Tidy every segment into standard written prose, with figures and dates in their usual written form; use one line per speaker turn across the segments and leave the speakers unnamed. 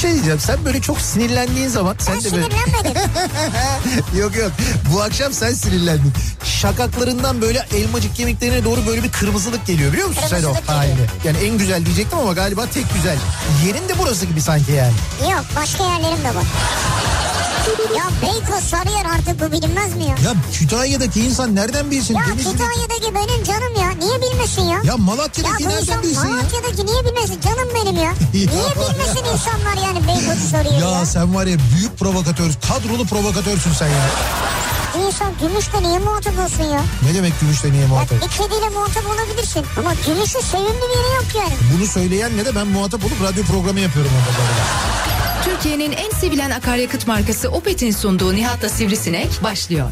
şey diyeceğim. Sen böyle çok sinirlendiğin zaman...
Ben sinirlenmedim.
Yok. Bu akşam sen sinirlendin. Şakaklarından böyle elmacık kemiklerine doğru böyle bir kırmızılık geliyor biliyor musun sen o halini? Yani en güzel diyecektim ama galiba tek güzel. Yerin de burası gibi sanki yani.
Yok, başka yerlerim de var. Ya Beykoz, Sarıyer artık bu bilinmez mi ya?
Ya Kütahya'daki insan nereden bilsin?
Ya Kütahya'daki benim canım ya. Niye bilmesin ya?
Ya Malatya'daki nereden bilsin ya?
Malatya'daki niye bilmesin? Canım benim ya. Niye bilmesin insanlar yani Beykoz'u Sarıyer'i ya?
Ya sen var ya büyük provokatör, kadrolu provokatörsün sen ya.
İnsan Gümüş'te niye muhatap olsun ya?
Ne demek Gümüş'te niye muhatap?
Bir kediyle muhatap olabilirsin. Ama Gümüş'ün sevimli bir yeri yok yani.
Bunu söyleyen ne de ben muhatap olup radyo programı yapıyorum orada.
Türkiye'nin en sevilen akaryakıt markası Opet'in sunduğu Nihat'la Sivrisinek başlıyor.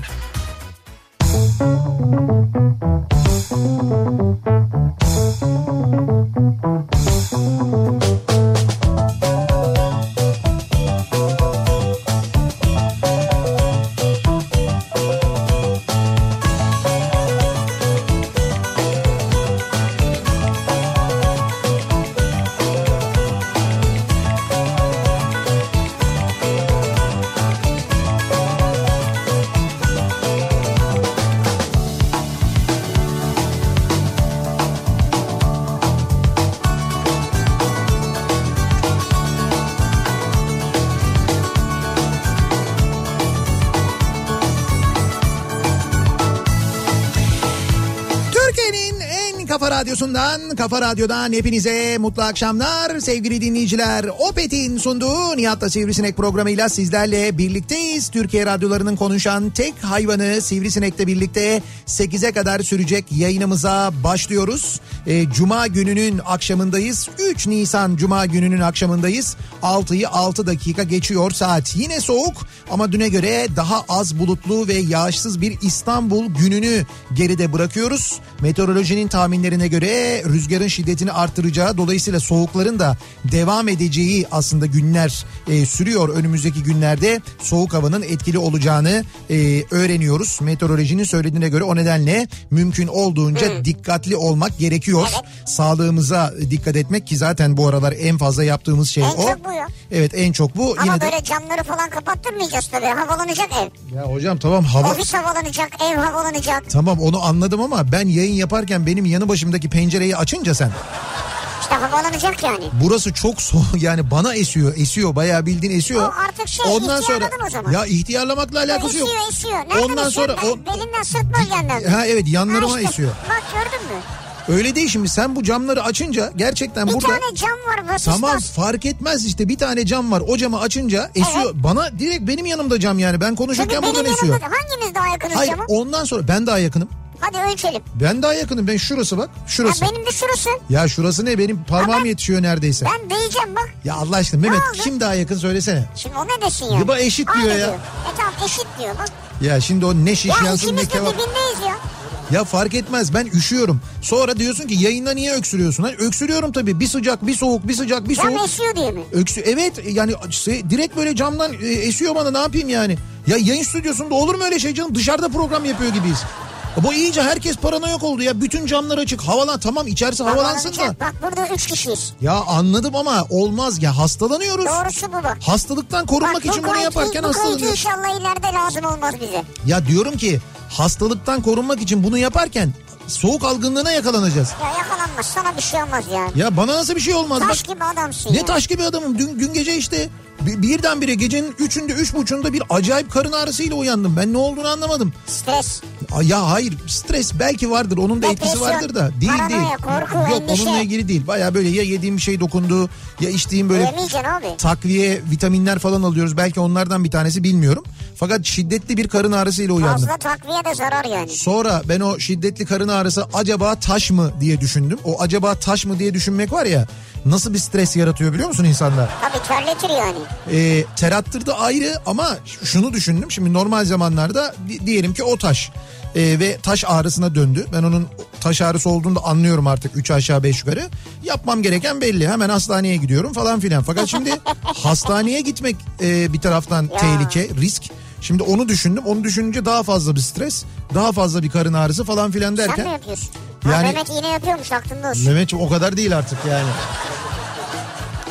Kafa Radyo'dan hepinize mutlu akşamlar sevgili dinleyiciler. Opet'in sunduğu Nihat'la Sivrisinek programıyla sizlerle birlikteyiz. Türkiye radyolarının konuşan tek hayvanı Sivrisinek'le birlikte 8'e kadar sürecek yayınımıza başlıyoruz. Cuma gününün akşamındayız. 3 Nisan Cuma gününün akşamındayız. 6'yı 6 dakika geçiyor saat. Yine soğuk ama düne göre daha az bulutlu ve yağışsız bir İstanbul gününü geride bırakıyoruz. Meteorolojinin tahminlerine göre rüzgarın şiddetini arttıracağı, dolayısıyla soğukların da devam edeceği aslında günler sürüyor. Önümüzdeki günlerde soğuk havanın etkili olacağını öğreniyoruz. Meteorolojinin söylediğine göre o nedenle mümkün olduğunca dikkatli olmak gerekiyor. Evet. Sağlığımıza dikkat etmek ki zaten bu aralar en fazla yaptığımız şey o.
En çok bu ya.
Evet, en çok bu.
Ama
yine
böyle
de...
camları falan kapattırmayacağız tabii. Havalanacak ev.
Ya hocam tamam
Ofis havalanacak, ev havalanacak.
Tamam, onu anladım ama ben yayın yaparken benim yanı başımdaki pencereyi açınca sen...
İşte havalanacak yani.
Burası çok soğuk yani, bana esiyor bayağı bildiğin esiyor.
O artık
ondan sonra
o zaman.
Ya ihtiyarlamakla alakası yok.
Esiyor. Nereden
ondan sonra
belinden sırt bölgenden.
Ha evet, yanlarıma işte esiyor.
Bak gördün mü?
Öyle değil, şimdi sen bu camları açınca gerçekten
bir
burada...
Bir tane cam var vasistas.
Tamam, fark etmez işte, bir tane cam var, o camı açınca esiyor. Evet. Bana direkt benim yanımda cam yani, ben konuşurken buradan esiyor.
Hangimiz daha yakınız
Hayır,
cama?
ondan sonra ben daha yakınım.
Hadi ölçelim.
Ben daha yakınım, ben şurası bak, şurası.
Ya benim de şurası.
Ya şurası ne, benim parmağım yetişiyor neredeyse.
Ben değeceğim bak.
Ya Allah aşkına Mehmet, kim daha yakın söylesene.
Şimdi o ne desin ya?
Gıba eşit diyor ya.
Diyor. Tamam eşit diyor bak.
Ya şimdi o ne şiş yansın ne kebap.
Ya ikimiz de dibindeyiz ya.
Ya fark etmez, ben üşüyorum. Sonra diyorsun ki yayında niye öksürüyorsun? Hani öksürüyorum tabii, bir sıcak bir soğuk, bir sıcak bir soğuk.
Cam esiyor diye mi?
Evet yani direkt böyle camdan esiyor bana, ne yapayım yani? Ya yayın stüdyosunda olur mu öyle şey canım, dışarıda program yapıyor gibiyiz. Bu iyice herkes paranoyak oldu ya, bütün camlar açık, havalan, tamam içerisi havalansın da.
Bak burada 3 kişiyiz.
Ya anladım ama olmaz ya, hastalanıyoruz.
Doğrusu bu bak.
Hastalıktan korunmak için bunu yaparken hastalanıyoruz. Bu
inşallah ileride lazım olmaz bize.
Ya diyorum ki hastalıktan korunmak için bunu yaparken soğuk algınlığına yakalanacağız.
Ya yakalanmaz, sana bir şey olmaz yani.
Ya bana nasıl bir şey olmaz?
Taş gibi adamsın
Ne
ya.
Taş gibi adamım, dün gece işte birdenbire gecenin 3'ünde 3.30'da bir acayip karın ağrısıyla uyandım. Ben ne olduğunu anlamadım.
Stres.
Ya hayır, stres belki vardır, onun da etkisi vardır da.
Paranoya, korku,
Yok
endişe.
Onunla ilgili değil. Baya böyle ya yediğim bir şey dokundu, ya içtiğim böyle takviye vitaminler falan alıyoruz. Belki onlardan bir tanesi, bilmiyorum. Fakat şiddetli bir karın ağrısıyla uyandım.
Fazla takviye de zarar yani.
Sonra ben o şiddetli karın ağrısı acaba taş mı diye düşündüm. O acaba taş mı diye düşünmek var ya, nasıl bir stres yaratıyor biliyor musun insanlar?
Tabii terletir yani.
Ter attırdı ayrı ama şunu düşündüm. Şimdi normal zamanlarda diyelim ki o taş ve taş ağrısına döndü. Ben onun taş ağrısı olduğunu da anlıyorum artık, 3 aşağı 5 yukarı. Yapmam gereken belli, hemen hastaneye gidiyorum falan filan. Fakat şimdi hastaneye gitmek bir taraftan tehlike, risk. Şimdi onu düşündüm. Onu düşününce daha fazla bir stres, daha fazla bir karın ağrısı falan filan derken.
Sen mi yapıyorsun?
Yani,
Mehmet yine yapıyormuş, aklında olsun.
Mehmet o kadar değil artık yani.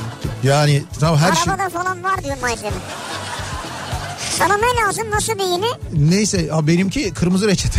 Yani tamam her şey.
Arabada falan var diyor malzeme. Sana ne lazım, nasıl bir iğne?
Neyse benimki kırmızı reçete.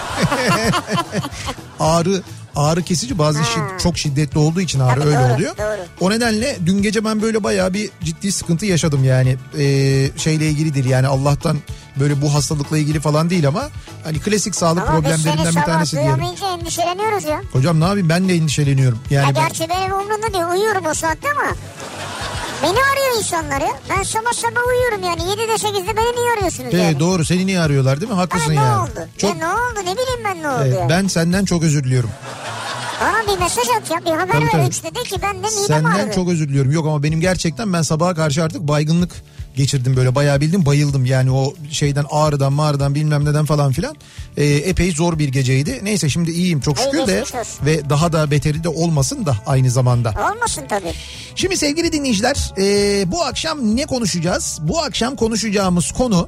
Ağrı kesici, bazı çok şiddetli olduğu için ağrı
Tabii,
öyle
doğru,
oluyor.
Doğru.
O nedenle dün gece ben böyle bayağı bir ciddi sıkıntı yaşadım yani. Şeyle ilgili değil yani, Allah'tan böyle bu hastalıkla ilgili falan değil ama hani klasik sağlık problemlerinden bir tanesi diyelim.
Ama biz seni sabah duyamayınca endişeleniyoruz ya.
Hocam ne yapayım, ben de endişeleniyorum. Yani
gerçi benim umurumda değil, uyuyorum o saatte ama beni arıyor insanlar ya. Ben sabah uyuyorum yani, 7'de 8'de beni niye arıyorsunuz yani?
Doğru, seni niye arıyorlar değil mi? Haklısın
ne
yani.
oldu? Ne oldu, ne bileyim ben ne oldu yani.
Ben senden çok özür diliyorum.
Bana bir mesaj at ya, bir haber ver 3'te de ki ben de midem ağrıdı.
Senden çok özür diliyorum. Yok ama benim gerçekten ben sabaha karşı artık baygınlık geçirdim, böyle bayağı bildim bayıldım yani, o şeyden, ağrıdan bilmem neden falan filan. Epey zor bir geceydi. Neyse şimdi iyiyim çok şükür de ve daha da beteri de olmasın da aynı zamanda.
Olmasın tabii.
Şimdi sevgili dinleyiciler, bu akşam ne konuşacağız? Bu akşam konuşacağımız konu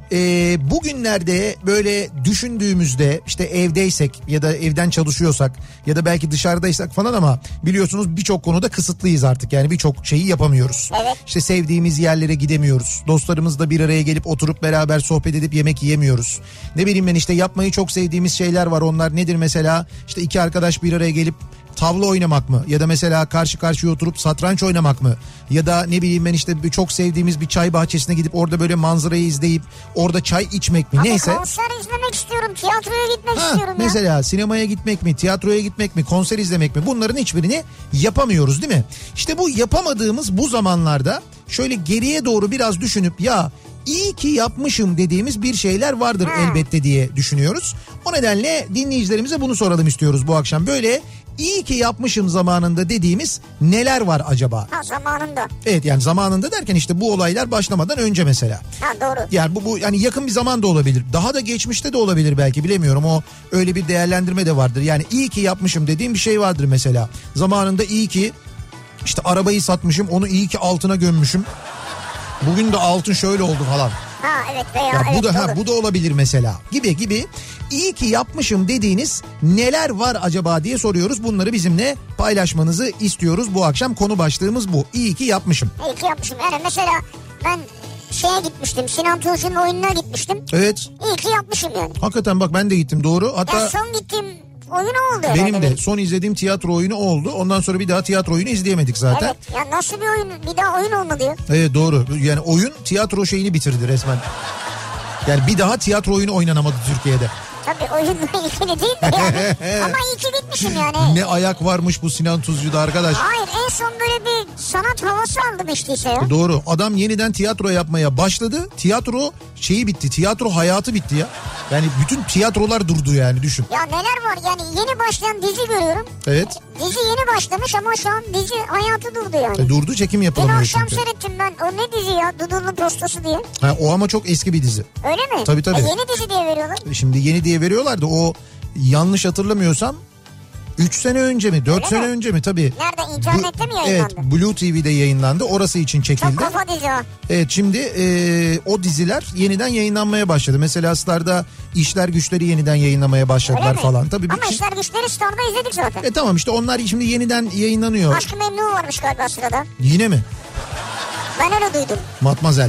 bugünlerde böyle düşündüğümüzde, işte evdeysek ya da evden çalışıyorsak ya da belki dışarıdaysak falan, ama biliyorsunuz birçok konuda kısıtlıyız artık, yani birçok şeyi yapamıyoruz.
Evet.
İşte sevdiğimiz yerlere gidemiyoruz. Dostlarımızla bir araya gelip oturup beraber sohbet edip yemek yiyemiyoruz. Ne bileyim ben, işte yapmayı çok sevdiğimiz şeyler var. Onlar nedir mesela? İşte iki arkadaş bir araya gelip tavla oynamak mı? Ya da mesela karşı karşıya oturup satranç oynamak mı? Ya da ne bileyim ben, işte çok sevdiğimiz bir çay bahçesine gidip orada böyle manzarayı izleyip orada çay içmek mi?
Abi
neyse.
Konser izlemek istiyorum, tiyatroya gitmek istiyorum ya.
Mesela sinemaya gitmek mi, tiyatroya gitmek mi, konser izlemek mi? Bunların hiçbirini yapamıyoruz değil mi? İşte bu yapamadığımız bu zamanlarda şöyle geriye doğru biraz düşünüp, ya İyi ki yapmışım dediğimiz bir şeyler vardır elbette diye düşünüyoruz. O nedenle dinleyicilerimize bunu soralım istiyoruz bu akşam. Böyle iyi ki yapmışım zamanında dediğimiz neler var acaba?
Zamanında.
Evet, yani zamanında derken işte bu olaylar başlamadan önce mesela.
Doğru.
Yani bu yani yakın bir zaman da olabilir. Daha da geçmişte de olabilir belki, bilemiyorum. O öyle bir değerlendirme de vardır. Yani iyi ki yapmışım dediğim bir şey vardır mesela. Zamanında iyi ki işte arabayı satmışım, onu iyi ki altına gömmüşüm. Bugün de altın şöyle oldu falan.
Evet veya
ya
evet,
bu da olabilir mesela. Gibi iyi ki yapmışım dediğiniz neler var acaba diye soruyoruz. Bunları bizimle paylaşmanızı istiyoruz. Bu akşam konu başlığımız bu. İyi ki yapmışım.
İyi ki yapmışım. Yani mesela ben şeye gitmiştim. Sinan Tuzcu'nun oyununa gitmiştim.
Evet.
İyi ki yapmışım yani.
Hakikaten bak, ben de gittim, doğru. Hatta
ya son gittiğim oyunu oldu.
Benim de son izlediğim tiyatro oyunu oldu. Ondan sonra bir daha tiyatro oyunu izleyemedik zaten.
Evet, ya nasıl bir oyun, bir daha oyun olmadı ya.
Evet, doğru. Yani oyun tiyatro şeyini bitirdi resmen. Yani bir daha tiyatro oyunu oynanamadı Türkiye'de.
Tabii oyunla ilgili değil de yani. Ama iyi ki gitmişim yani.
Ne ayak varmış bu Sinan Tuzcu'da arkadaş.
Hayır, en son böyle bir sanat havası aldım işte ya.
Doğru. Adam yeniden tiyatro yapmaya başladı. Tiyatro şeyi bitti. Tiyatro hayatı bitti ya. Yani bütün tiyatrolar durdu yani, düşün.
Ya neler var yani, yeni başlayan dizi görüyorum.
Evet.
Dizi yeni başlamış ama şu an dizi hayatı durdu yani.
Durdu, çekim yapılamıyor
çünkü. Dün akşam
çünkü.
seyrettim ben. O ne dizi ya? Dudu'nun Postası diye.
O ama çok eski bir dizi.
Öyle mi?
Tabii.
Yeni dizi diye veriyorlar.
Şimdi yeni diye veriyorlar da o, yanlış hatırlamıyorsam 3 sene önce mi 4 sene önce mi, tabii.
Nerede, internette mi yayınlandı?
Evet, Blue TV'de yayınlandı, orası için çekildi.
Çok kafa dizi o.
Evet, şimdi o diziler yeniden yayınlanmaya başladı. Mesela Star'da İşler Güçler'i yeniden yayınlamaya başladılar falan. Tabii
ama İşler Güçler'i Star'da izledik zaten.
Tamam, işte onlar şimdi yeniden yayınlanıyor.
Aşk-ı Memnu varmış galiba sırada.
Yine mi?
Ben öyle duydum.
Matmazel.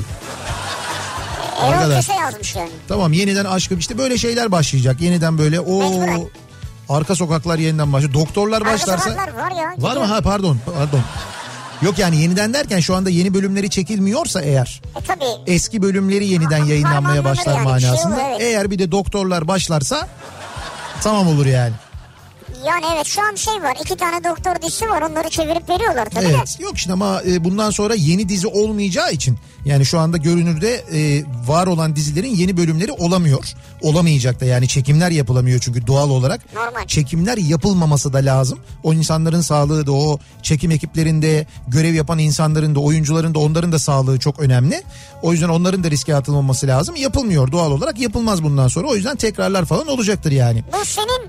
Erol Köse yazmış yani.
Tamam, yeniden aşkım, işte böyle şeyler başlayacak. Yeniden böyle
Mecburen.
Arka Sokaklar yeniden başlıyor. Doktorlar başlarsa.
Arka Sokaklar var ya.
Var mı? Pardon. Yok yani yeniden derken şu anda yeni bölümleri çekilmiyorsa eğer.
Tabii.
Eski bölümleri yeniden yayınlanmaya başlar
yani,
manasında.
evet.
Eğer bir de Doktorlar başlarsa tamam olur yani.
Yani evet, şu an şey var, 2 tane doktor dizisi var, onları çevirip veriyorlar tabii.
Evet, yok işte ama bundan sonra yeni dizi olmayacağı için, yani şu anda görünürde var olan dizilerin yeni bölümleri olamayacak da, yani çekimler yapılamıyor çünkü doğal olarak.
Normal.
Çekimler yapılmaması da lazım. O insanların sağlığı da, o çekim ekiplerinde görev yapan insanların da, oyuncuların da, onların da sağlığı çok önemli. O yüzden onların da riske atılmaması lazım. Yapılmıyor, doğal olarak yapılmaz bundan sonra. O yüzden tekrarlar falan olacaktır yani.
Bu senin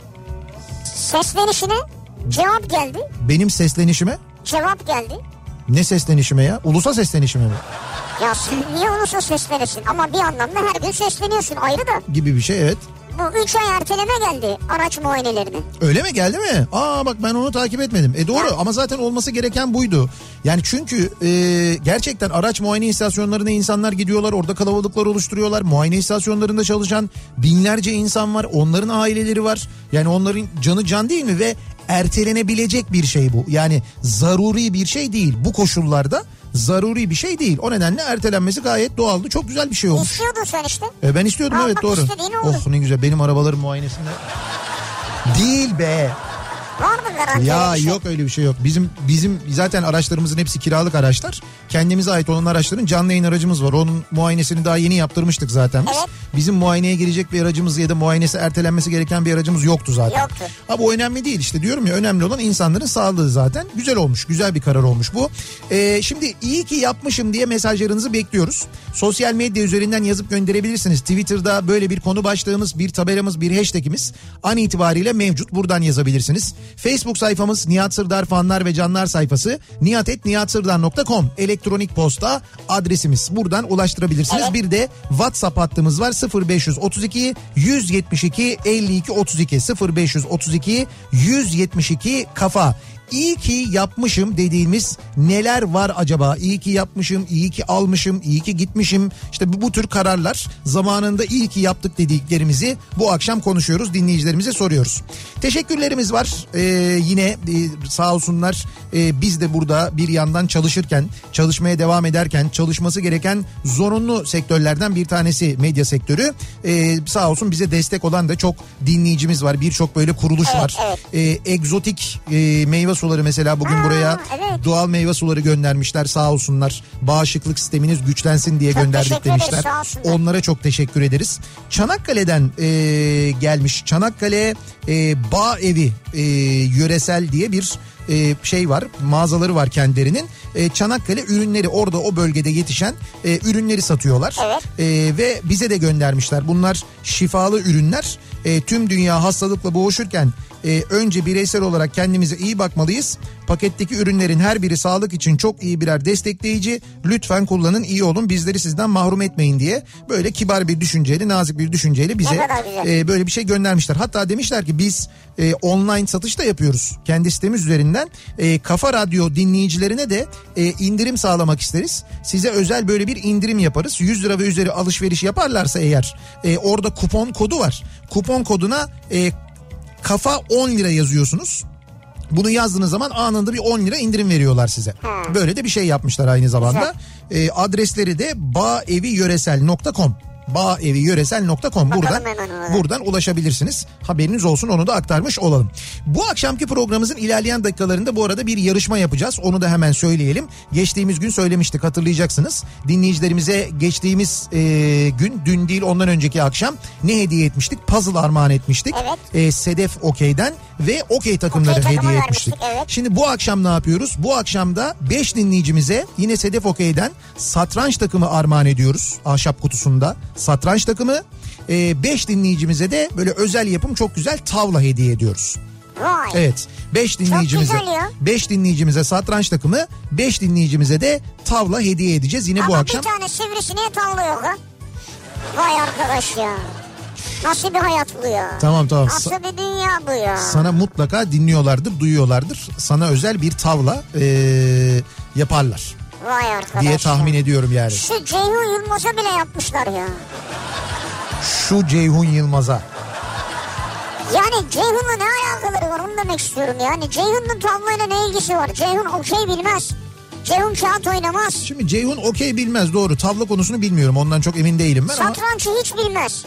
seslenişine cevap geldi.
Benim seslenişime?
Cevap geldi.
Ne seslenişime ya? Ulusa seslenişime mi?
Ya sen niye ulusa seslenirsin? Ama bir anlamda her gün sesleniyorsun, ayrı da.
Gibi bir şey, evet.
bu 3 ay erteleme geldi araç muayenelerine.
Öyle mi, geldi mi? Aa bak ben onu takip etmedim. Doğru ama zaten olması gereken buydu. Yani çünkü gerçekten araç muayene istasyonlarına insanlar gidiyorlar. Orada kalabalıklar oluşturuyorlar. Muayene istasyonlarında çalışan binlerce insan var. Onların aileleri var. Yani onların canı can değil mi? Ve ertelenebilecek bir şey bu. Yani zaruri bir şey değil. Bu koşullarda zaruri bir şey değil. O nedenle ertelenmesi gayet doğaldı. Çok güzel bir şey olmuş.
İstiyordun sen işte.
Ben istiyordum, evet doğru. Oh ne güzel, benim arabaların muayenesinde. Değil be.
Var mı garanti?
Ya yok öyle bir şey yok. Bizim zaten araçlarımızın hepsi kiralık araçlar. Kendimize ait olan araçların canlı yayın aracımız var. Onun muayenesini daha yeni yaptırmıştık zaten biz. Evet. Bizim muayeneye girecek bir aracımız ya da muayenesi ertelenmesi gereken bir aracımız yoktu zaten.
Yoktu.
Ama bu önemli değil işte, diyorum ya, önemli olan insanların sağlığı zaten. Güzel olmuş, güzel bir karar olmuş bu. Şimdi iyi ki yapmışım diye mesajlarınızı bekliyoruz. Sosyal medya üzerinden yazıp gönderebilirsiniz. Twitter'da böyle bir konu başlığımız, bir tabelamız, bir hashtagimiz an itibariyle mevcut. Buradan yazabilirsiniz. Facebook sayfamız Nihat Sırdar fanlar ve canlar sayfası, nihat@nihatsırdar.com elektronik posta adresimiz. Buradan ulaştırabilirsiniz. Evet. Bir de WhatsApp hattımız var, 0532 172 52 32 0532 172 kafa. İyi ki yapmışım dediğimiz neler var acaba? İyi ki yapmışım, iyi ki almışım, iyi ki gitmişim. İşte bu tür kararlar, zamanında iyi ki yaptık dediklerimizi bu akşam konuşuyoruz, dinleyicilerimize soruyoruz. Teşekkürlerimiz var. Yine sağ olsunlar, biz de burada bir yandan çalışırken, çalışmaya devam ederken, çalışması gereken zorunlu sektörlerden bir tanesi medya sektörü. Sağ olsun bize destek olan da çok dinleyicimiz var. Birçok böyle kuruluş var. Evet. Egzotik meyve suları mesela bugün buraya doğal meyve suları göndermişler, sağ olsunlar. Bağışıklık sisteminiz güçlensin diye çok gönderdik demişler. Onlara çok teşekkür ederiz. Çanakkale'den gelmiş. Çanakkale Bağ Evi yöresel diye bir şey var, mağazaları var kendilerinin. Çanakkale ürünleri, orada o bölgede yetişen ürünleri satıyorlar. Evet. Ve bize de göndermişler. Bunlar şifalı ürünler. Tüm dünya hastalıkla boğuşurken önce bireysel olarak kendimize iyi bakmalıyız. Paketteki ürünlerin her biri sağlık için çok iyi birer destekleyici. Lütfen kullanın, iyi olun, bizleri sizden mahrum etmeyin diye böyle kibar bir düşünceyle, nazik bir düşünceyle bize böyle bir şey göndermişler. Hatta demişler ki biz online satış da yapıyoruz kendi sitemiz üzerinden. Kafa Radyo dinleyicilerine de indirim sağlamak isteriz. Size özel böyle bir indirim yaparız. 100 lira ve üzeri alışveriş yaparlarsa eğer orada kupon kodu var. Kupon koduna kafa 10 lira yazıyorsunuz. Bunu yazdığınız zaman anında bir 10 lira indirim veriyorlar size. Böyle de bir şey yapmışlar aynı zamanda. Adresleri de bağeviyöresel.com. bağeviyöresel.com. Buradan ulaşabilirsiniz. Haberiniz olsun, onu da aktarmış olalım. Bu akşamki programımızın ilerleyen dakikalarında bu arada bir yarışma yapacağız. Onu da hemen söyleyelim. Geçtiğimiz gün söylemiştik, hatırlayacaksınız. Dinleyicilerimize geçtiğimiz gün, dün değil ondan önceki akşam ne hediye etmiştik? Puzzle armağan etmiştik. Evet. Sedef Okey'den ve Okey takımları hediye etmiştik. Evet. Şimdi bu akşam ne yapıyoruz? Bu akşam da 5 dinleyicimize yine Sedef Okey'den satranç takımı armağan ediyoruz. Ahşap kutusunda satranç takımı. 5 dinleyicimize de böyle özel yapım çok güzel tavla hediye ediyoruz.
Vay.
Evet. 5 dinleyicimize satranç takımı, 5 dinleyicimize de tavla hediye edeceğiz yine. Ama bu akşam.
Ama bir tane sivrisineğe tavla yok ha. Vay arkadaş ya. Nasıl bir hayat bu ya?
Tamam.
Nasıl bir dünya bu ya?
Sana mutlaka dinliyorlardır, duyuyorlardır. Sana özel bir tavla yaparlar.
Vay arkadaş
diye tahmin ediyorum yani.
Şu Ceyhun Yılmaz'a bile yapmışlar ya.
Şu Ceyhun Yılmaz'a.
Yani Ceyhun'la ne alakaları var onu demek istiyorum yani. Ceyhun'un tavlayla ne ilgisi var? Ceyhun okey bilmez. Ceyhun kağıt oynamaz.
Şimdi Ceyhun okey bilmez, doğru. Tavla konusunu bilmiyorum, ondan çok emin değilim ben.
Satrancı hiç bilmez.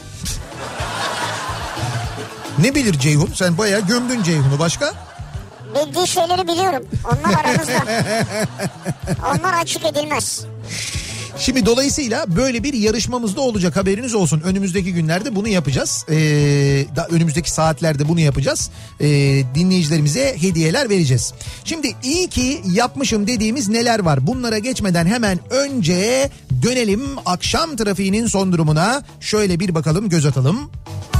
Ne bilir Ceyhun? Sen bayağı gömdün Ceyhun'u, başka?
Bildiği şeyleri biliyorum. Onlar aramızda. Onlar açık edilmez.
Şimdi dolayısıyla böyle bir yarışmamız da olacak, haberiniz olsun. Önümüzdeki günlerde bunu yapacağız. Önümüzdeki saatlerde bunu yapacağız. Dinleyicilerimize hediyeler vereceğiz. Şimdi iyi ki yapmışım dediğimiz neler var? Bunlara geçmeden hemen önce dönelim akşam trafiğinin son durumuna. Şöyle bir bakalım, göz atalım.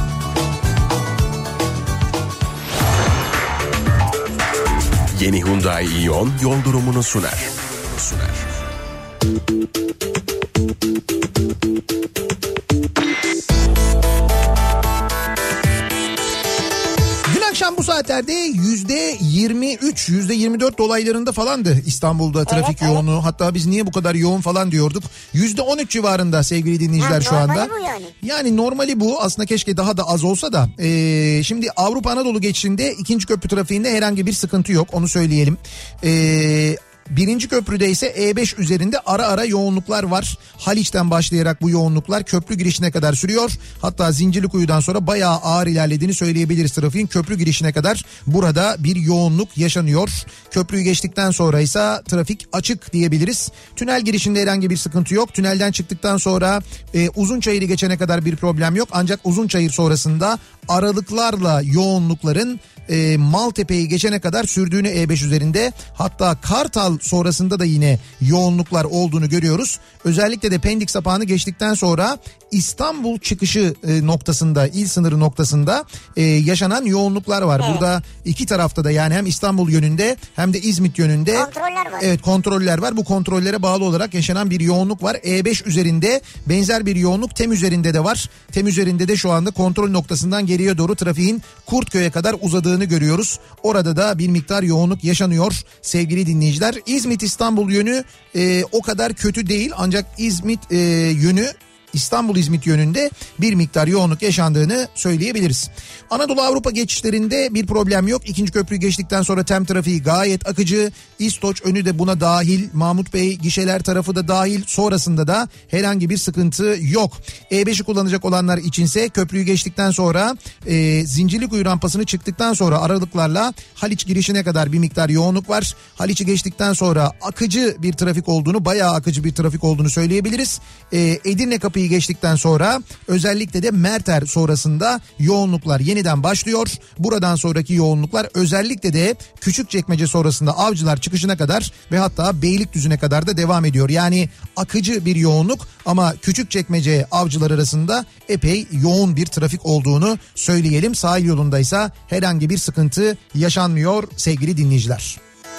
Yeni Hyundai Ion yol durumunu sunar.
bu saatlerde %23, %24 dolaylarında falandı İstanbul'da trafik yoğunluğu. Evet. Hatta biz niye bu kadar yoğun falan diyorduk. %13 civarında sevgili dinleyiciler şu anda.
Normali bu yani.
Yani normali bu. Aslında keşke daha da az olsa da. Şimdi Avrupa Anadolu geçişinde 2. köprü trafiğinde herhangi bir sıkıntı yok. Onu söyleyelim. Birinci köprüde ise E5 üzerinde ara ara yoğunluklar var. Haliç'ten başlayarak bu yoğunluklar köprü girişine kadar sürüyor. Hatta Zincirlikuyu'dan sonra bayağı ağır ilerlediğini söyleyebiliriz trafiğin. Köprü girişine kadar burada bir yoğunluk yaşanıyor. Köprüyü geçtikten sonra ise trafik açık diyebiliriz. Tünel girişinde herhangi bir sıkıntı yok. Tünelden çıktıktan sonra Uzunçayır'ı geçene kadar bir problem yok. Ancak Uzunçayır sonrasında aralıklarla yoğunlukların Maltepe'yi geçene kadar sürdüğünü E5 üzerinde, hatta Kartal sonrasında da yine yoğunluklar olduğunu görüyoruz. Özellikle de Pendik sapağını geçtikten sonra İstanbul çıkışı noktasında, il sınırı noktasında yaşanan yoğunluklar var. Evet. Burada iki tarafta da, yani hem İstanbul yönünde hem de İzmit yönünde
kontroller var.
Evet, kontroller var. Bu kontrollere bağlı olarak yaşanan bir yoğunluk var. E5 üzerinde benzer bir yoğunluk TEM üzerinde de var. TEM üzerinde de şu anda kontrol noktasından geriye doğru trafiğin Kurtköy'e kadar uzadığını görüyoruz. Orada da bir miktar yoğunluk yaşanıyor sevgili dinleyiciler. İzmit İstanbul yönü o kadar kötü değil, ancak İzmit yönü, İstanbul-İzmit yönünde bir miktar yoğunluk yaşandığını söyleyebiliriz. Anadolu Avrupa geçişlerinde bir problem yok. 2. köprüyü geçtikten sonra TEM trafiği gayet akıcı. İstoç önü de buna dahil. Mahmut Bey gişeler tarafı da dahil. Sonrasında da herhangi bir sıkıntı yok. E5'i kullanacak olanlar içinse köprüyü geçtikten sonra Zincirlikuyu rampasını çıktıktan sonra aralıklarla Haliç girişine kadar bir miktar yoğunluk var. Haliç'i geçtikten sonra akıcı bir trafik olduğunu, bayağı akıcı bir trafik olduğunu söyleyebiliriz. Edirne kapıyı geçtikten sonra özellikle de Merter sonrasında yoğunluklar yeniden başlıyor. Buradan sonraki yoğunluklar özellikle de Küçükçekmece sonrasında Avcılar çıkışına kadar ve hatta Beylikdüzü'ne kadar da devam ediyor. Yani akıcı bir yoğunluk ama Küçükçekmece Avcılar arasında epey yoğun bir trafik olduğunu söyleyelim. Sahil yolundaysa herhangi bir sıkıntı yaşanmıyor sevgili dinleyiciler.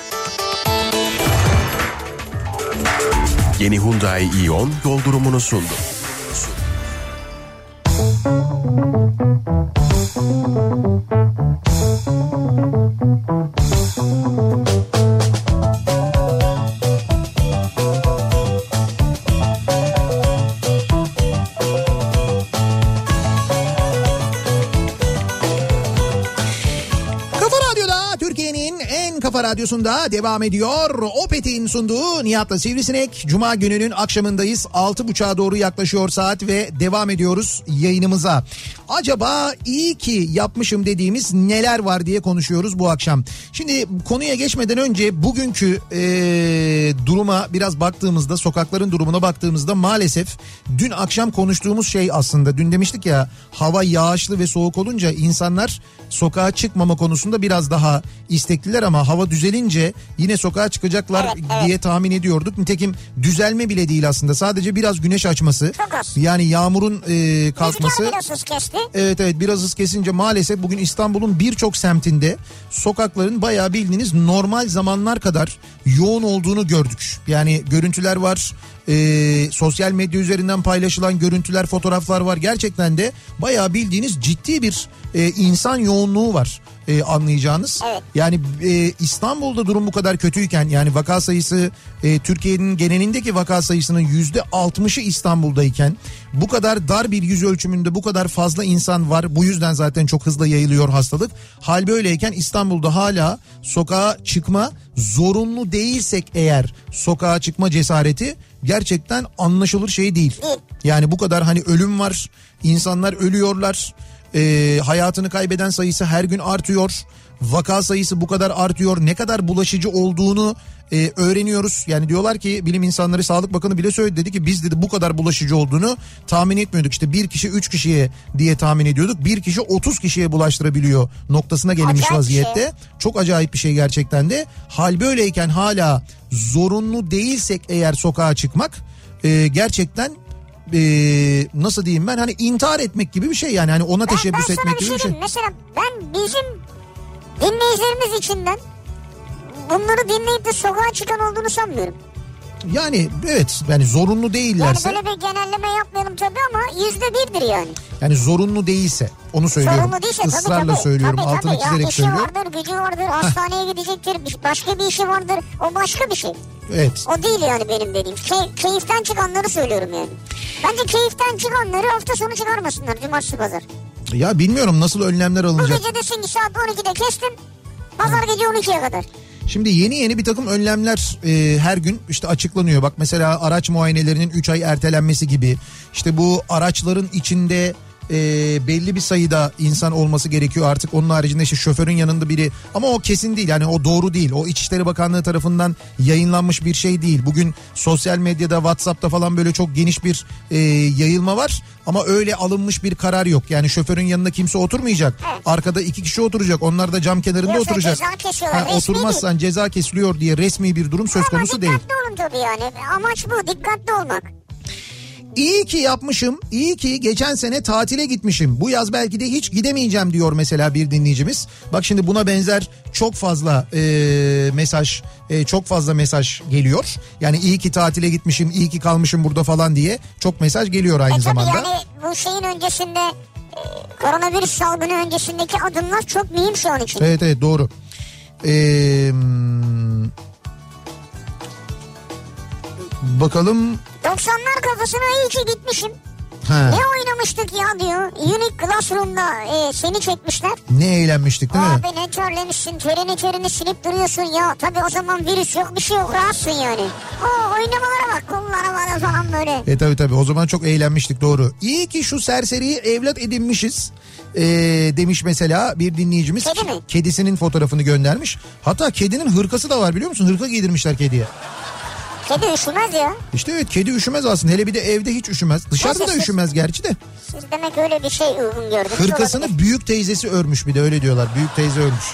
Yeni Hyundai Ion yol durumunu sundu.
Kafa Radyosu'nda devam ediyor. Opet'in sunduğu Nihat'la Sivrisinek. Cuma gününün akşamındayız. 6.30'a doğru yaklaşıyor saat ve devam ediyoruz yayınımıza. Acaba iyi ki yapmışım dediğimiz neler var diye konuşuyoruz bu akşam. Şimdi konuya geçmeden önce bugünkü duruma biraz baktığımızda, sokakların durumuna baktığımızda maalesef dün akşam konuştuğumuz şey aslında. Dün demiştik ya, hava yağışlı ve soğuk olunca insanlar sokağa çıkmama konusunda biraz daha istekliler ama hava düzelince yine sokağa çıkacaklar diye tahmin ediyorduk. Nitekim düzelme bile değil aslında. Sadece biraz güneş açması. Yani yağmurun kalkması.
Rüzgar biraz hız kesti.
Evet biraz hız kesince maalesef bugün İstanbul'un birçok semtinde sokakların bayağı bildiğiniz normal zamanlar kadar yoğun olduğunu gördük. Yani görüntüler var. Sosyal medya üzerinden paylaşılan görüntüler, fotoğraflar var. Gerçekten de bayağı bildiğiniz ciddi bir insan yoğunluğu var. Anlayacağınız.
Evet.
Yani İstanbul'da durum bu kadar kötüyken, yani vaka sayısı Türkiye'nin genelindeki vaka sayısının %60'ı İstanbul'dayken, bu kadar dar bir yüz ölçümünde bu kadar fazla insan var. Bu yüzden zaten çok hızlı yayılıyor hastalık. Hal böyleyken İstanbul'da hala sokağa çıkma, zorunlu değilsek eğer sokağa çıkma cesareti gerçekten anlaşılır şey değil. Yani bu kadar hani ölüm var, insanlar ölüyorlar. Hayatını kaybeden sayısı her gün artıyor. Vaka sayısı bu kadar artıyor. Ne kadar bulaşıcı olduğunu öğreniyoruz. Yani diyorlar ki bilim insanları, Sağlık Bakanı bile söyledi, dedi ki biz dedi bu kadar bulaşıcı olduğunu tahmin etmiyorduk. İşte bir kişi 3 kişiye diye tahmin ediyorduk. Bir kişi 30 kişiye bulaştırabiliyor noktasına gelinmiş acayip vaziyette. Şey. Çok acayip bir şey gerçekten de. Hal böyleyken hala zorunlu değilsek eğer sokağa çıkmak gerçekten nasıl diyeyim ben, hani intihar etmek gibi bir şey yani, hani ona teşebbüs etmek gibi bir şey.
Mesela ben bizim dinleyicilerimiz içinden bunları dinleyip de sokağa çıkan olduğunu sanmıyorum.
Yani evet, yani zorunlu değillerse.
Yani böyle bir genelleme yapmayalım tabii ama %1'dir yani.
Yani zorunlu değilse, onu söylüyorum.
Zorunlu değilse
Israrla
tabii.
söylüyorum,
Tabii,
altını çizerek
ya, işi
söylüyorum.
vardır, gücü vardır, hastaneye gidecektir, başka bir işi vardır. O başka bir şey.
Evet.
O değil yani benim dediğim. Keyiften çıkanları söylüyorum yani. Bence keyiften çıkanları hafta sonu çıkarmasınlar, cumartesi pazar.
Ya bilmiyorum nasıl önlemler
Bu
alınacak.
gece desin ki saat 12'de kestim, pazar gece 12'ye kadar.
Şimdi yeni bir takım önlemler her gün işte açıklanıyor. Bak mesela araç muayenelerinin 3 ay ertelenmesi gibi. İşte bu araçların içinde belli bir sayıda insan olması gerekiyor artık. Onun haricinde işte şoförün yanında biri, ama o kesin değil, yani o doğru değil. O İçişleri Bakanlığı tarafından yayınlanmış bir şey değil. Bugün sosyal medyada, WhatsApp'ta falan böyle çok geniş bir yayılma var. Ama öyle alınmış bir karar yok. Yani şoförün yanında kimse oturmayacak. Arkada 2 kişi oturacak. Onlar da cam kenarında
Yoksa
oturacak.
ceza kesiyorlar.
Oturmazsan ceza kesiliyor diye resmi bir durum söz konusu değil.
Ama dikkatli olun tabii yani. Amaç bu, dikkatli olmak.
İyi ki yapmışım, iyi ki geçen sene tatile gitmişim. Bu yaz belki de hiç gidemeyeceğim diyor mesela bir dinleyicimiz. Bak şimdi buna benzer çok fazla mesaj geliyor. Yani iyi ki tatile gitmişim, iyi ki kalmışım burada falan diye çok mesaj geliyor aynı zamanda.
Tabii yani bu şeyin öncesinde, koronavirüs salgını öncesindeki adımlar çok mühim şu an için.
Evet doğru. Bakalım.
90'lar kafasına iyi ki gitmişim. Ne oynamıştık ya diyor. Unique Classroom'da seni çekmişler.
Ne eğlenmiştik değil mi?
Abi ne terlemişsin, terini silip duruyorsun ya. Tabii o zaman virüs yok, bir şey yok, rahatsın yani. Oynamalara bak, kollara falan böyle.
Tabii o zaman çok eğlenmiştik, doğru. İyi ki şu serseriyi evlat edinmişiz demiş mesela bir dinleyicimiz.
Kedi mi?
Kedisinin fotoğrafını göndermiş. Hatta kedinin hırkası da var, biliyor musun? Hırka giydirmişler kediye.
Kedi üşümez ya.
İşte evet, kedi üşümez aslında. Hele bir de evde hiç üşümez. Dışarıda da üşümez gerçi de.
Siz demek öyle bir şey uygun gördünüz.
Hırkasını
olabilir.
büyük teyzesi örmüş, bir de öyle diyorlar. Büyük teyze örmüş.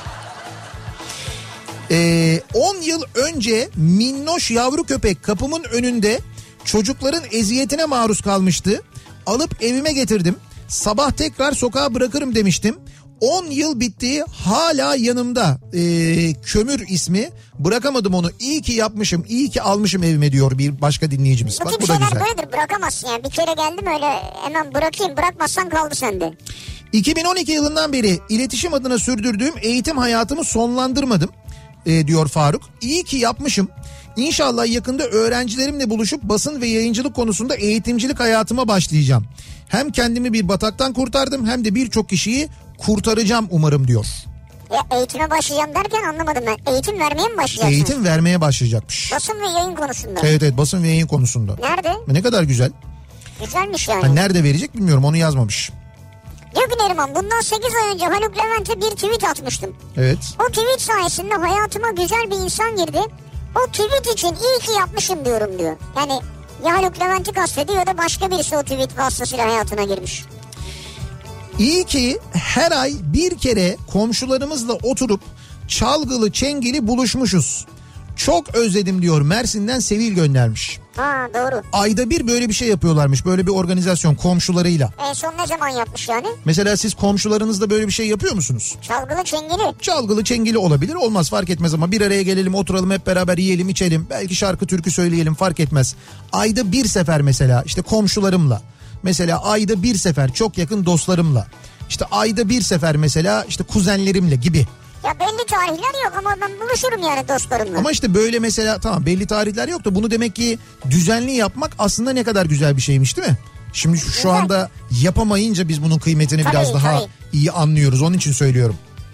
10 yıl önce minnoş yavru köpek kapımın önünde çocukların eziyetine maruz kalmıştı. Alıp evime getirdim. Sabah tekrar sokağa bırakırım demiştim. 10 yıl bitti, hala yanımda. Kömür ismi, bırakamadım onu. İyi ki yapmışım, iyi ki almışım evime diyor bir başka dinleyicimiz.
Bu tip
bu da
şeyler
güzel.
böyledir, bırakamazsın yani. Bir kere geldim öyle hemen bırakayım, bırakmazsan kaldı sende.
2012 yılından beri iletişim adına sürdürdüğüm eğitim hayatımı sonlandırmadım diyor Faruk. İyi ki yapmışım. İnşallah yakında öğrencilerimle buluşup basın ve yayıncılık konusunda eğitimcilik hayatıma başlayacağım. Hem kendimi bir bataktan kurtardım, hem de birçok kişiyi kurtaracağım umarım diyor.
Ya eğitime başlayacağım derken anlamadım ben. Eğitim vermeye mi başlayacaksın?
Eğitim vermeye başlayacakmış.
Basın ve yayın konusunda.
Evet basın ve yayın konusunda.
Nerede?
Ne kadar güzel.
Güzelmiş yani.
Ha, nerede verecek bilmiyorum, onu yazmamış.
Diyor ki Neriman, bundan 8 ay önce Haluk Levent'e bir tweet atmıştım.
Evet.
O tweet sayesinde hayatıma güzel bir insan girdi. O tweet için iyi ki yapmışım diyorum diyor. Yani ya Haluk Levent'i kastediyor ya da başka birisi o tweet vasıtasıyla hayatına girmiş.
İyi ki her ay bir kere komşularımızla oturup çalgılı çengeli buluşmuşuz. Çok özledim diyor, Mersin'den Sevil göndermiş.
Ha doğru.
Ayda bir böyle bir şey yapıyorlarmış, böyle bir organizasyon komşularıyla.
En son ne zaman yapmış yani?
Mesela siz komşularınızla böyle bir şey yapıyor musunuz?
Çalgılı çengeli.
Çalgılı çengeli olabilir, olmaz fark etmez, ama bir araya gelelim, oturalım, hep beraber yiyelim içelim, belki şarkı türkü söyleyelim, fark etmez. Ayda bir sefer mesela işte komşularımla, mesela ayda bir sefer çok yakın dostlarımla, işte ayda bir sefer mesela işte kuzenlerimle gibi.
Ya belli tarihler yok ama ben buluşurum yani dostlarımla.
Ama işte böyle mesela tamam, belli tarihler yok da bunu demek ki düzenli yapmak aslında ne kadar güzel bir şeymiş, değil mi? Şimdi şu anda yapamayınca biz bunun kıymetini biraz daha iyi anlıyoruz, onun için söylüyorum.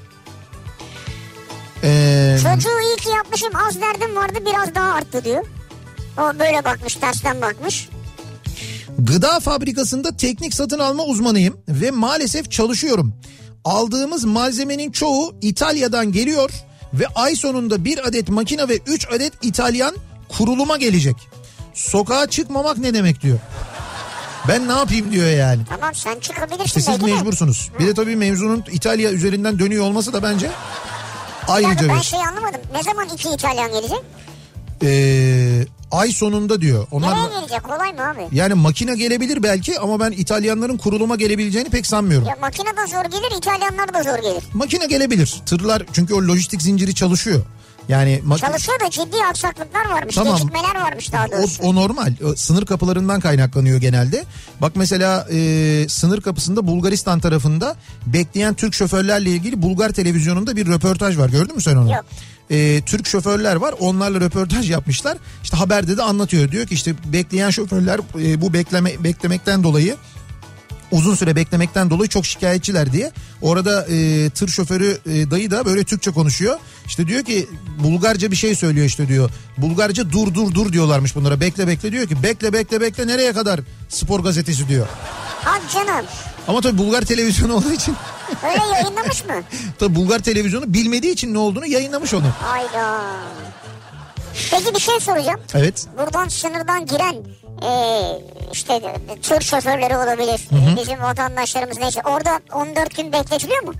Çocuğu iyi ki yapmışım, az derdim vardı biraz daha arttı diyor. O böyle bakmış, tersten bakmış.
Gıda fabrikasında teknik satın alma uzmanıyım ve maalesef çalışıyorum. Aldığımız malzemenin çoğu İtalya'dan geliyor ve ay sonunda 1 adet makine ve 3 adet İtalyan kuruluma gelecek. Sokağa çıkmamak ne demek diyor. Ben ne yapayım diyor yani.
Tamam, sen çıkabilirsin.
İşte siz mecbursunuz. Bir de tabii mevzunun İtalya üzerinden dönüyor olması da bence ayrıca
ben
bir.
anlamadım. Ne zaman 2 İtalyan gelecek?
Ay sonunda diyor.
Nereye gelecek? Kolay mı abi?
Yani makine gelebilir belki ama ben İtalyanların kuruluma gelebileceğini pek sanmıyorum.
Ya makine de zor gelir, İtalyanlar da zor gelir.
Makine gelebilir. Tırlar, çünkü o lojistik zinciri çalışıyor. Yani
çalışıyor da ciddi aksaklıklar varmış.
Tamam.
Gecikmeler varmış daha doğrusu.
O normal. O sınır kapılarından kaynaklanıyor genelde. Bak mesela sınır kapısında Bulgaristan tarafında bekleyen Türk şoförlerle ilgili Bulgar televizyonunda bir röportaj var. Gördün mü sen onu?
Yok.
Türk şoförler var, onlarla röportaj yapmışlar. İşte haberde de anlatıyor, diyor ki işte bekleyen şoförler bu beklemekten dolayı, uzun süre beklemekten dolayı çok şikayetçiler diye. Orada tır şoförü dayı da böyle Türkçe konuşuyor. İşte diyor ki Bulgarca bir şey söylüyor işte diyor. Bulgarca dur diyorlarmış bunlara, bekle diyor ki bekle nereye kadar, Spor gazetesi diyor.
Hadi canım.
Ama tabii Bulgar televizyonu olduğu için.
Öyle yayınlamış mı?
Tabii Bulgar televizyonu bilmediği için ne olduğunu yayınlamış onu.
Hayda. Peki bir şey soracağım.
Evet.
Buradan sınırdan giren işte tır şoförleri olabilir. Bizim vatandaşlarımız neyse. Orada 14 gün bekletiliyor mu?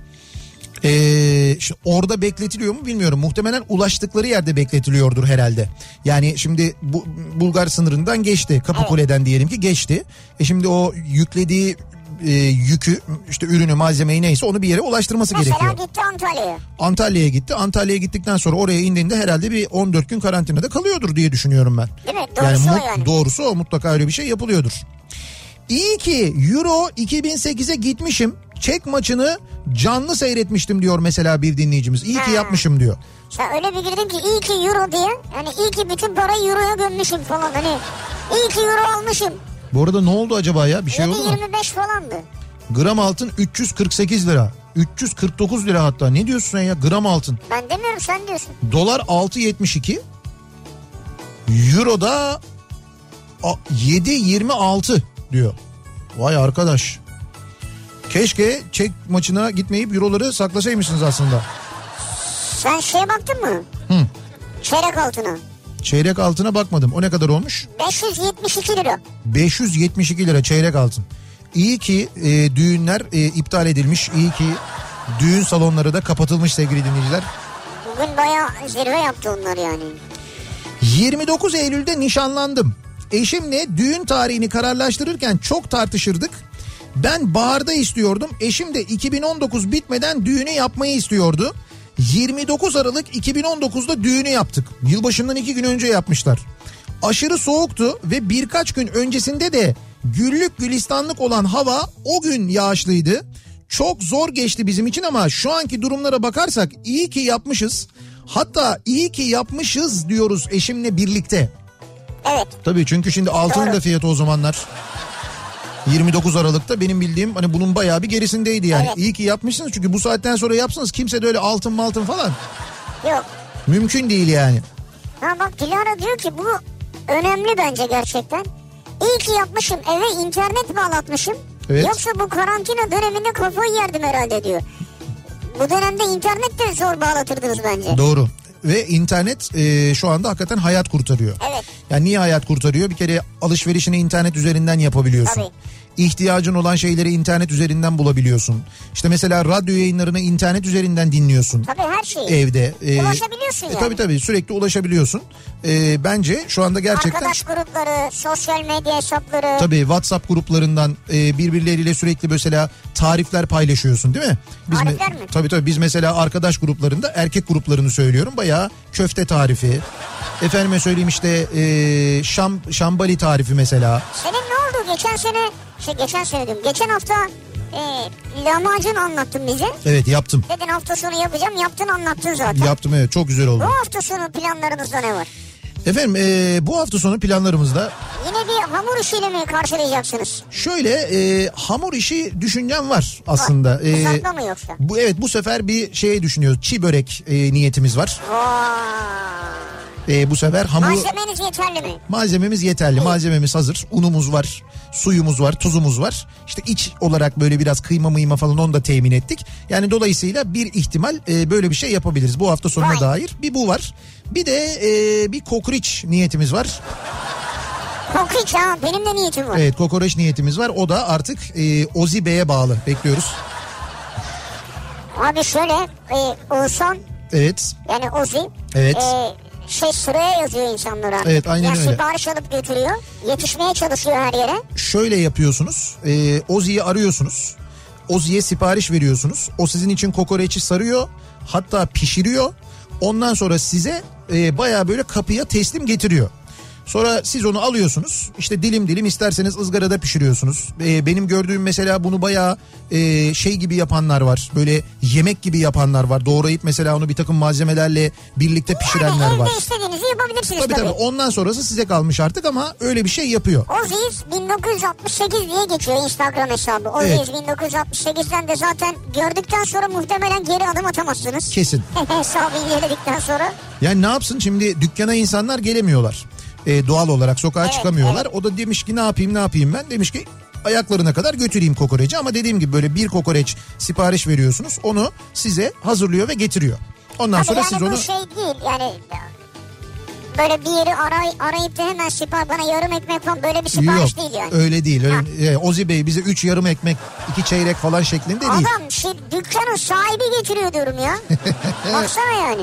Orada bekletiliyor mu bilmiyorum. Muhtemelen ulaştıkları yerde bekletiliyordur herhalde. Yani şimdi Bulgar sınırından geçti. Kapıkule'den diyelim ki geçti. Şimdi o yüklediği yükü, işte ürünü, malzemeyi neyse onu bir yere ulaştırması gerekiyor.
Mesela gitti Antalya'ya.
Antalya'ya gitti. Antalya'ya gittikten sonra oraya indiğinde herhalde bir 14 gün karantinada kalıyordur diye düşünüyorum ben.
Değil mi? Doğrusu o yani.
Doğrusu o, mutlaka öyle bir şey yapılıyordur. İyi ki Euro 2008'e gitmişim. Çek maçını canlı seyretmiştim diyor mesela bir dinleyicimiz. İyi ki yapmışım diyor.
Sen öyle bir girdin ki iyi ki Euro diye. Yani iyi ki bütün parayı Euro'ya gömmüşüm falan. Hani iyi ki Euro almışım.
Bu arada ne oldu acaba ya? Bir şey oldu mu?
25 falandı.
Gram altın 348 lira. 349 lira hatta. Ne diyorsun sen ya? Gram altın.
Ben demiyorum, sen diyorsun.
Dolar 6.72. Euro da 7.26 diyor. Vay arkadaş. Keşke Çek maçına gitmeyip euroları saklasaymışsınız aslında.
Sen şeye baktın mı? Çeyrek altına.
Çeyrek altına bakmadım. O ne kadar olmuş?
572 lira.
572 lira çeyrek altın. İyi ki düğünler iptal edilmiş. İyi ki düğün salonları da kapatılmış sevgili dinleyiciler.
Bugün bayağı zirve yaptı onlar yani.
29 Eylül'de nişanlandım. Eşimle düğün tarihini kararlaştırırken çok tartışırdık. Ben baharda istiyordum. Eşim de 2019 bitmeden düğünü yapmayı istiyordu. 29 Aralık 2019'da düğünü yaptık. Yılbaşından 2 gün önce yapmışlar. Aşırı soğuktu ve birkaç gün öncesinde de güllük gülistanlık olan hava o gün yağışlıydı. Çok zor geçti bizim için ama şu anki durumlara bakarsak iyi ki yapmışız. Hatta iyi ki yapmışız diyoruz eşimle birlikte.
Evet.
Tabii çünkü şimdi altının da fiyatı o zamanlar 29 Aralık'ta benim bildiğim hani bunun bayağı bir gerisindeydi yani. Evet. İyi ki yapmışsınız çünkü bu saatten sonra yapsanız kimse de öyle altın falan.
Yok.
Mümkün değil yani.
Ha bak Dilara diyor ki bu önemli bence gerçekten. İyi ki yapmışım, eve internet bağlatmışım. Evet. Yoksa bu karantina döneminde kafayı yerdim herhalde diyor. Bu dönemde internet de zor bağlatırdınız bence.
Doğru. Ve internet şu anda hakikaten hayat kurtarıyor.
Evet.
Yani niye hayat kurtarıyor? Bir kere alışverişini internet üzerinden yapabiliyorsun.
Tabii.
İhtiyacın olan şeyleri internet üzerinden bulabiliyorsun. İşte mesela radyo yayınlarını internet üzerinden dinliyorsun.
Tabii her şeyi.
Evde.
Ulaşabiliyorsun yani.
Tabii sürekli ulaşabiliyorsun. Bence şu anda gerçekten...
Arkadaş grupları, sosyal medya hesapları.
Tabii WhatsApp gruplarından birbirleriyle sürekli mesela tarifler paylaşıyorsun değil mi?
Tarifler mi?
Tabii biz mesela arkadaş gruplarında erkek gruplarını söylüyorum. Bayağı köfte tarifi. Efendime söyleyeyim işte şambali tarifi mesela.
Senin ne oldu geçen hafta lahmacun anlattın bize.
Evet yaptım.
Dedin hafta sonu yapacağım, yaptın, anlattın zaten.
Yaptım evet, çok güzel oldu.
Bu hafta sonu planlarınızda ne var?
Efendim bu hafta sonu planlarımızda...
Yine bir hamur işiyle mi karşılayacaksınız?
Şöyle hamur işi düşüncem var aslında.
Kızartma mı yoksa?
Bu sefer bir şey düşünüyoruz. Çiğ börek niyetimiz var. Bu sefer hamur...
Malzemeniz yeterli mi?
Malzememiz yeterli. Malzememiz hazır. Unumuz var. Suyumuz var. Tuzumuz var. İşte iç olarak böyle biraz kıyma falan onu da temin ettik. Yani dolayısıyla bir ihtimal böyle bir şey yapabiliriz. Bu hafta sonuna dair. Bir bu var. Bir de bir kokoreç niyetimiz var.
Kokoreç ha, benim de niyetim var.
Evet, kokoreç niyetimiz var. O da artık Ozi Bey'e bağlı. Bekliyoruz.
Abi şöyle Oğuzhan.
Evet.
Yani Ozi.
Evet.
Sıraya yazıyor insanlara.
Evet, aynen öyle.
Sipariş alıp götürüyor. Yetişmeye çalışıyor her yere.
Şöyle yapıyorsunuz. Ozi'yi arıyorsunuz. Ozi'ye sipariş veriyorsunuz. O sizin için kokoreçi sarıyor. Hatta pişiriyor. Ondan sonra size bayağı böyle kapıya teslim getiriyor. Sonra siz onu alıyorsunuz. İşte dilim dilim, isterseniz ızgarada pişiriyorsunuz. Benim gördüğüm mesela bunu bayağı şey gibi yapanlar var. Böyle yemek gibi yapanlar var. Doğrayıp mesela onu bir takım malzemelerle birlikte pişirenler
yani
var.
Evde istediğinizi yapabilirsiniz tabii.
Ondan sonrası size kalmış artık ama öyle bir şey yapıyor.
Oziz 1968 diye geçiyor Instagram hesabı. Oziz evet. 1968'den de zaten gördükten sonra muhtemelen geri adım atamazsınız.
Kesin.
Hesabı inceledikten sonra.
Yani ne yapsın şimdi, dükkana insanlar gelemiyorlar. Doğal olarak sokağa çıkamıyorlar. Evet. O da demiş ki ne yapayım ben? Demiş ki ayaklarına kadar götüreyim kokoreci, ama dediğim gibi böyle bir kokoreç sipariş veriyorsunuz. Onu size hazırlıyor ve getiriyor. Ondan sonra
yani
siz onu...
bu şey değil yani, böyle bir yeri arayıp da hemen sipariş, bana yarım ekmek falan, böyle bir sipariş değil yani.
Öyle değil. Ozi Bey bize 3 yarım ekmek 2 çeyrek falan şeklinde değil.
Adam dükkanın sahibi getiriyor diyorum ya. Baksana yani.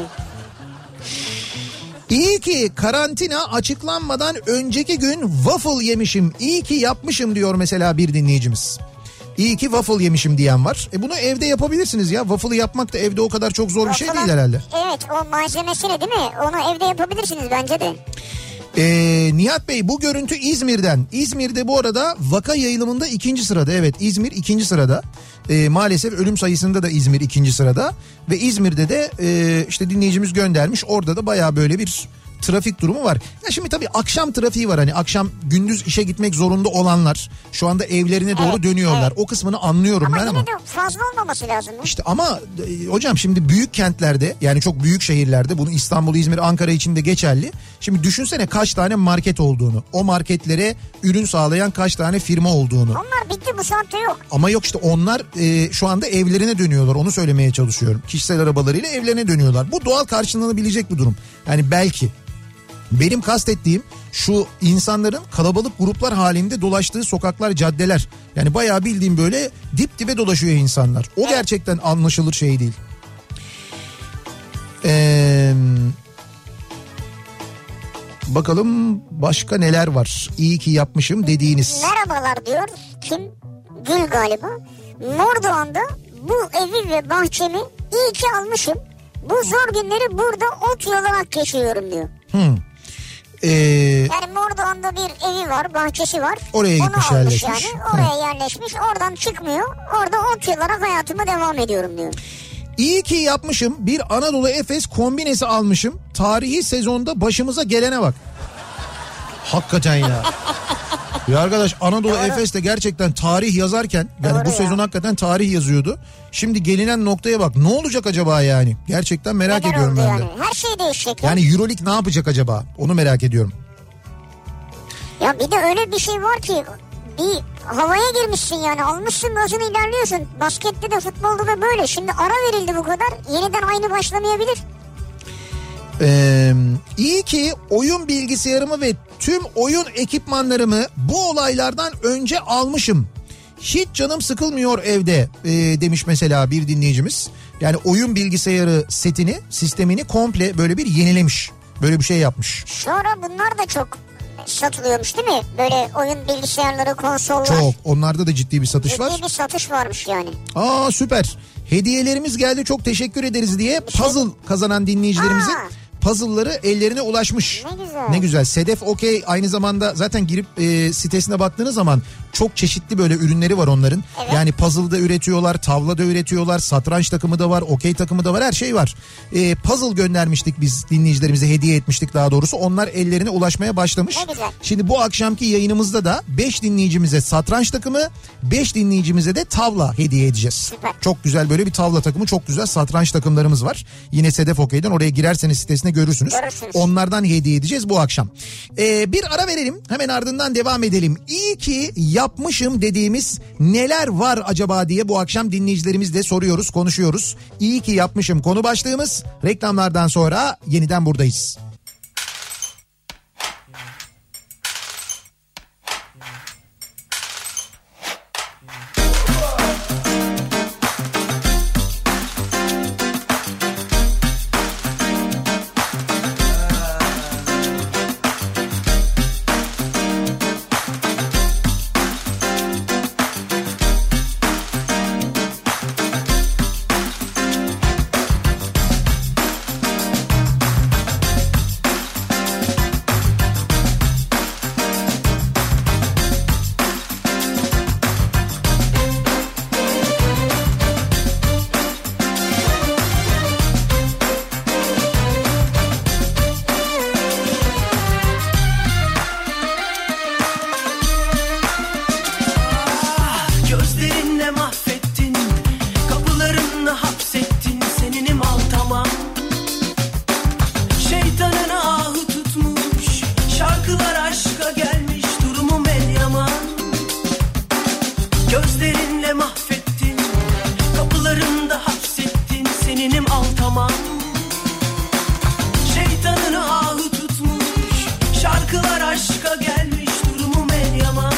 İyi ki karantina açıklanmadan önceki gün waffle yemişim. İyi ki yapmışım diyor mesela bir dinleyicimiz. İyi ki waffle yemişim diyen var. Bunu evde yapabilirsiniz ya. Waffle'ı yapmak da evde o kadar çok zor bir şey değil herhalde.
Evet, o malzemesini değil mi? Onu evde yapabilirsiniz bence de.
Nihat Bey, bu görüntü İzmir'den. İzmir'de bu arada vaka yayılımında 2. sırada. Evet, İzmir 2. sırada. Maalesef ölüm sayısında da İzmir 2. sırada. Ve İzmir'de de işte dinleyicimiz göndermiş. Orada da bayağı böyle bir trafik durumu var. Ya şimdi tabii akşam trafiği var, hani akşam gündüz işe gitmek zorunda olanlar şu anda evlerine doğru dönüyorlar. Evet. O kısmını anlıyorum ben ama.
Ama yine de fazla olmaması lazım.
İşte ama hocam şimdi büyük kentlerde, yani çok büyük şehirlerde, bunu İstanbul, İzmir, Ankara için de geçerli. Şimdi düşünsene kaç tane market olduğunu, o marketlere ürün sağlayan kaç tane firma olduğunu.
Onlar bitti, bu saatte yok.
Ama yok işte, onlar şu anda evlerine dönüyorlar, onu söylemeye çalışıyorum. Kişisel arabalarıyla evlerine dönüyorlar. Bu doğal karşılanabilecek bir durum. Yani belki. Benim kastettiğim şu insanların kalabalık gruplar halinde dolaştığı sokaklar, caddeler. Yani bayağı bildiğim böyle dip dibe dolaşıyor insanlar. O gerçekten anlaşılır şey değil. Bakalım başka neler var? İyi ki yapmışım dediğiniz.
Merhabalar diyor. Kim? Gül galiba. Mordoğan'da bu evi ve bahçemi iyi ki almışım. Bu zor günleri burada ot yolarak geçiyorum diyor. Yani Mordoğan'da bir evi var, bahçesi var.
Oraya gitmiş, yerleşmiş.
Yani. Oraya yerleşmiş, oradan çıkmıyor. Orada ot yolarak hayatıma devam ediyorum diyor.
İyi ki yapmışım, bir Anadolu Efes kombinesi almışım. Tarihi sezonda başımıza gelene bak. Hakikaten ya. Ya arkadaş, Anadolu Efes'te gerçekten tarih yazarken, yani doğru bu sezon hakikaten tarih yazıyordu. Şimdi gelinen noktaya bak, ne olacak acaba yani? Gerçekten merak ediyorum ben de.
Her şey değişecek.
Yani Euroleague ne yapacak acaba? Onu merak ediyorum.
Ya bir de öyle bir şey var ki, bir havaya girmişsin yani, almışsın gazını, ilerliyorsun. Baskette de futbolda da böyle. Şimdi ara verildi bu kadar, yeniden aynı başlamayabilir.
İyi ki oyun bilgisayarımı ve tüm oyun ekipmanlarımı bu olaylardan önce almışım. Hiç canım sıkılmıyor evde demiş mesela bir dinleyicimiz. Yani oyun bilgisayarı setini, sistemini komple böyle bir yenilemiş. Böyle bir şey yapmış.
Sonra bunlar da çok satılıyormuş değil mi? Böyle oyun bilgisayarları, konsollar.
Çok. Onlarda da ciddi bir satış var.
Ciddi bir satış varmış yani.
Aa, süper. Hediyelerimiz geldi, çok teşekkür ederiz diye puzzle kazanan dinleyicilerimizin puzzle'ları ellerine ulaşmış.
Ne güzel.
Ne güzel. Sedef Okey aynı zamanda zaten girip sitesine baktığınız zaman çok çeşitli böyle ürünleri var onların. Evet. Yani puzzle da üretiyorlar, tavla da üretiyorlar, satranç takımı da var, okey takımı da var, her şey var. Puzzle göndermiştik biz dinleyicilerimize, hediye etmiştik daha doğrusu. Onlar ellerine ulaşmaya başlamış.
Ne güzel.
Şimdi bu akşamki yayınımızda da 5 dinleyicimize satranç takımı, 5 dinleyicimize de tavla hediye edeceğiz.
Süper.
Çok güzel böyle bir tavla takımı, çok güzel satranç takımlarımız var. Yine Sedef Okey'den, oraya girerseniz sitesine görürsünüz. Onlardan hediye edeceğiz bu akşam. Bir ara verelim, hemen ardından devam edelim. İyi ki yapmışım dediğimiz neler var acaba diye bu akşam dinleyicilerimizle soruyoruz, konuşuyoruz. İyi ki yapmışım konu başlığımız. Reklamlardan sonra yeniden buradayız.
aşka gelmiş durumum el yaman.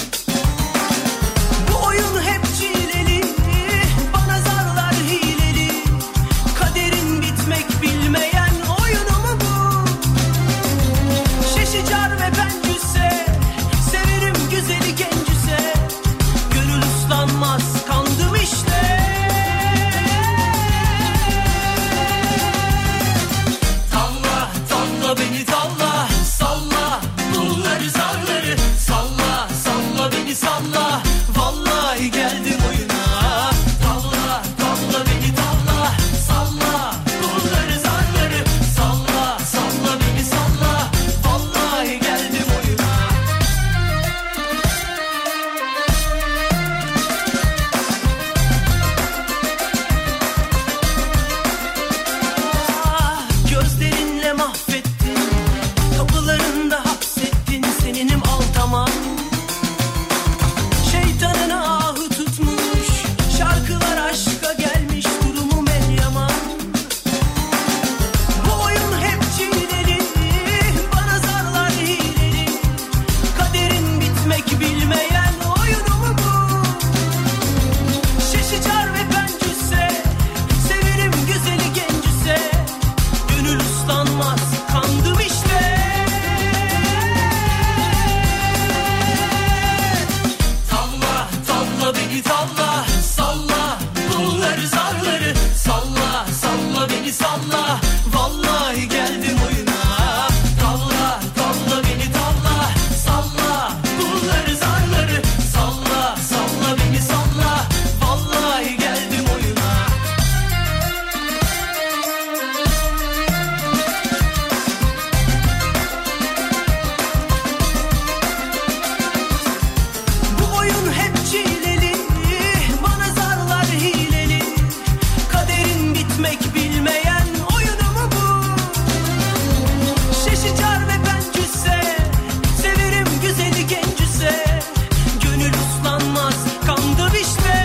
Bu oyun hep çileli, bana zarlar hileli. Kaderin bitmek bilmeyen oyunu mu bu? Şeşicar ve bencüse, severim güzeli gencüse. Gönül uslanmaz, kandım işte. Talla talla beni talla, salla dulları zarları. Salla salla beni salla, vallahi geldim oyuna. Talla talla beni talla, salla dulları zarları. Salla salla beni salla, vallahi geldim oyuna. Gözlerinle mahvettin, kapılarında hapsettin, seninim al tamam. Şeytanın ahı tutmuş, şarkılar aşka gelmiş durumum el yaman. Bu oyun hep çileli, bana zarlar hileli. Kaderin bitmek bilmeyen oyunu mu bu? Şeşicar ve bencüse, severim güzeli gencüse. Gönül uslanmaz, kandım işte. Talla talla beni talla, salla dulları zarları. Salla salla beni salla, vallahi geldim oyuna. Talla talla beni talla, salla dulları zarları. Salla salla beni salla, vallahi geldim oyuna. Bu oyun hep çileli, bana zarlar hileli. Kaderin bitmek bilmeyen oyunu mu bu? Şeşicar ve bencüse, severim güzeli gencüse. Gönül uslanmaz, kandım işte.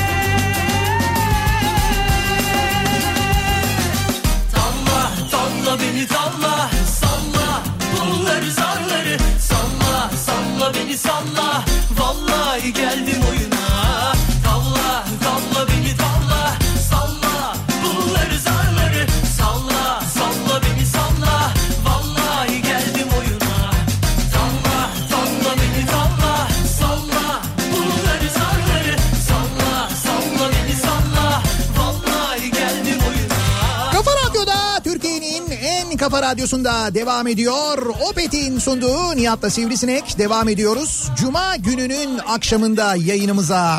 Talla talla beni talla, salla dulları zarları. Salla salla beni salla, vallahi geldim oyuna. Talla talla beni talla, salla dulları zarları. Salla salla beni salla, vallahi geldim oyuna. Talla talla beni talla, salla dulları zarları. Salla salla beni salla, vallahi geldim oyuna.
Kafa Radyo'da, Türkiye'nin en kafa radyosunda devam ediyor. Opet'in sunduğu Nihat'la Sivrisinek devam ediyoruz. Cuma gününün akşamında yayınımıza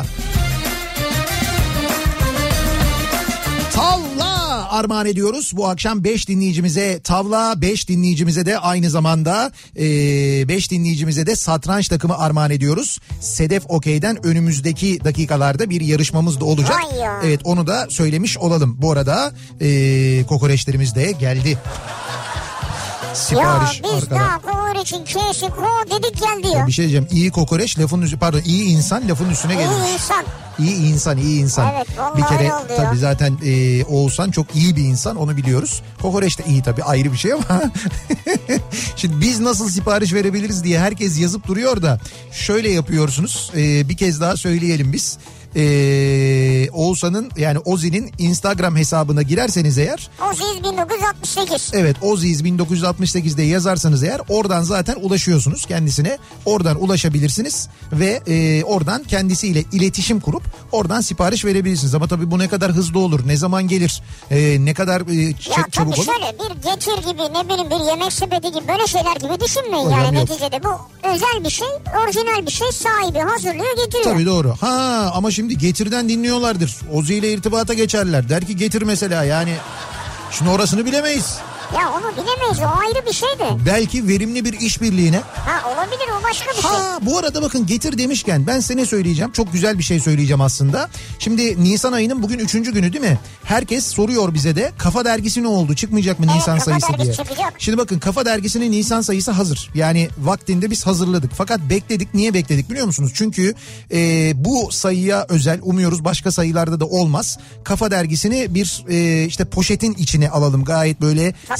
tavla armağan ediyoruz. Bu akşam 5 dinleyicimize tavla, 5 dinleyicimize de aynı zamanda 5 dinleyicimize de satranç takımı armağan ediyoruz. Sedef Okey'den önümüzdeki dakikalarda bir yarışmamız da olacak.
Vay ya.
Evet, onu da söylemiş olalım. Bu arada kokoreçlerimiz de geldi. Sipariş
ya biz
arkada.
daha kokoreçin kesi ko dedik geldi ya.
Bir şey diyeceğim. İyi kokoreç lafın üstüne, pardon, iyi insan lafın üstüne gelmiş.
İyi insan.
İyi insan.
Evet, vallahi
bir kere
öyle oldu ya.
tabii zaten Oğuzhan çok iyi bir insan, onu biliyoruz. Kokoreç de iyi tabii, ayrı bir şey ama. Şimdi biz nasıl sipariş verebiliriz diye herkes yazıp duruyor da şöyle yapıyorsunuz. Bir kez daha söyleyelim biz. Oğuzhan'ın, yani Ozi'nin Instagram hesabına girerseniz eğer.
Oziz 1968.
Evet, Oziz 1968'de yazarsanız eğer oradan zaten ulaşıyorsunuz kendisine. Oradan ulaşabilirsiniz ve oradan kendisiyle iletişim kurup oradan sipariş verebilirsiniz. Ama tabii bu ne kadar hızlı olur, ne zaman gelir, ne kadar
Ya
çabuk
tabii
olur.
şöyle bir Getir gibi, ne bileyim bir Yemek Sepeti gibi böyle şeyler gibi düşünmeyin.
Hocam
yani
yok.
neticede bu özel bir şey, orijinal bir şey, sahibi hazırlıyor getiriyor.
Tabii doğru. Ha ama şimdi Getir'den dinliyorlardır. Ozi ile irtibata geçerler. Der ki Getir mesela, yani şimdi orasını bilemeyiz.
Ya onu bilemeyiz, o ayrı bir şey de.
Belki verimli bir işbirliğine.
Ha olabilir, o başka bir şey.
Ha bu arada bakın, Getir demişken ben size ne söyleyeceğim? Çok güzel bir şey söyleyeceğim aslında. Şimdi Nisan ayının bugün 3. günü değil mi? Herkes soruyor bize de, Kafa Dergisi ne oldu? Çıkmayacak mı
Evet,
Nisan
Kafa
sayısı
Dergisi
diye.
çıkacak.
Şimdi bakın, Kafa Dergisi'nin Nisan sayısı hazır. Yani vaktinde biz hazırladık. Fakat bekledik. Niye bekledik biliyor musunuz? Çünkü bu sayıya özel, umuyoruz başka sayılarda da olmaz, Kafa Dergisi'ni bir işte poşetin içine alalım. Gayet böyle
Tabii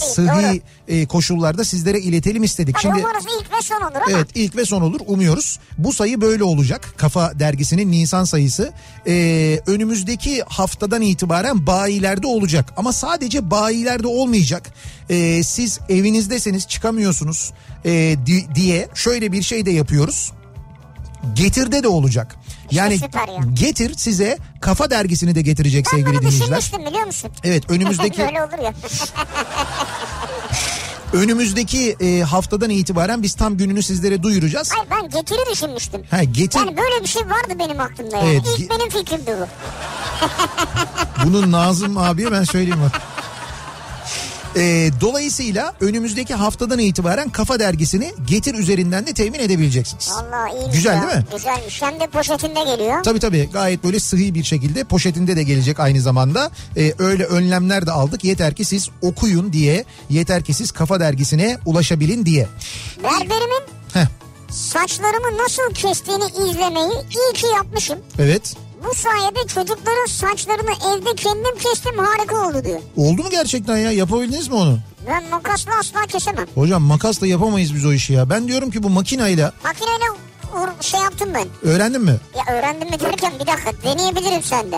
sıhhi koşullarda sizlere iletelim istedik.
Tabii şimdi umarız ilk ve son olur ama.
Evet, ilk ve son olur umuyoruz. Bu sayı böyle olacak. Kafa Dergisi'nin Nisan sayısı. Önümüzdeki haftadan itibaren bayilerde olacak. Ama sadece bayilerde olmayacak. Siz evinizdeseniz çıkamıyorsunuz diye şöyle bir şey de yapıyoruz. Getir'de de olacak. Yani Getir size Kafa Dergisi'ni de getirecek sevgili dinleyiciler. Ben bunu
düşünmüştüm biliyor musun?
Evet, önümüzdeki...
Böyle olur ya.
Önümüzdeki haftadan itibaren biz tam gününü sizlere duyuracağız.
Hayır, ben Getir'i düşünmüştüm.
Getir...
Yani böyle bir şey vardı benim aklımda yani. Evet, İlk benim fikrimdi bu.
Bunu Nazım abiye ben söyleyeyim bak. Dolayısıyla önümüzdeki haftadan itibaren Kafa Dergisi'ni Getir üzerinden de temin edebileceksiniz.
Vallahi iyiymiş.
Güzel
ya.
Değil mi?
Güzelmiş. Hem de poşetinde geliyor.
Tabii gayet böyle sıhhi bir şekilde poşetinde de gelecek aynı zamanda. Öyle önlemler de aldık. Yeter ki siz okuyun diye. Yeter ki siz Kafa Dergisi'ne ulaşabilin diye.
Berberimin saçlarımı nasıl kestiğini izlemeyi iyi ki yapmışım.
Evet.
Bu sayede çocukların saçlarını evde kendim kestim, harika oldu diyor.
Oldu mu gerçekten ya? Yapabildiniz mi onu?
Ben makasla asla kesemem.
Hocam makasla yapamayız biz o işi ya. Ben diyorum ki bu makineyle...
Makineyle şey yaptım ben.
Öğrendin mi?
Ya öğrendim mi derken bir dakika deneyebilirim sende.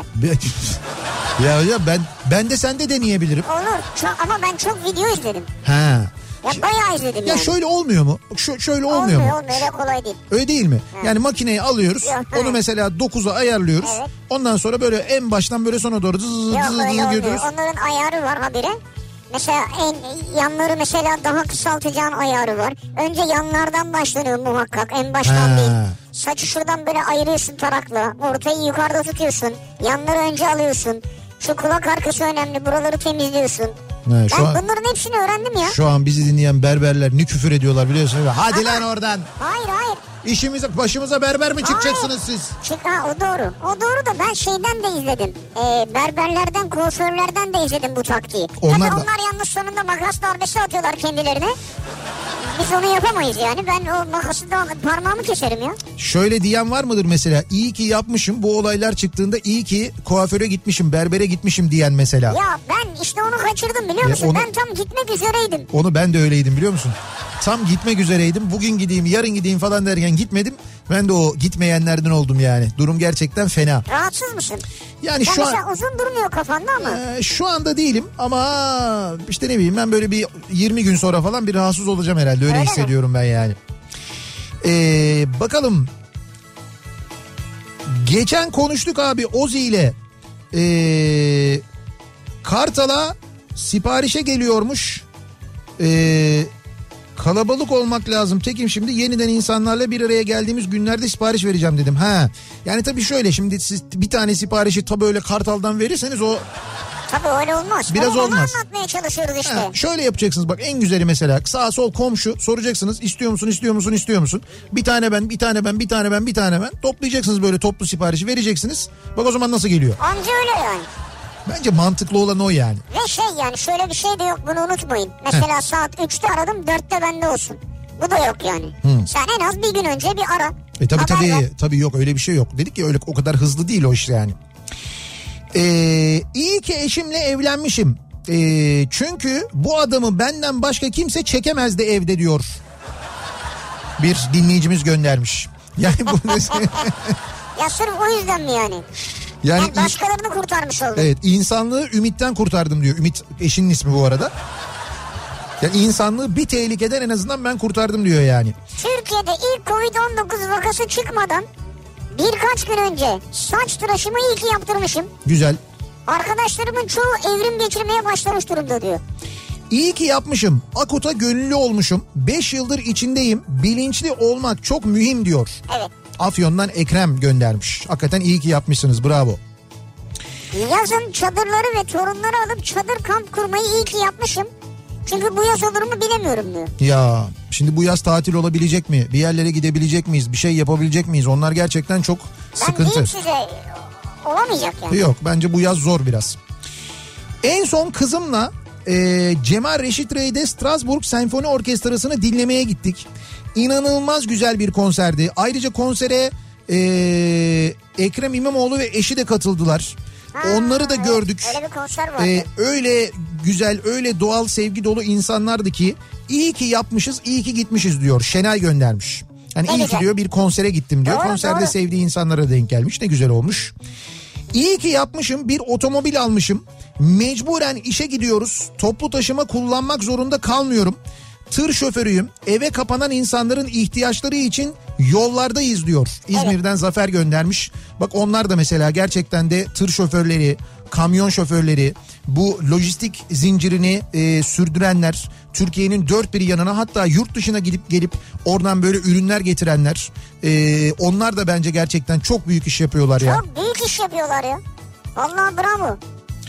Ya hocam ben de sende deneyebilirim.
Olur ama ben çok video izledim.
Ha.
Ya bayağı izledim yani.
Ya şöyle olmuyor mu? Şöyle olmuyor mu?
Olmuyor öyle kolay değil.
Öyle değil mi? Yani makineyi alıyoruz. Onu mesela 9'a ayarlıyoruz. Evet. Ondan sonra böyle en baştan böyle sona doğru
gidiyoruz. Onların ayarı var habire. Mesela yanları mesela daha kısaltacağın ayarı var. Önce yanlardan başlanıyor muhakkak. En baştan değil. Saçı şuradan böyle ayırıyorsun tarakla. Ortayı yukarıda tutuyorsun. Yanları önce alıyorsun. Şu kulak arkası önemli. Buraları temizliyorsun. Ben bunların hepsini öğrendim ya.
Şu an bizi dinleyen berberler ne küfür ediyorlar biliyorsun. Hadi lan oradan.
Hayır.
Başımıza berber mi çıkacaksınız siz?
O doğru. O doğru da ben şeyden de izledim. Berberlerden, kuaförlerden de izledim bu taktiği. Onlar yalnız sonunda makas darbesi atıyorlar kendilerine. Biz onu yapamayız yani. Ben o makası da parmağımı keserim ya.
Şöyle diyen var mıdır mesela? İyi ki yapmışım, bu olaylar çıktığında iyi ki kuaföre gitmişim, berbere gitmişim diyen mesela.
Ya ben işte onu kaçırdım biliyor musun? Ben tam gitmek üzereydim.
Onu ben de öyleydim biliyor musun? Tam gitmek üzereydim. Bugün gideyim, yarın gideyim falan derken gitmedim. Ben de o gitmeyenlerden oldum yani. Durum gerçekten fena.
Rahatsız mısın?
Yani şu an
uzun durmuyor kafanda ama.
Şu anda değilim ama işte ne bileyim ben böyle bir 20 gün sonra falan bir rahatsız olacağım herhalde. Öyle hissediyorum ben yani. Bakalım. Geçen konuştuk abi Ozi ile. Kartal'a siparişe geliyormuş. Kalabalık olmak lazım. Tekim şimdi yeniden insanlarla bir araya geldiğimiz günlerde sipariş vereceğim dedim. Yani tabii şöyle şimdi siz bir tane siparişi tabii öyle Kartal'dan verirseniz o...
Tabii öyle olmaz.
Biraz olmaz.
Onu anlatmaya çalışıyoruz işte.
Şöyle yapacaksınız bak en güzeli mesela sağ sol komşu soracaksınız istiyor musun? Bir tane ben toplayacaksınız böyle toplu siparişi vereceksiniz. Bak o zaman nasıl geliyor.
Anca öyle yani.
Bence mantıklı olan o yani.
Ve yani şöyle bir şey de yok bunu unutmayın. Mesela saat 3'te aradım 4'te bende olsun. Bu da yok yani. Sen en az bir gün önce bir ara.
Tabii yok öyle bir şey yok. Dedik ya öyle o kadar hızlı değil o iş yani. İyi ki eşimle evlenmişim. Çünkü bu adamı benden başka kimse çekemezdi evde diyor. Bir dinleyicimiz göndermiş. Yani bu
ya sırf o yüzden mi yani? Yani başkalarını kurtarmış oldum.
Evet, insanlığı Ümit'ten kurtardım diyor. Ümit eşinin ismi bu arada. Yani insanlığı bir tehlikeden en azından ben kurtardım diyor yani.
Türkiye'de ilk Covid-19 vakası çıkmadan birkaç gün önce saç tıraşımı iyi ki yaptırmışım.
Güzel.
Arkadaşlarımın çoğu evrim geçirmeye başlamış durumda diyor.
İyi ki yapmışım. Akut'a gönüllü olmuşum. 5 yıldır içindeyim. Bilinçli olmak çok mühim diyor.
Evet.
Afyon'dan Ekrem göndermiş. Hakikaten iyi ki yapmışsınız. Bravo.
Yazın çadırları ve torunları alıp çadır kamp kurmayı iyi ki yapmışım. Çünkü bu yaz olur mu bilemiyorum diyor.
Ya şimdi bu yaz tatil olabilecek mi? Bir yerlere gidebilecek miyiz? Bir şey yapabilecek miyiz? Onlar gerçekten çok sıkıntı.
Ben diyeyim size olamayacak yani.
Yok bence bu yaz zor biraz. En son kızımla Cemal Reşit Rey'de Strasbourg Senfoni Orkestrası'nı dinlemeye gittik. İnanılmaz güzel bir konserdi. Ayrıca konsere Ekrem İmamoğlu ve eşi de katıldılar. Onları da gördük.
Öyle bir konser vardı.
Öyle güzel, öyle doğal, sevgi dolu insanlardı ki iyi ki yapmışız, iyi ki gitmişiz diyor. Şenay göndermiş. Hani iyi ki diyor bir konsere gittim diyor.
Doğru,
Konserde
doğru.
sevdiği insanlara denk gelmiş. Ne güzel olmuş. İyi ki yapmışım, bir otomobil almışım. Mecburen işe gidiyoruz. Toplu taşıma kullanmak zorunda kalmıyorum. Tır şoförüyüm. Eve kapanan insanların ihtiyaçları için yollardayız diyor. İzmir'den Zafer göndermiş. Bak onlar da mesela gerçekten de tır şoförleri, kamyon şoförleri, bu lojistik zincirini sürdürenler, Türkiye'nin dört bir yanına, hatta yurt dışına gidip gelip oradan böyle ürünler getirenler, onlar da bence gerçekten çok büyük iş yapıyorlar ya.
Çok büyük iş yapıyorlar ya. Vallahi bravo.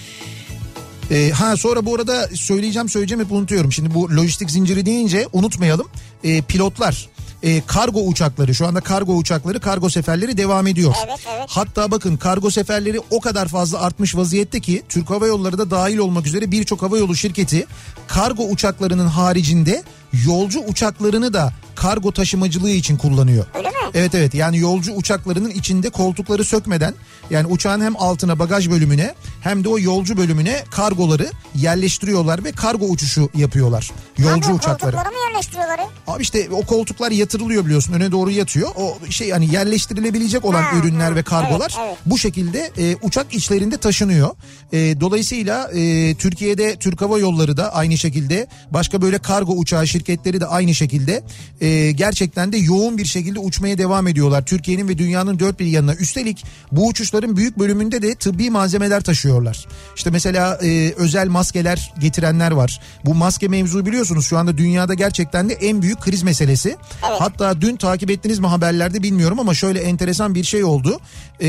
Sonra bu arada söyleyeceğim hep unutuyorum. Şimdi bu lojistik zinciri deyince unutmayalım. Pilotlar, kargo uçakları, şu anda kargo uçakları, kargo seferleri devam ediyor.
Evet.
Hatta bakın kargo seferleri o kadar fazla artmış vaziyette ki Türk Hava Yolları da dahil olmak üzere birçok havayolu şirketi kargo uçaklarının haricinde yolcu uçaklarını da kargo taşımacılığı için kullanıyor.
Öyle mi?
Evet, yani yolcu uçaklarının içinde koltukları sökmeden, yani uçağın hem altına, bagaj bölümüne hem de o yolcu bölümüne kargoları yerleştiriyorlar ve kargo uçuşu yapıyorlar. Yolcu uçakları.
Koltukları mı yerleştiriyorlar?
Abi işte o koltuklar yatırılıyor biliyorsun, öne doğru yatıyor. O şey hani yerleştirilebilecek olan ürünler ve kargolar
evet.
bu şekilde uçak içlerinde taşınıyor. Dolayısıyla Türkiye'de Türk Hava Yolları da aynı şekilde, başka böyle kargo uçağı şirketleri de aynı şekilde gerçekten de yoğun bir şekilde uçmaya devam ediyorlar. Türkiye'nin ve dünyanın dört bir yanına. Üstelik bu uçuşların büyük bölümünde de tıbbi malzemeler taşıyorlar. İşte mesela özel maskeler getirenler var. Bu maske mevzu biliyorsunuz şu anda dünyada gerçekten de en büyük kriz meselesi.
Evet.
Hatta dün takip ettiniz mi haberlerde bilmiyorum ama şöyle enteresan bir şey oldu.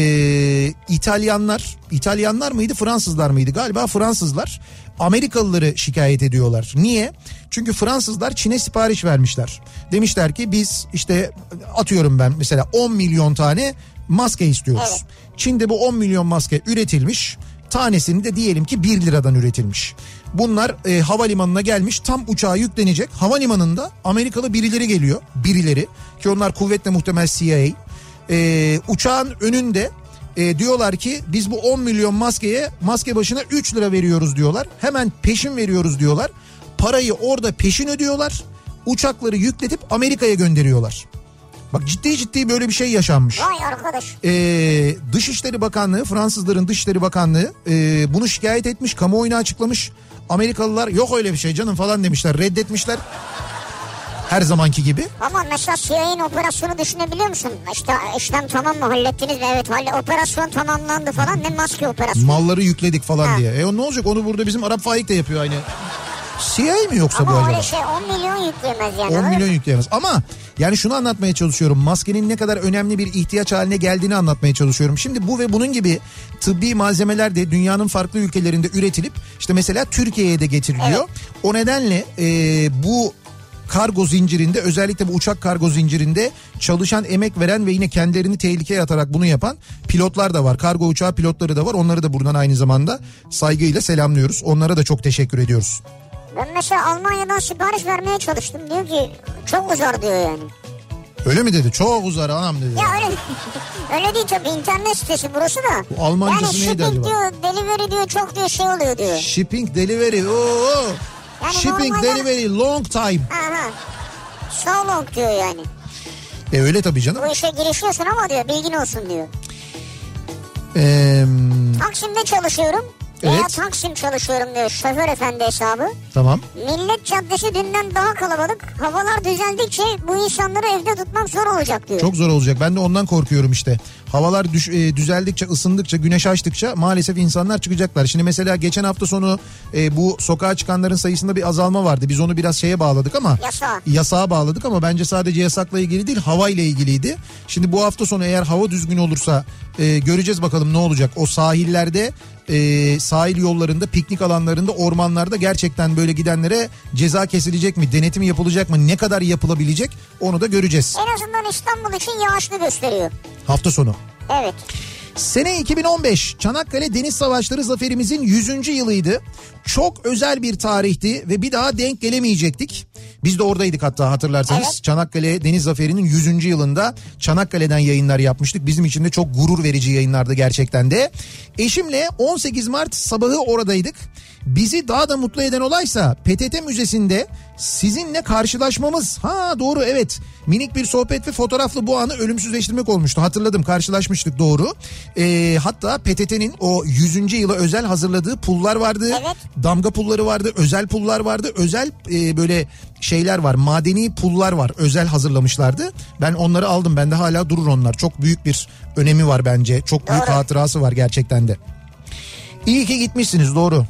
İtalyanlar mıydı, Fransızlar mıydı? Galiba Fransızlar Amerikalıları şikayet ediyorlar. Niye? Çünkü Fransızlar Çin'e sipariş vermişler. Demişler ki biz işte atıyorum ben mesela 10 milyon tane maske istiyoruz.
Evet.
Çin'de bu 10 milyon maske üretilmiş. Tanesini de diyelim ki 1 liradan üretilmiş. Bunlar havalimanına gelmiş, tam uçağa yüklenecek. Havalimanında Amerikalı birileri geliyor. Birileri ki onlar kuvvetle muhtemel CIA. Uçağın önünde diyorlar ki biz bu 10 milyon maske başına 3 lira veriyoruz diyorlar. Hemen peşin veriyoruz diyorlar. Parayı orada peşin ödüyorlar. Uçakları yükletip Amerika'ya gönderiyorlar. Bak ciddi böyle bir şey yaşanmış.
Vay arkadaş.
Dışişleri Bakanlığı, Fransızların Dışişleri Bakanlığı bunu şikayet etmiş, kamuoyuna açıklamış. Amerikalılar yok öyle bir şey canım falan demişler, reddetmişler. Her zamanki gibi.
Ama mesela CIA'nin operasyonu düşünebiliyor musun? İşte işlem tamam mı, hallettiniz mi? Evet, operasyon tamamlandı falan, ne maske operasyonu.
Malları yükledik falan diye. Ne olacak, onu burada bizim Arap Faik de yapıyor aynı. CIA mi yoksa
ama
bu acaba?
Ama öyle şey 10 milyon yükleyemez yani.
10 milyon yükleyemez ama yani şunu anlatmaya çalışıyorum. Maskenin ne kadar önemli bir ihtiyaç haline geldiğini anlatmaya çalışıyorum. Şimdi bu ve bunun gibi tıbbi malzemeler de dünyanın farklı ülkelerinde üretilip işte mesela Türkiye'ye de getiriliyor. Evet. O nedenle bu kargo zincirinde, özellikle bu uçak kargo zincirinde çalışan, emek veren ve yine kendilerini tehlikeye atarak bunu yapan pilotlar da var. Kargo uçağı pilotları da var. Onları da buradan aynı zamanda saygıyla selamlıyoruz. Onlara da çok teşekkür ediyoruz.
Ben mesela Almanya'dan sipariş vermeye çalıştım. Diyor ki çok uzar diyor yani.
Öyle mi dedi? Çok uzar anam dedi.
Ya öyle öyle değil tabii, internet sitesi burası da.
Bu Almancası
yani
neydi acaba?
diyor, delivery diyor, çok diyor şey oluyor diyor.
Shipping delivery. Oo. Yani shipping normalde... delivery long time.
Aha. So long diyor yani.
Öyle tabii canım.
Bu işe girişiyorsun ama diyor bilgin olsun diyor. Taksim'de çalışıyorum.
Evet.
Veya Taksim çalışıyorum diyor şoför efendi hesabı.
Tamam.
Millet Caddesi dünden daha kalabalık. Havalar düzeldikçe bu insanları evde tutmak zor olacak diyor.
Çok zor olacak. Ben de ondan korkuyorum işte. Havalar düzeldikçe, ısındıkça, güneş açtıkça maalesef insanlar çıkacaklar. Şimdi mesela geçen hafta sonu bu sokağa çıkanların sayısında bir azalma vardı. Biz onu biraz şeye bağladık ama yasağa bağladık ama bence sadece yasakla ilgili değil, havayla ilgiliydi. Şimdi bu hafta sonu eğer hava düzgün olursa göreceğiz bakalım ne olacak. O sahillerde, sahil yollarında, piknik alanlarında, ormanlarda gerçekten böyle gidenlere ceza kesilecek mi? Denetim yapılacak mı? Ne kadar yapılabilecek? Onu da göreceğiz.
En azından İstanbul için yağışlı gösteriyor.
Hafta sonu.
Evet.
Sene 2015, Çanakkale Deniz Savaşları zaferimizin 100. yılıydı. Çok özel bir tarihti ve bir daha denk gelemeyecektik. Biz de oradaydık hatta, hatırlarsanız.
Evet.
Çanakkale Deniz Zaferi'nin 100. yılında Çanakkale'den yayınlar yapmıştık. Bizim için de çok gurur verici yayınlardı gerçekten de. Eşimle 18 Mart sabahı oradaydık. Bizi daha da mutlu eden olaysa PTT Müzesi'nde sizinle karşılaşmamız. Ha doğru, evet. Minik bir sohbet ve fotoğrafla bu anı ölümsüzleştirmek olmuştu. Hatırladım, karşılaşmıştık, doğru. Hatta PTT'nin o 100. yıla özel hazırladığı pullar vardı.
Evet.
Damga pulları vardı, özel pullar vardı. Özel böyle şeyler var, madeni pullar var, özel hazırlamışlardı. Ben onları aldım, bende hala durur onlar. Çok büyük bir önemi var bence. Çok büyük hatırası var gerçekten de. İyi ki gitmişsiniz, doğru.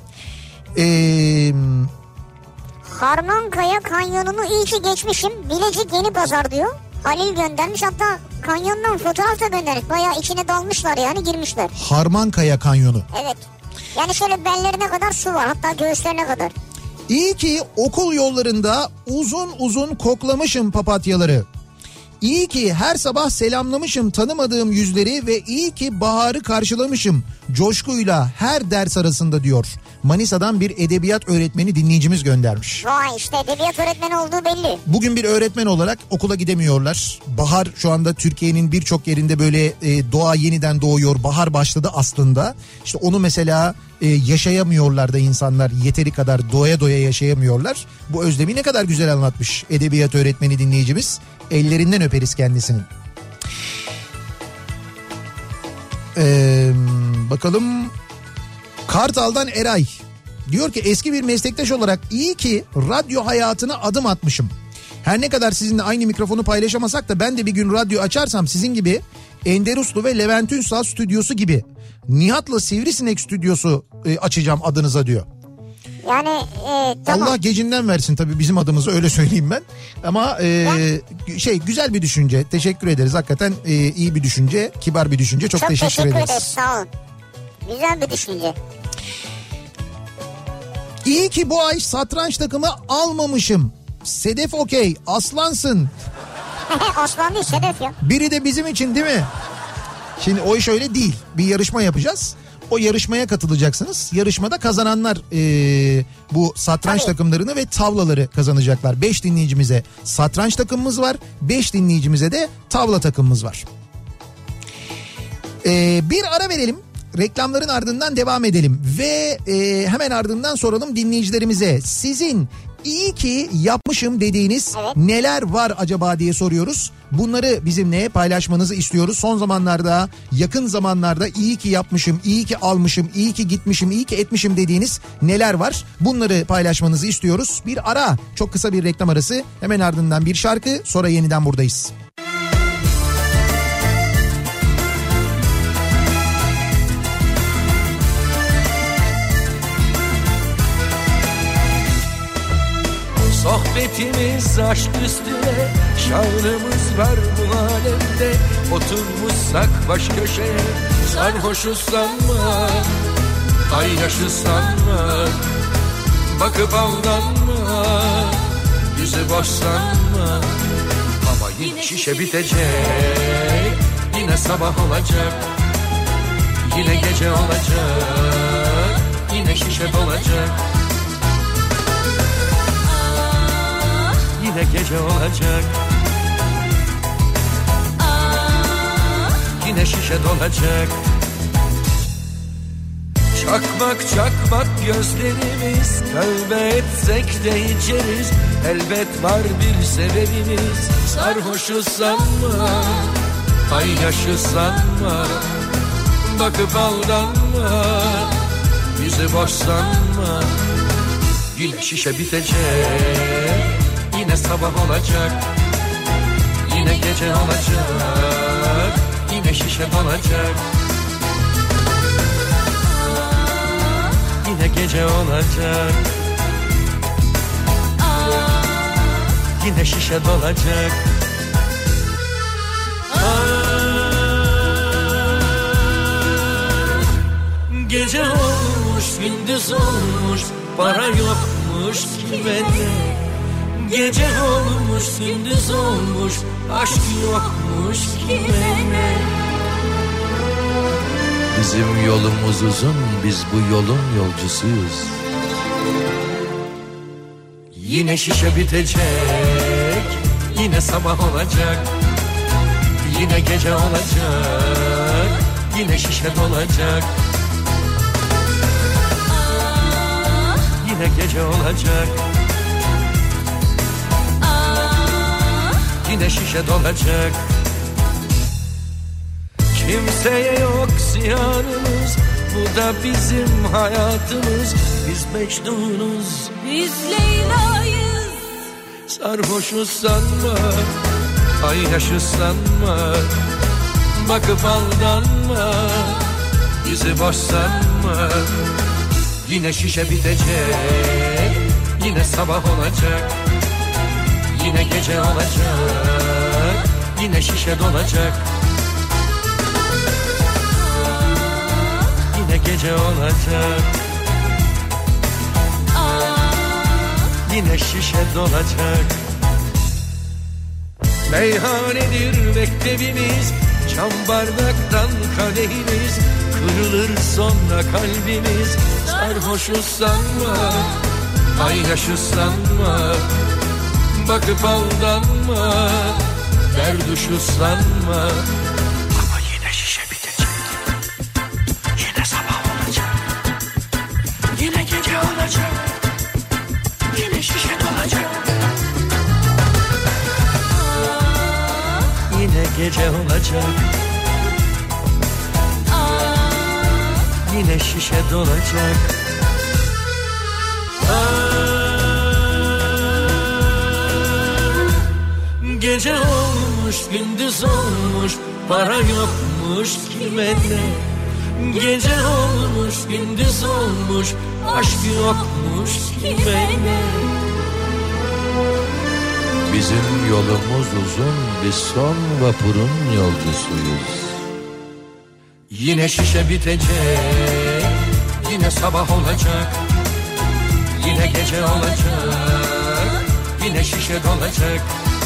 Harmankaya Kanyonu'nu iyi ki geçmişim. Bilecik Yeni Pazar diyor. Halil göndermiş, hatta kanyondan fotoğraf da göndermiş. Bayağı içine dalmışlar, yani girmişler.
Harmankaya Kanyonu.
Evet. Yani şöyle bellerine kadar su var, hatta göğüslerine kadar.
İyi ki okul yollarında uzun uzun koklamışım papatyaları. İyi ki her sabah selamlamışım tanımadığım yüzleri ve iyi ki baharı karşılamışım coşkuyla her ders arasında diyor. Manisa'dan bir edebiyat öğretmeni dinleyicimiz göndermiş.
Vay, işte edebiyat öğretmeni olduğu belli.
Bugün bir öğretmen olarak okula gidemiyorlar. Bahar şu anda Türkiye'nin birçok yerinde böyle doğa yeniden doğuyor. Bahar başladı aslında. İşte onu mesela yaşayamıyorlar da insanlar, yeteri kadar doya doya yaşayamıyorlar. Bu özlemi ne kadar güzel anlatmış edebiyat öğretmeni dinleyicimiz. Ellerinden öperiz kendisinin. Bakalım. Kartal'dan Eray diyor ki eski bir meslektaş olarak iyi ki radyo hayatına adım atmışım. Her ne kadar sizinle aynı mikrofonu paylaşamasak da ben de bir gün radyo açarsam sizin gibi Ender Uslu ve Levent Ünsal stüdyosu gibi Nihat'la Sivrisinek stüdyosu açacağım adınıza diyor.
Yani tamam.
Allah gecinden versin tabii bizim adımızı, öyle söyleyeyim ben. Ama güzel bir düşünce. Teşekkür ederiz. Hakikaten iyi bir düşünce, kibar bir düşünce. Çok teşekkür ederiz.
Sağ olun. Güzel bir düşünce.
İyi ki bu ay satranç takımı almamışım. Sedef okey, aslansın.
Aslan değil, Sedef ya.
Biri de bizim için, değil mi? Şimdi o iş öyle değil. Bir yarışma yapacağız. O yarışmaya katılacaksınız. Yarışmada kazananlar bu satranç takımlarını ve tavlaları kazanacaklar. 5 dinleyicimize satranç takımımız var. 5 dinleyicimize de tavla takımımız var. Bir ara verelim. Reklamların ardından devam edelim. Ve hemen ardından soralım dinleyicilerimize. Sizin iyi ki yapmışım dediğiniz neler var acaba diye soruyoruz. Bunları bizimle paylaşmanızı istiyoruz. Son zamanlarda, yakın zamanlarda iyi ki yapmışım, iyi ki almışım, iyi ki gitmişim, iyi ki etmişim dediğiniz neler var? Bunları paylaşmanızı istiyoruz. Bir ara, çok kısa bir reklam arası. Hemen ardından bir şarkı, sonra yeniden buradayız.
Sohbetimiz aşk üstüne, şanımız var bu alemde. Oturmuşsak baş köşeye, sarhoşuz sanma, paylaşız sanma. Bakıp aldanma, yüzü boş sanma. Ama yine şişe bitecek, yine sabah olacak, yine gece olacak, yine şişe dolacak. Yine gece olacak, yine şişe dolacak. Çakmak çakmak gözlerimiz, tövbe etsek de içeriz. Elbet var bir sebebimiz, sarhoşuz sanma, paylaşız sanma. Bakıp aldanma, yüzü boş sanma. Yine şişe bitecek, yine sabah olacak, yine gece olacak, yine şişe dolacak. Yine gece olacak, yine şişe dolacak. Gece olmuş, gündüz olmuş, para yokmuş kime ne? Gece olmuş, gündüz olmuş, aşk yokmuş kime ne? Bizim yolumuz uzun, biz bu yolun yolcusuyuz. Yine şişe bitecek, yine sabah olacak, yine gece olacak, yine şişe dolacak. Yine gece olacak, yine şişe dolacak. Kimseye yok ziyanımız, bu da bizim hayatımız. Biz Mecnun'uz,
biz Leyla'yız.
Sarhoşuz sanma, paylaşız sanma, bakıp aldanma, bizi boş sanma. Yine şişe bitecek, yine sabah olacak, yine gece olacak, yine şişe dolacak. Yine gece olacak, yine şişe dolacak. Meyhanedir mektebimiz, çam bardaktan kadehimiz. Kırılır sonra kalbimiz, sarhoşuz sanma, paylaşız sanma, bakıp aldanma, derduşuz sanma. Ama yine şişe bitecek, yine sabah olacak, yine gece olacak, yine şişe dolacak. Yine gece olacak, yine şişe dolacak. Gece olmuş, gündüz olmuş, para yokmuş kime ne? Gece olmuş, gündüz olmuş, aşk yokmuş kime ne? Bizim yolumuz uzun, biz son vapurun yolcusuyuz. Yine şişe bitecek, yine sabah olacak, yine gece olacak, yine şişe dolacak.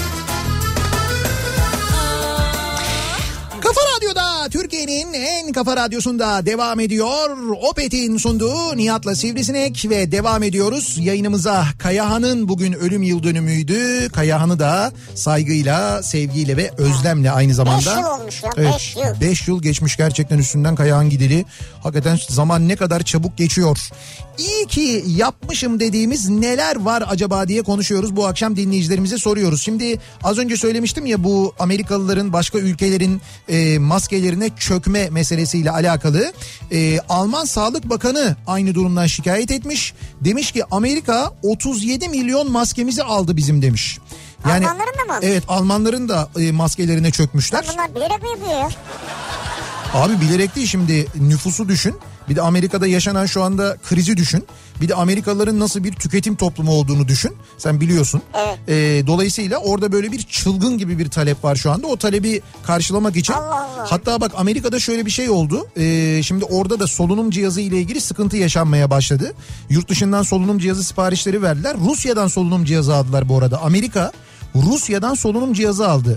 Kafa Radyo'da, Türkiye'nin en kafa radyosunda devam ediyor. Opet'in sunduğu Nihat'la Sivrisinek ve devam ediyoruz yayınımıza. Kayahan'ın bugün ölüm yıl dönümüydü. Kayahan'ı da saygıyla, sevgiyle ve özlemle aynı zamanda.
5 yıl olmuş ya, 5
evet,
yıl.
5 yıl geçmiş gerçekten üstünden Kayahan gideli. Hakikaten zaman ne kadar çabuk geçiyor. İyi ki yapmışım dediğimiz neler var acaba diye konuşuyoruz. Bu akşam dinleyicilerimize soruyoruz. Şimdi az önce söylemiştim ya, bu Amerikalıların başka ülkelerin maskelerine çökme meselesiyle alakalı. Alman Sağlık Bakanı aynı durumdan şikayet etmiş. Demiş ki Amerika 37 milyon maskemizi aldı bizim demiş. Yani,
Almanların da mı?
Evet, Almanların da maskelerine çökmüşler.
Bunlar bilerek mi yapıyor ya?
Abi bilerek değil, şimdi nüfusu düşün. Bir de Amerika'da yaşanan şu anda krizi düşün. Bir de Amerikalıların nasıl bir tüketim toplumu olduğunu düşün. Sen biliyorsun.
Evet.
Dolayısıyla orada böyle bir çılgın gibi bir talep var şu anda. O talebi karşılamak için.
Allah Allah.
Hatta bak, Amerika'da şöyle bir şey oldu. Şimdi orada da solunum cihazı ile ilgili sıkıntı yaşanmaya başladı. Yurt dışından solunum cihazı siparişleri verdiler. Rusya'dan solunum cihazı aldılar bu arada. Amerika Rusya'dan solunum cihazı aldı.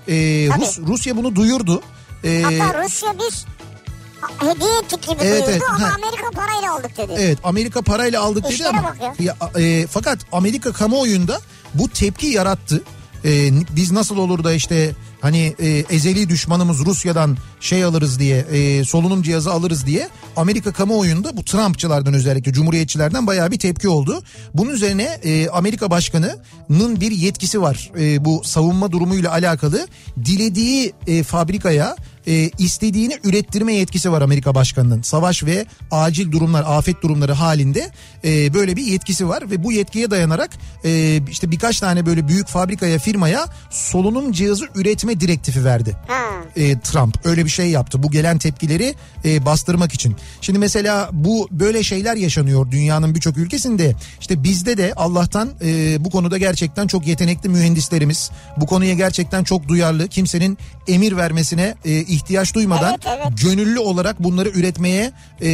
Rusya bunu duyurdu.
Hatta Rusya biz hediye ettik gibi duyurdu ama Amerika parayla aldık dedi.
Evet, Amerika parayla aldık dedi
İşlere
ama fakat Amerika kamuoyunda bu tepki yarattı. Biz nasıl olur da işte hani ezeli düşmanımız Rusya'dan şey alırız diye, solunum cihazı alırız diye Amerika kamuoyunda bu Trumpçılardan, özellikle Cumhuriyetçilerden bayağı bir tepki oldu. Bunun üzerine Amerika Başkanı'nın bir yetkisi var. Bu savunma durumuyla alakalı dilediği fabrikaya istediğini ürettirme yetkisi var Amerika Başkanı'nın. Savaş ve acil durumlar, afet durumları halinde böyle bir yetkisi var ve bu yetkiye dayanarak işte birkaç tane böyle büyük fabrikaya, firmaya solunum cihazı üretme direktifi verdi. Trump öyle bir şey yaptı. Bu gelen tepkileri bastırmak için. Şimdi mesela bu böyle şeyler yaşanıyor dünyanın birçok ülkesinde. İşte bizde de Allah'tan bu konuda gerçekten çok yetenekli mühendislerimiz, bu konuya gerçekten çok duyarlı, kimsenin emir vermesine
ihtiyaç duymadan gönüllü olarak bunları üretmeye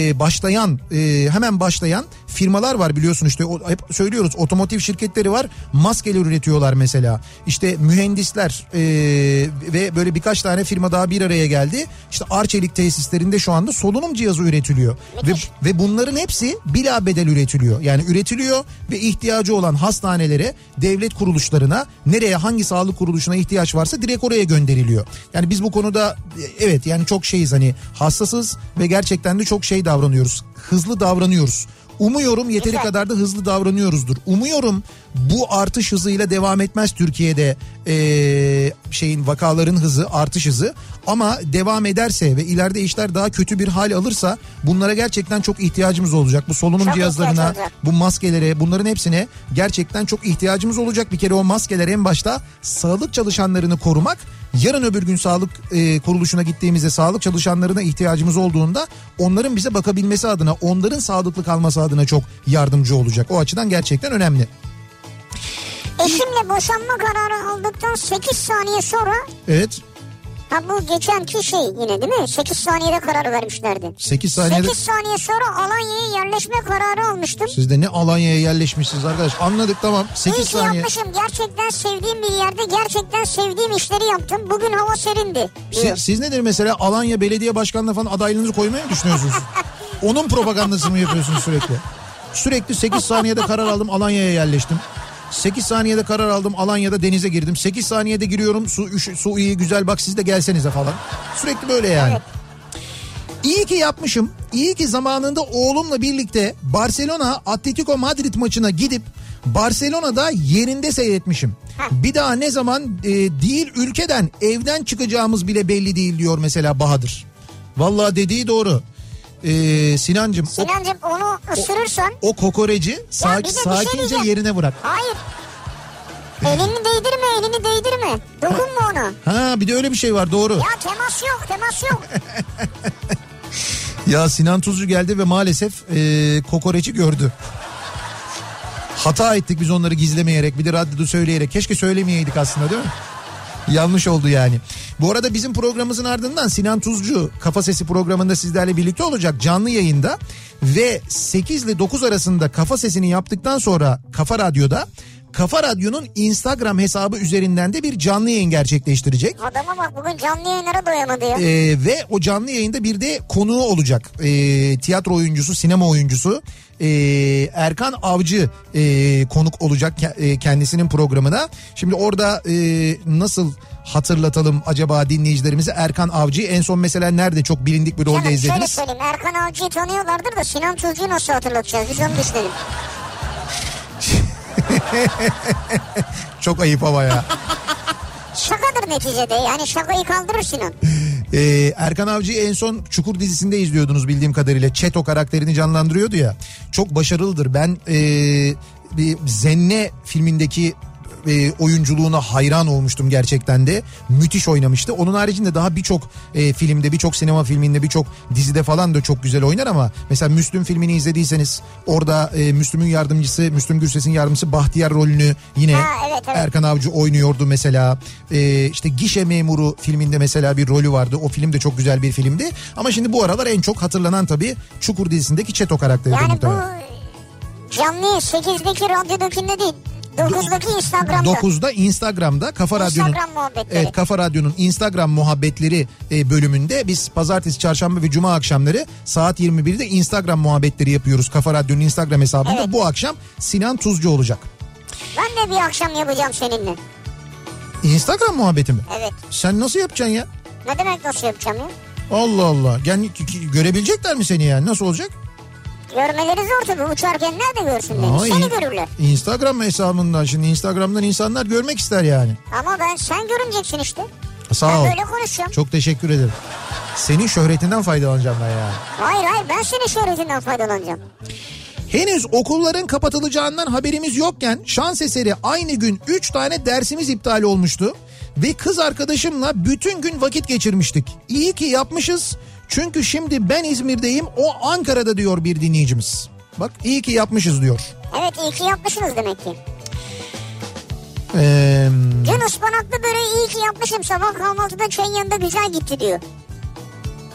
hemen başlayan firmalar var biliyorsun işte hep söylüyoruz, otomotiv şirketleri var, maskeler üretiyorlar mesela. İşte mühendisler ve böyle birkaç tane firma daha bir araya geldi. İşte Arçelik tesislerinde şu anda solunum cihazı üretiliyor. Ve bunların hepsi bilabedel üretiliyor. Yani üretiliyor ve ihtiyacı olan hastanelere, devlet kuruluşlarına, nereye hangi sağlık kuruluşuna ihtiyaç varsa direkt oraya gönderiliyor. Yani biz bu konuda evet yani çok hani hassasız ve gerçekten de çok davranıyoruz. Hızlı davranıyoruz. Umuyorum yeteri kadar da hızlı davranıyoruzdur. Umuyorum bu artış hızıyla devam etmez Türkiye'de vakaların hızı, artış hızı. Ama devam ederse ve ileride işler daha kötü bir hal alırsa bunlara gerçekten çok ihtiyacımız olacak. Bu solunum cihazlarına, bu maskelere, bunların hepsine gerçekten çok ihtiyacımız olacak. Bir kere o maskeler en başta sağlık çalışanlarını korumak. Yarın öbür gün sağlık kuruluşuna gittiğimizde sağlık çalışanlarına ihtiyacımız olduğunda onların bize bakabilmesi adına, onların sağlıklı kalması adına çok yardımcı olacak. O açıdan gerçekten önemli.
Eşimle boşanma kararı aldıktan 8 saniye sonra...
Evet.
Ha bu geçenki yine değil mi? 8 saniyede karar vermişlerdi.
8
saniye sonra Alanya'ya yerleşme kararı almıştım.
Siz de ne Alanya'ya yerleşmişsiniz arkadaş? Anladık tamam. 8 saniye.
İyi ki yapmışım. Gerçekten sevdiğim bir yerde gerçekten sevdiğim işleri yaptım. Bugün hava serindi.
Siz nedir mesela Alanya Belediye Başkanlığı'na falan adaylığınızı koymayı mı düşünüyorsunuz? Onun propagandasını mı yapıyorsunuz sürekli? Sürekli 8 saniyede karar aldım, Alanya'ya yerleştim. 8 saniyede karar aldım, Alanya'da denize girdim. 8 saniyede giriyorum, su iyi güzel, bak siz de gelsenize falan. Sürekli böyle yani. Evet. İyi ki yapmışım. İyi ki zamanında oğlumla birlikte Barcelona Atletico Madrid maçına gidip Barcelona'da yerinde seyretmişim. Bir daha ne zaman değil ülkeden, evden çıkacağımız bile belli değil diyor mesela Bahadır. Vallahi dediği doğru. Sinancım
onu ısırırsan
o kokoreci sakince yerine bırak.
Hayır. Elini değdirme. Dokunma ona.
Ha bir de öyle bir şey var, doğru.
Ya temas yok.
Ya Sinan Tuzcu geldi ve maalesef kokoreci gördü. Hata ettik biz onları gizlemeyerek, bir de radyoda söyleyerek. Keşke söylemeyeydik aslında, değil mi? Yanlış oldu yani. Bu arada bizim programımızın ardından Sinan Tuzcu Kafa Sesi programında sizlerle birlikte olacak canlı yayında ve 8 ile 9 arasında Kafa Sesi'ni yaptıktan sonra Kafa Radyo'da, Kafa Radyo'nun Instagram hesabı üzerinden de bir canlı yayın gerçekleştirecek.
Adama bak, bugün canlı yayınlara doyamadı ya.
Ve o canlı yayında bir de konuğu olacak. Tiyatro oyuncusu, sinema oyuncusu Erkan Avcı konuk olacak kendisinin programına. Şimdi orada nasıl hatırlatalım acaba dinleyicilerimize Erkan Avcı'yı? En son mesela nerede çok bilindik bir rolde izlediniz?
Şöyle söyleyeyim, Erkan Avcı'yı tanıyorlardır da Sinan Tuzcu'yu nasıl hatırlatacağız? Biz onu düşünelim.
Çok ayıp ama ya.
Şakadır neticede, yani şakayı kaldırır Sinan.
Erkan Avcı'yı en son Çukur dizisinde izliyordunuz bildiğim kadarıyla. Çeto karakterini canlandırıyordu ya. Çok başarılıdır. Ben bir Zenne filmindeki oyunculuğuna hayran olmuştum gerçekten de. Müthiş oynamıştı. Onun haricinde daha birçok filmde, birçok sinema filminde, birçok dizide falan da çok güzel oynar ama mesela Müslüm filmini izlediyseniz orada Müslüm Gürses'in yardımcısı Bahtiyar rolünü yine evet. Erkan Avcı oynuyordu mesela. İşte Gişe Memuru filminde mesela bir rolü vardı. O film de çok güzel bir filmdi. Ama şimdi bu aralar en çok hatırlanan tabii Çukur dizisindeki Çeto karakteri.
Yani bu canlı 8'deki radyodakinde değil. 9'daki Instagram'da.
9'da Instagram'da Kafa Radyo'nun Kafa Radyo'nun Instagram muhabbetleri bölümünde biz pazartesi, çarşamba ve cuma akşamları saat 21'de Instagram muhabbetleri yapıyoruz. Kafa Radyo'nun Instagram hesabında. Evet. Bu akşam Sinan Tuzcu olacak.
Ben de bir akşam yapacağım seninle.
Instagram muhabbeti mi?
Evet.
Sen nasıl yapacaksın ya?
Ne demek nasıl yapacağım ya?
Allah Allah. Yani görebilecekler mi seni yani? Nasıl olacak?
Görmeleri zor tabii. Uçarken nerede görsün beni? Seni görürler.
Instagram hesabından, şimdi Instagram'dan insanlar görmek ister yani.
Ama sen görüneceksin işte.
Sağ ol.
Ben böyle konuşacağım.
Çok teşekkür ederim. Senin şöhretinden faydalanacağım ben yani.
Hayır ben senin şöhretinden faydalanacağım.
Henüz okulların kapatılacağından haberimiz yokken şans eseri aynı gün 3 tane dersimiz iptal olmuştu. Ve kız arkadaşımla bütün gün vakit geçirmiştik. İyi ki yapmışız. Çünkü şimdi ben İzmir'deyim, o Ankara'da diyor bir dinleyicimiz. Bak iyi ki yapmışız diyor.
Evet, iyi ki yapmışsınız demek ki. Dün ıspanaklı böreği iyi ki yapmışım. Sabah kahvaltıda çayın yanında güzel gitti diyor.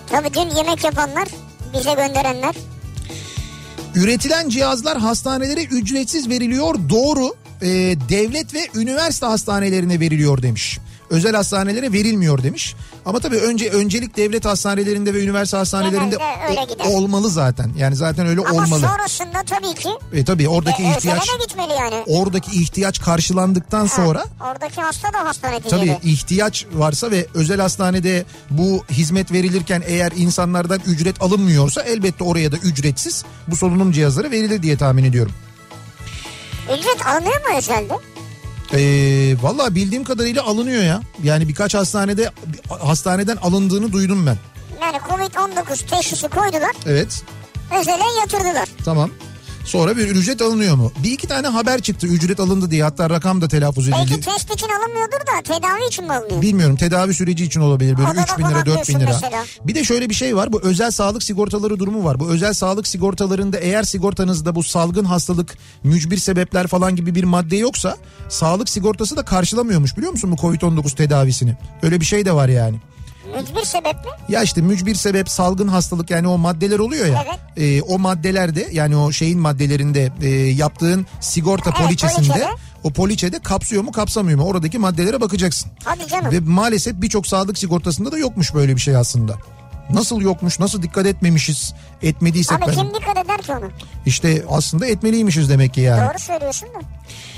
Tabii dün yemek yapanlar, bize gönderenler.
Üretilen cihazlar hastanelere ücretsiz veriliyor, doğru. Devlet ve üniversite hastanelerine veriliyor demiş. Özel hastanelere verilmiyor demiş. Ama tabii öncelik devlet hastanelerinde ve üniversite hastanelerinde olmalı zaten. Yani zaten öyle
ama
olmalı.
Ama sonrasında tabii ki.
Tabii oradaki ihtiyaç.
Özele de gitmeli yani.
Oradaki ihtiyaç karşılandıktan sonra.
Oradaki hasta da hasta neticede.
Tabii ihtiyaç varsa ve özel hastanede bu hizmet verilirken eğer insanlardan ücret alınmıyorsa elbette oraya da ücretsiz bu solunum cihazları verilir diye tahmin ediyorum.
Ücret alınıyor mu özelde?
Vallahi bildiğim kadarıyla alınıyor ya. Yani birkaç hastaneden alındığını duydum ben.
Yani Covid-19 teşhisi koydular.
Evet.
Özele yatırdılar.
Tamam. Sonra bir ücret alınıyor mu? Bir iki tane haber çıktı ücret alındı diye, hatta rakam da telaffuz edildi.
Belki test için alınmıyordur da tedavi için mi alınıyor?
Bilmiyorum, tedavi süreci için olabilir, böyle 3 bin lira 4 bin lira.
Mesela.
Bir de şöyle bir şey var, bu özel sağlık sigortaları durumu var. Bu özel sağlık sigortalarında eğer sigortanızda bu salgın hastalık, mücbir sebepler falan gibi bir madde yoksa sağlık sigortası da karşılamıyormuş, biliyor musun bu Covid-19 tedavisini? Öyle bir şey de var yani.
Mücbir sebep mi?
Ya işte mücbir sebep, salgın hastalık, yani o maddeler oluyor ya.
Evet.
O maddelerde, yani o şeyin maddelerinde yaptığın sigorta poliçesinde o poliçede kapsıyor mu kapsamıyor mu, oradaki maddelere bakacaksın.
Hadi canım.
Ve maalesef birçok sağlık sigortasında da yokmuş böyle bir şey aslında. Nasıl yokmuş, nasıl dikkat etmemişiz, etmediysek.
Abi kim dikkat eder ki onu?
İşte aslında etmeliymişiz demek ki yani.
Doğru söylüyorsun da.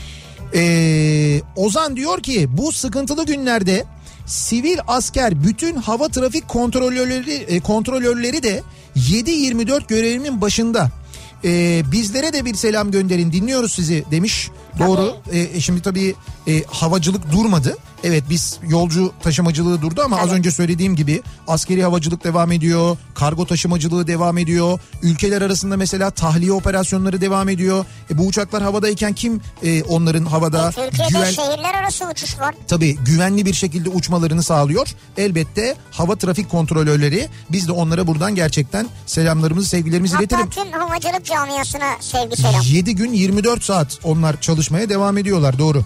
Ozan diyor ki bu sıkıntılı günlerde sivil asker bütün hava trafik kontrolörleri de 7/24 görevinin başında. Bizlere de bir selam gönderin, dinliyoruz sizi demiş. Doğru. Şimdi tabii havacılık durmadı. Evet, biz yolcu taşımacılığı durdu ama az önce söylediğim gibi askeri havacılık devam ediyor. Kargo taşımacılığı devam ediyor. Ülkeler arasında mesela tahliye operasyonları devam ediyor. Bu uçaklar havadayken kim onların havada
Türkiye'de şehirler arası uçuş var.
Tabii güvenli bir şekilde uçmalarını sağlıyor. Elbette hava trafik kontrolörleri, biz de onlara buradan gerçekten selamlarımızı, sevgilerimizi iletelim.
Hatta tüm havacılık camiasına sevgi selam.
7 gün 24 saat onlar çalışmaya devam ediyorlar, doğru.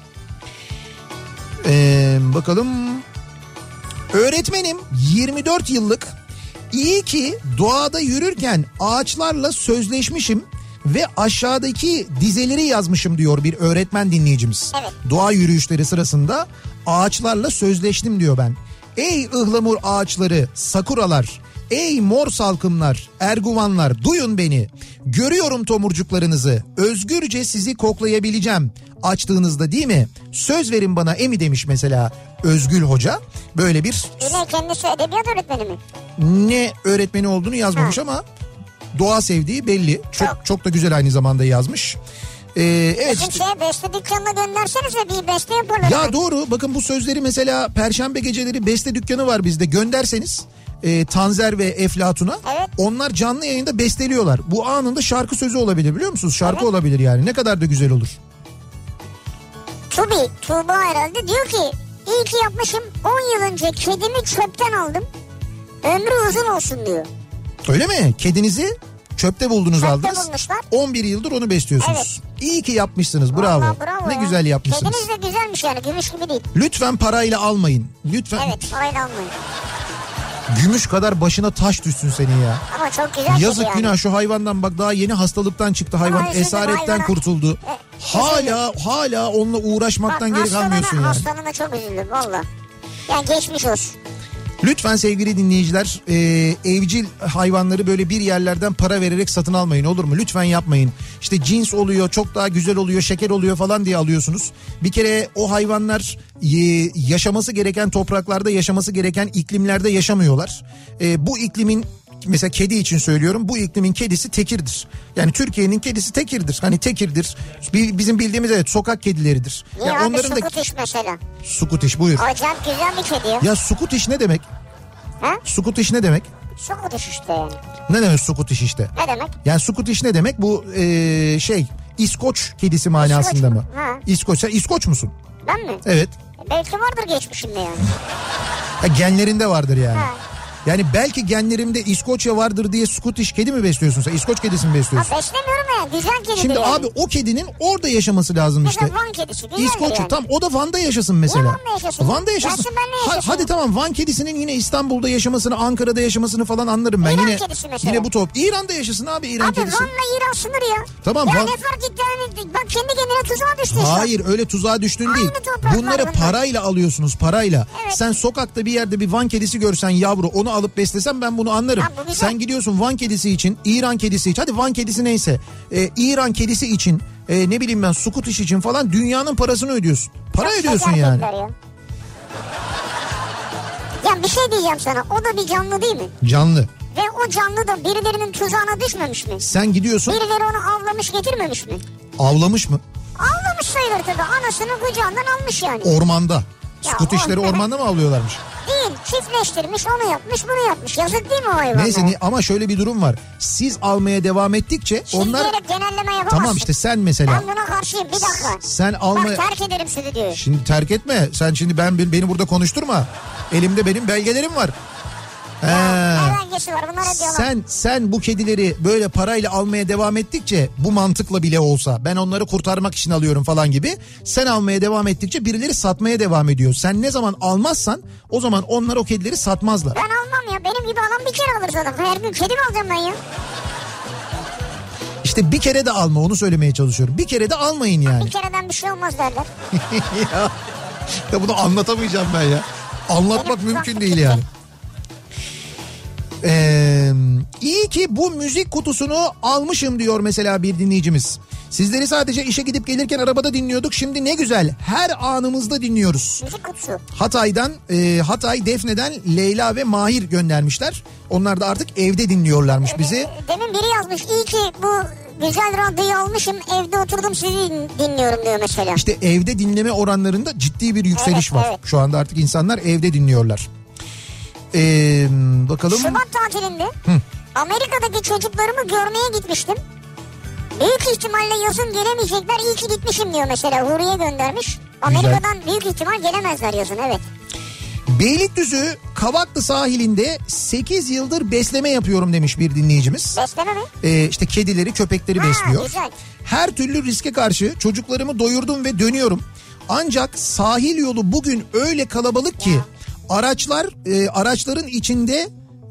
Bakalım. Öğretmenim, 24 yıllık, iyi ki doğada yürürken ağaçlarla sözleşmişim ve aşağıdaki dizeleri yazmışım diyor bir öğretmen dinleyicimiz.
Evet.
Doğa yürüyüşleri sırasında ağaçlarla sözleştim diyor ben. Ey ıhlamur ağaçları, sakuralar, ey mor salkımlar, erguvanlar, duyun beni. Görüyorum tomurcuklarınızı, özgürce sizi koklayabileceğim açtığınızda, değil mi? Söz verin bana emi demiş mesela Özgül Hoca. Böyle bir...
Yine kendisi edebiyat öğretmeni mi?
Ne öğretmeni olduğunu yazmamış ama doğa sevdiği belli. Çok da güzel aynı zamanda yazmış. Evet.
Bizim beste dükkanına göndersenize, bir beste yaparlar.
Ya doğru, bakın bu sözleri mesela Perşembe geceleri beste dükkanı var bizde, gönderseniz Tanzer ve Eflatun'a, evet, onlar canlı yayında besteliyorlar. Bu anında şarkı sözü olabilir, biliyor musunuz? Şarkı olabilir yani, ne kadar da güzel olur.
Tuğba herhalde diyor ki iyi ki yapmışım, 10 yıl önce kedimi çöpten aldım, ömrü uzun olsun diyor.
Öyle mi? Kedinizi çöpte buldunuz, aldınız.
Bulmuşlar.
11 yıldır onu besliyorsunuz. Evet. İyi ki yapmışsınız, bravo.
Bravo
ne
ya.
güzel yapmışsınız.
Kediniz de güzelmiş yani, gümüş gibi değil.
Lütfen parayla almayın. Lütfen.
Evet, parayla almayın.
Gümüş kadar başına taş düşsün senin ya.
Ama çok güzel.
Yazık
yani.
Günah, şu hayvandan bak, daha yeni hastalıktan çıktı hayvan, esaretten kurtuldu. Hala onunla uğraşmaktan geri kalmıyorsun yani.
Hastalığına çok üzüldüm valla. Yani geçmiş olsun.
Lütfen sevgili dinleyiciler, evcil hayvanları böyle bir yerlerden para vererek satın almayın, olur mu? Lütfen yapmayın. İşte cins oluyor, çok daha güzel oluyor, şeker oluyor falan diye alıyorsunuz. Bir kere o hayvanlar yaşaması gereken topraklarda, yaşaması gereken iklimlerde yaşamıyorlar. Bu iklimin, mesela kedi için söylüyorum, bu iklimin kedisi tekirdir. Yani Türkiye'nin kedisi tekirdir. Hani tekirdir. Bizim bildiğimiz evet sokak kedileridir.
Niye
yani
abi,
onların
Sukutiş mesela?
Sukutiş, buyur.
Acayip güzel bir kedi ya.
Ya Sukutiş ne demek?
Ha?
Sukutiş ne demek?
Sukutiş işte yani.
Ne demek Sukutiş işte?
Ne demek?
Yani Sukutiş ne demek? Bu İskoç kedisi manasında mı?
Ha.
İskoç. Sen İskoç musun?
Ben mi?
Evet.
Belki vardır geçmişimde yani.
Genlerinde vardır yani.
Ha.
Yani belki genlerimde İskoçya vardır diye Scottish kedi mi besliyorsun sen? İskoç kedisi mi besliyorsun?
Ha, beslemiyorum ya, güzel kedi.
Şimdi
yani.
abi o kedinin orada yaşaması lazım
mesela
işte.
Van kedisi güzel
İskoçya
yani.
tam o da Van'da yaşasın mesela.
Niye Van'da yaşasın?
Van'da yaşasın.
Gelsin benimle yaşasın.
Hadi tamam, Van kedisinin yine İstanbul'da yaşamasını, Ankara'da yaşamasını falan anlarım ben.
İran
Yine
kedisi mesela.
yine bu top. İran'da yaşasın abi İran
Abi
kedisi.
Van'la İran sınır ya.
Tamam,
Ya
Van...
ne fark etti yani, bak kendi kendine tuzağa düştün.
Hayır öyle tuzağa düştün
Aynı
değil.
topraklar
Bunları
bunlar.
parayla alıyorsunuz, parayla.
Evet.
Sen sokakta bir yerde bir Van kedisi görsen yavru, onu alıp beslesen ben bunu anlarım.
Ha, bu güzel.
Sen gidiyorsun Van kedisi için, İran kedisi için, hadi Van kedisi neyse. İran kedisi için, ne bileyim ben Scottish için falan dünyanın parasını ödüyorsun. Para
Çok
ödüyorsun
şeker
yani.
kediler ya. Ya bir şey diyeceğim sana, o da bir canlı değil mi?
Canlı.
Ve o canlı da birilerinin tuzağına düşmemiş mi?
Sen gidiyorsun,
Birileri onu avlamış getirmemiş mi?
avlamış mı?
Avlamış sayılır tabii, anasını kucağından almış yani.
Ormanda.
Ya
Scottish'leri ormanda mı avlıyorlarmış?
Değil, çiftleştirmiş, onu yapmış, bunu yapmış. Yazık değil mi o hayvana?
Neyse ama şöyle bir durum var. Siz almaya devam ettikçe
Şimdi
onlar...
diyerek genelleme yapamazsın.
Tamam işte sen mesela...
Ben buna karşıyım, bir dakika.
Sen almaya...
Bak terk ederim stüdyoyu.
Şimdi terk etme. Sen şimdi beni burada konuşturma. Elimde benim belgelerim var.
Ne belgesi var, bunlar hep yalan.
Sen bu kedileri böyle parayla almaya devam ettikçe, bu mantıkla bile olsa, ben onları kurtarmak için alıyorum falan gibi, sen almaya devam ettikçe birileri satmaya devam ediyor. Sen ne zaman almazsan o zaman onlar o kedileri satmazlar.
Ben almam ya, benim gibi alan bir kere alır zaten. Her gün kedi mi alacağım ben ya?
İşte bir kere de alma, onu söylemeye çalışıyorum. Bir kere de almayın yani.
Bir kereden bir şey olmaz derler.
ya bunu anlatamayacağım ben ya. Anlatmak mümkün değil yani. İyi ki bu müzik kutusunu almışım diyor mesela bir dinleyicimiz. Sizleri sadece işe gidip gelirken arabada dinliyorduk. Şimdi ne güzel, her anımızda dinliyoruz.
Müzik kutusu.
Hatay Defne'den Leyla ve Mahir göndermişler. Onlar da artık evde dinliyorlarmış bizi.
Demin biri yazmış, iyi ki bu güzel radyoyu almışım, evde oturdum sizi dinliyorum diyor mesela.
İşte evde dinleme oranlarında ciddi bir yükseliş var. Evet. Şu anda artık insanlar evde dinliyorlar. Bakalım.
Şubat tatilinde Amerika'daki çocuklarımı görmeye gitmiştim. Büyük ihtimalle yazın gelemeyecekler, iyi ki gitmişim diyor mesela. Huriye göndermiş. Amerika'dan büyük ihtimal gelemezler yazın, evet.
Beylikdüzü Kavaklı sahilinde 8 yıldır besleme yapıyorum demiş bir dinleyicimiz.
Besleme mi?
İşte kedileri, köpekleri besliyor.
Güzel.
Her türlü riske karşı çocuklarımı doyurdum ve dönüyorum. Ancak sahil yolu bugün öyle kalabalık ki araçların içinde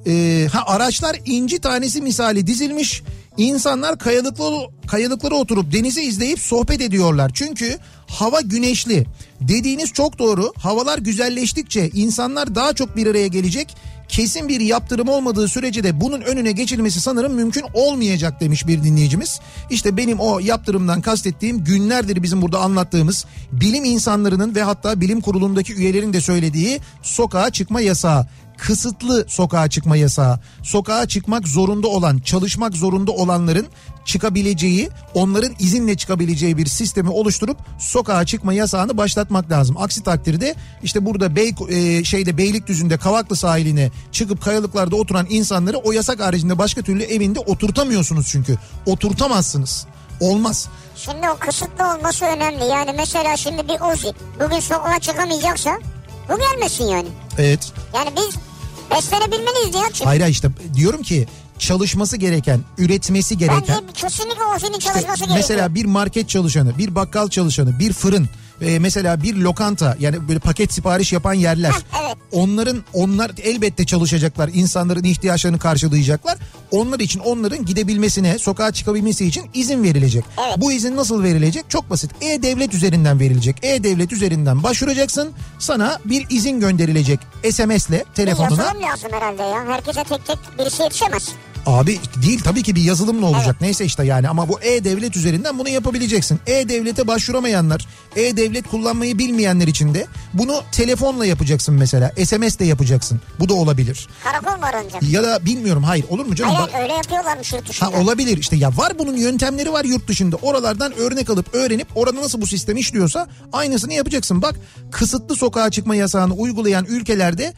araçlar inci tanesi misali dizilmiş. İnsanlar kayalıklara oturup denizi izleyip sohbet ediyorlar. Çünkü hava güneşli. Dediğiniz çok doğru. Havalar güzelleştikçe insanlar daha çok bir araya gelecek. Kesin bir yaptırım olmadığı sürece de bunun önüne geçilmesi sanırım mümkün olmayacak demiş bir dinleyicimiz. İşte benim o yaptırımdan kastettiğim, günlerdir bizim burada anlattığımız, bilim insanlarının ve hatta bilim kurulundaki üyelerin de söylediği sokağa çıkma yasağı. Kısıtlı sokağa çıkma yasağı. Sokağa çıkmak zorunda olan, çalışmak zorunda olanların çıkabileceği, onların izinle çıkabileceği bir sistemi oluşturup sokağa çıkma yasağını başlatmak lazım. Aksi takdirde işte burada Beylikdüzü'nde Kavaklı sahiline çıkıp kayalıklarda oturan insanları o yasak haricinde başka türlü evinde oturtamıyorsunuz çünkü. Oturtamazsınız. Olmaz.
Şimdi o kısıtlı olması önemli. Yani mesela şimdi bir Ozi bugün sokağa çıkamayacaksa bu gelmesin yani.
Evet.
Yani biz beslenebilmeliyiz diye.
Hayır işte diyorum ki çalışması gereken, üretmesi gereken.
Bence kesinlikle Ozi'nin çalışması gerekiyor.
Mesela bir market çalışanı, bir bakkal çalışanı, bir fırın, mesela bir lokanta, yani böyle paket sipariş yapan yerler.
Evet.
Onlar elbette çalışacaklar, insanların ihtiyaçlarını karşılayacaklar. Onlar için, onların gidebilmesine, sokağa çıkabilmesi için izin verilecek.
Evet.
Bu izin nasıl verilecek? Çok basit. E-Devlet üzerinden verilecek. E-Devlet üzerinden başvuracaksın. Sana bir izin gönderilecek SMS'le telefonuna.
Yazılım lazım herhalde ya. Herkese tek tek birisi yetişemez.
Abi değil tabii ki, bir yazılımla olacak. Evet. Neyse işte yani, ama bu E-Devlet üzerinden bunu yapabileceksin. E-Devlet'e başvuramayanlar, E-Devlet kullanmayı bilmeyenler için de bunu telefonla yapacaksın mesela. SMS'le yapacaksın. Bu da olabilir.
Karakol var önce.
Ya da bilmiyorum, hayır olur mu canım?
Hayır öyle yapıyorlarmış yurt dışında.
Olabilir işte, ya var bunun yöntemleri var yurt dışında. Oralardan örnek alıp öğrenip orada nasıl bu sistem işliyorsa aynısını yapacaksın. Bak, kısıtlı sokağa çıkma yasağını uygulayan ülkelerde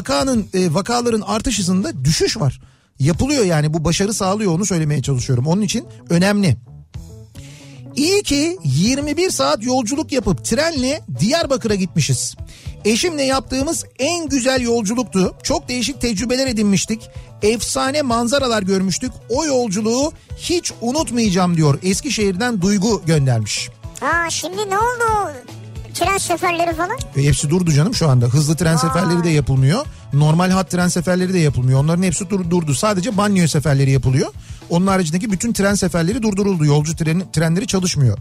vakaların artış hızında düşüş var. Yapılıyor yani, bu başarı sağlıyor, onu söylemeye çalışıyorum. Onun için önemli. İyi ki 21 saat yolculuk yapıp trenle Diyarbakır'a gitmişiz. Eşimle yaptığımız en güzel yolculuktu. Çok değişik tecrübeler edinmiştik. Efsane manzaralar görmüştük. O yolculuğu hiç unutmayacağım diyor. Eskişehir'den Duygu göndermiş.
Ha şimdi ne oldu? Tren seferleri falan?
Hepsi durdu canım şu anda. Hızlı tren seferleri de yapılmıyor. Normal hat tren seferleri de yapılmıyor. Onların hepsi durdu. Sadece banliyö seferleri yapılıyor. Onun haricindeki bütün tren seferleri durduruldu. Yolcu trenleri çalışmıyor.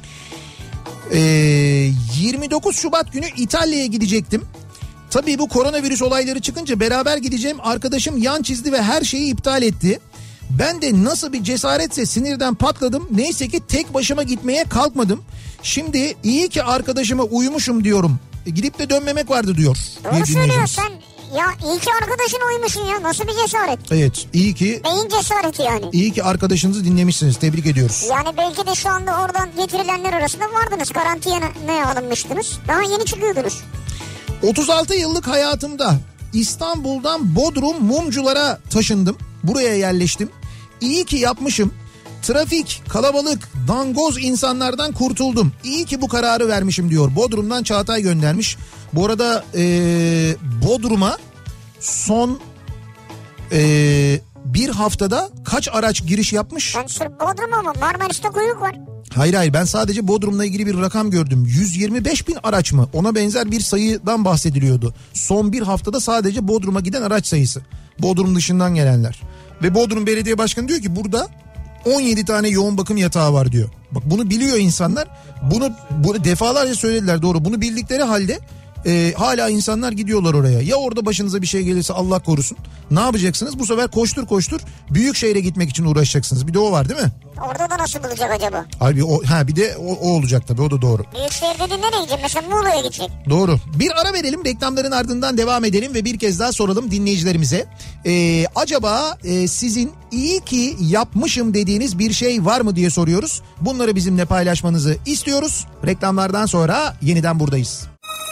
29 Şubat günü İtalya'ya gidecektim. Tabii bu koronavirüs olayları çıkınca beraber gideceğim arkadaşım yan çizdi ve her şeyi iptal etti. Ben de nasıl bir cesaretse sinirden patladım. Neyse ki tek başıma gitmeye kalkmadım. Şimdi iyi ki arkadaşıma uymuşum diyorum. Gidip de dönmemek vardı diyor.
Doğru söylüyorsun sen. Ya iyi ki arkadaşın uymuşsun ya. Nasıl bir cesaret?
Evet, iyi ki.
Beyin cesareti yani.
İyi ki arkadaşınızı dinlemişsiniz. Tebrik ediyoruz.
Yani belki de şu anda oradan getirilenler arasında vardınız. Karantinaya alınmıştınız. Daha yeni çıkıyordunuz.
36 yıllık hayatımda İstanbul'dan Bodrum Mumculara taşındım. Buraya yerleştim. İyi ki yapmışım. Trafik, kalabalık, dangoz insanlardan kurtuldum. İyi ki bu kararı vermişim diyor. Bodrum'dan Çağatay göndermiş. Bu arada Bodrum'a son bir haftada kaç araç giriş yapmış?
Ben sırf Bodrum'a mı? Marmaris'te kuyruk var.
Hayır ben sadece Bodrum'la ilgili bir rakam gördüm. 125 bin araç mı? Ona benzer bir sayıdan bahsediliyordu. Son bir haftada sadece Bodrum'a giden araç sayısı. Bodrum dışından gelenler. Ve Bodrum Belediye Başkanı diyor ki burada 17 tane yoğun bakım yatağı var diyor. Bak bunu biliyor insanlar. Bunu defalarca söylediler, doğru. Bunu bildikleri halde hala insanlar gidiyorlar oraya. Ya orada başınıza bir şey gelirse Allah korusun. Ne yapacaksınız? Bu sefer koştur büyük şehre gitmek için uğraşacaksınız. Bir de o var değil mi?
Orada da nasıl bulacak acaba?
Abi bir de o olacak tabii, o da doğru.
Büyükşehir dediğin nereye gidecek? Mesela Muğla'ya gidecek.
Doğru. Bir ara verelim, reklamların ardından devam edelim ve bir kez daha soralım dinleyicilerimize. Acaba sizin iyi ki yapmışım dediğiniz bir şey var mı diye soruyoruz. Bunları bizimle paylaşmanızı istiyoruz. Reklamlardan sonra yeniden buradayız.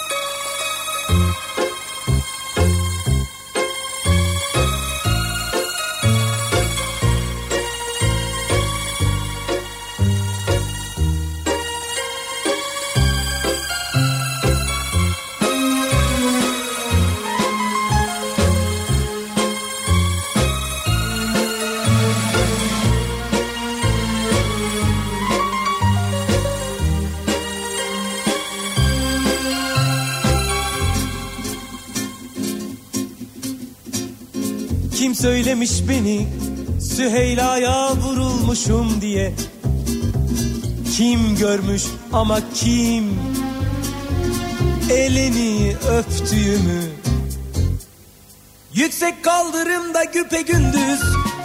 Kim söylemiş beni Süheyla'ya vurulmuşum diye? Kim görmüş ama kim elini öptüğümü? Yüksek kaldırımda güpegündüz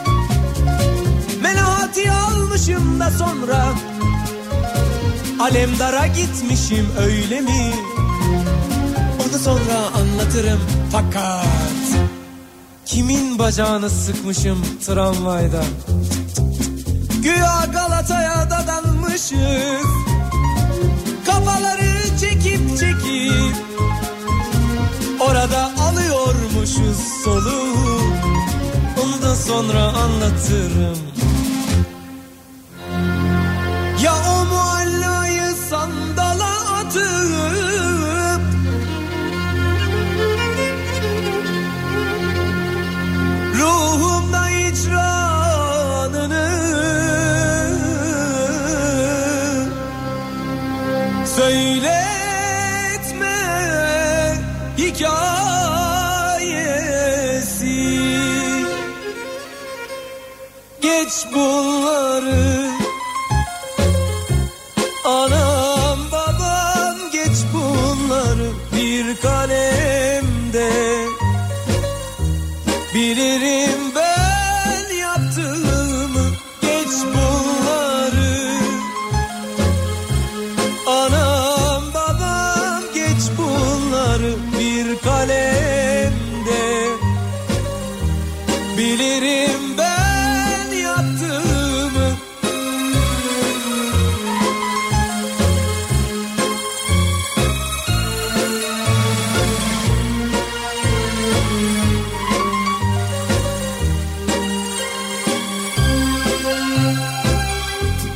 Melahati almışım da sonra Alemdara gitmişim öyle mi? Onu sonra anlatırım fakat kimin bacağını sıkmışım tramvayda? Güya Galata'ya dadanmışız, kafaları çekip orada alıyormuşuz soluğu. Onu da sonra anlatırım. Ya o muallayı sandala atıp ruhumda icranını söyletme hikayesi. Geç bunları anam babam, geç bunları bir kalemde. Bilirim ben yaptığımı, geç bunları anam babam, geç bunları bir kalemde. Bilirim ben yaptığımı.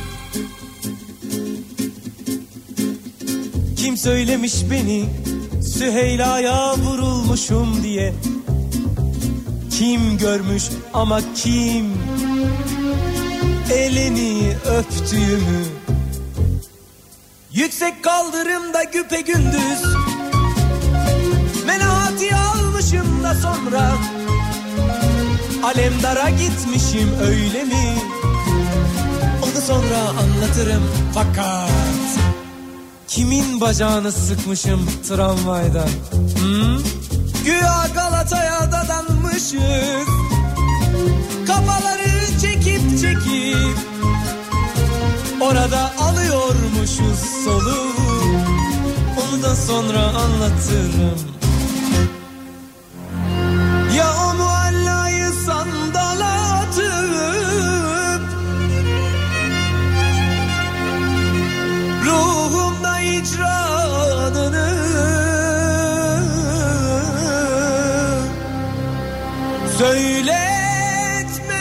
Kim söylemiş beni Süheyla'ya vurulmuşum diye. Kim görmüş ama kim elini öptüğümü. Yüksek kaldırımda güpegündüz menahati almışım da sonra Alemdar'a gitmişim öyle mi? Onu sonra anlatırım fakat kimin bacağını sıkmışım tramvayda? Güya Galata'ya dadanmışız, kafaları çekip çekip orada alıyormuşuz soluğu. Onu da sonra anlatırım. Ya o muallayı sandala atıp ruhumda icranını söyletme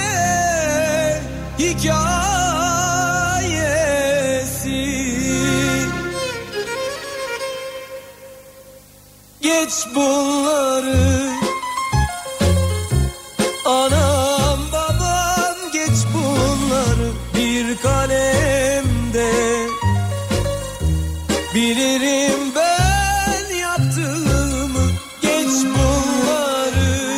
hikayesi. Geç bunları anam babam, geç bunları bir kalemde. Bilirim ben yaptığımı, geç bunları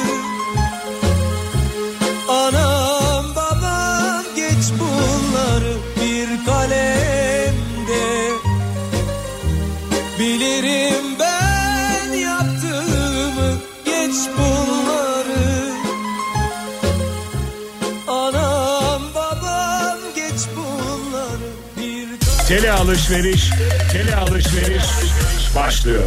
anam babam, geç bunları bir kalemde. Bilirim ben yaptığımı, geç bunları anam babam, geç bunları bir
Tele alışveriş başlıyor.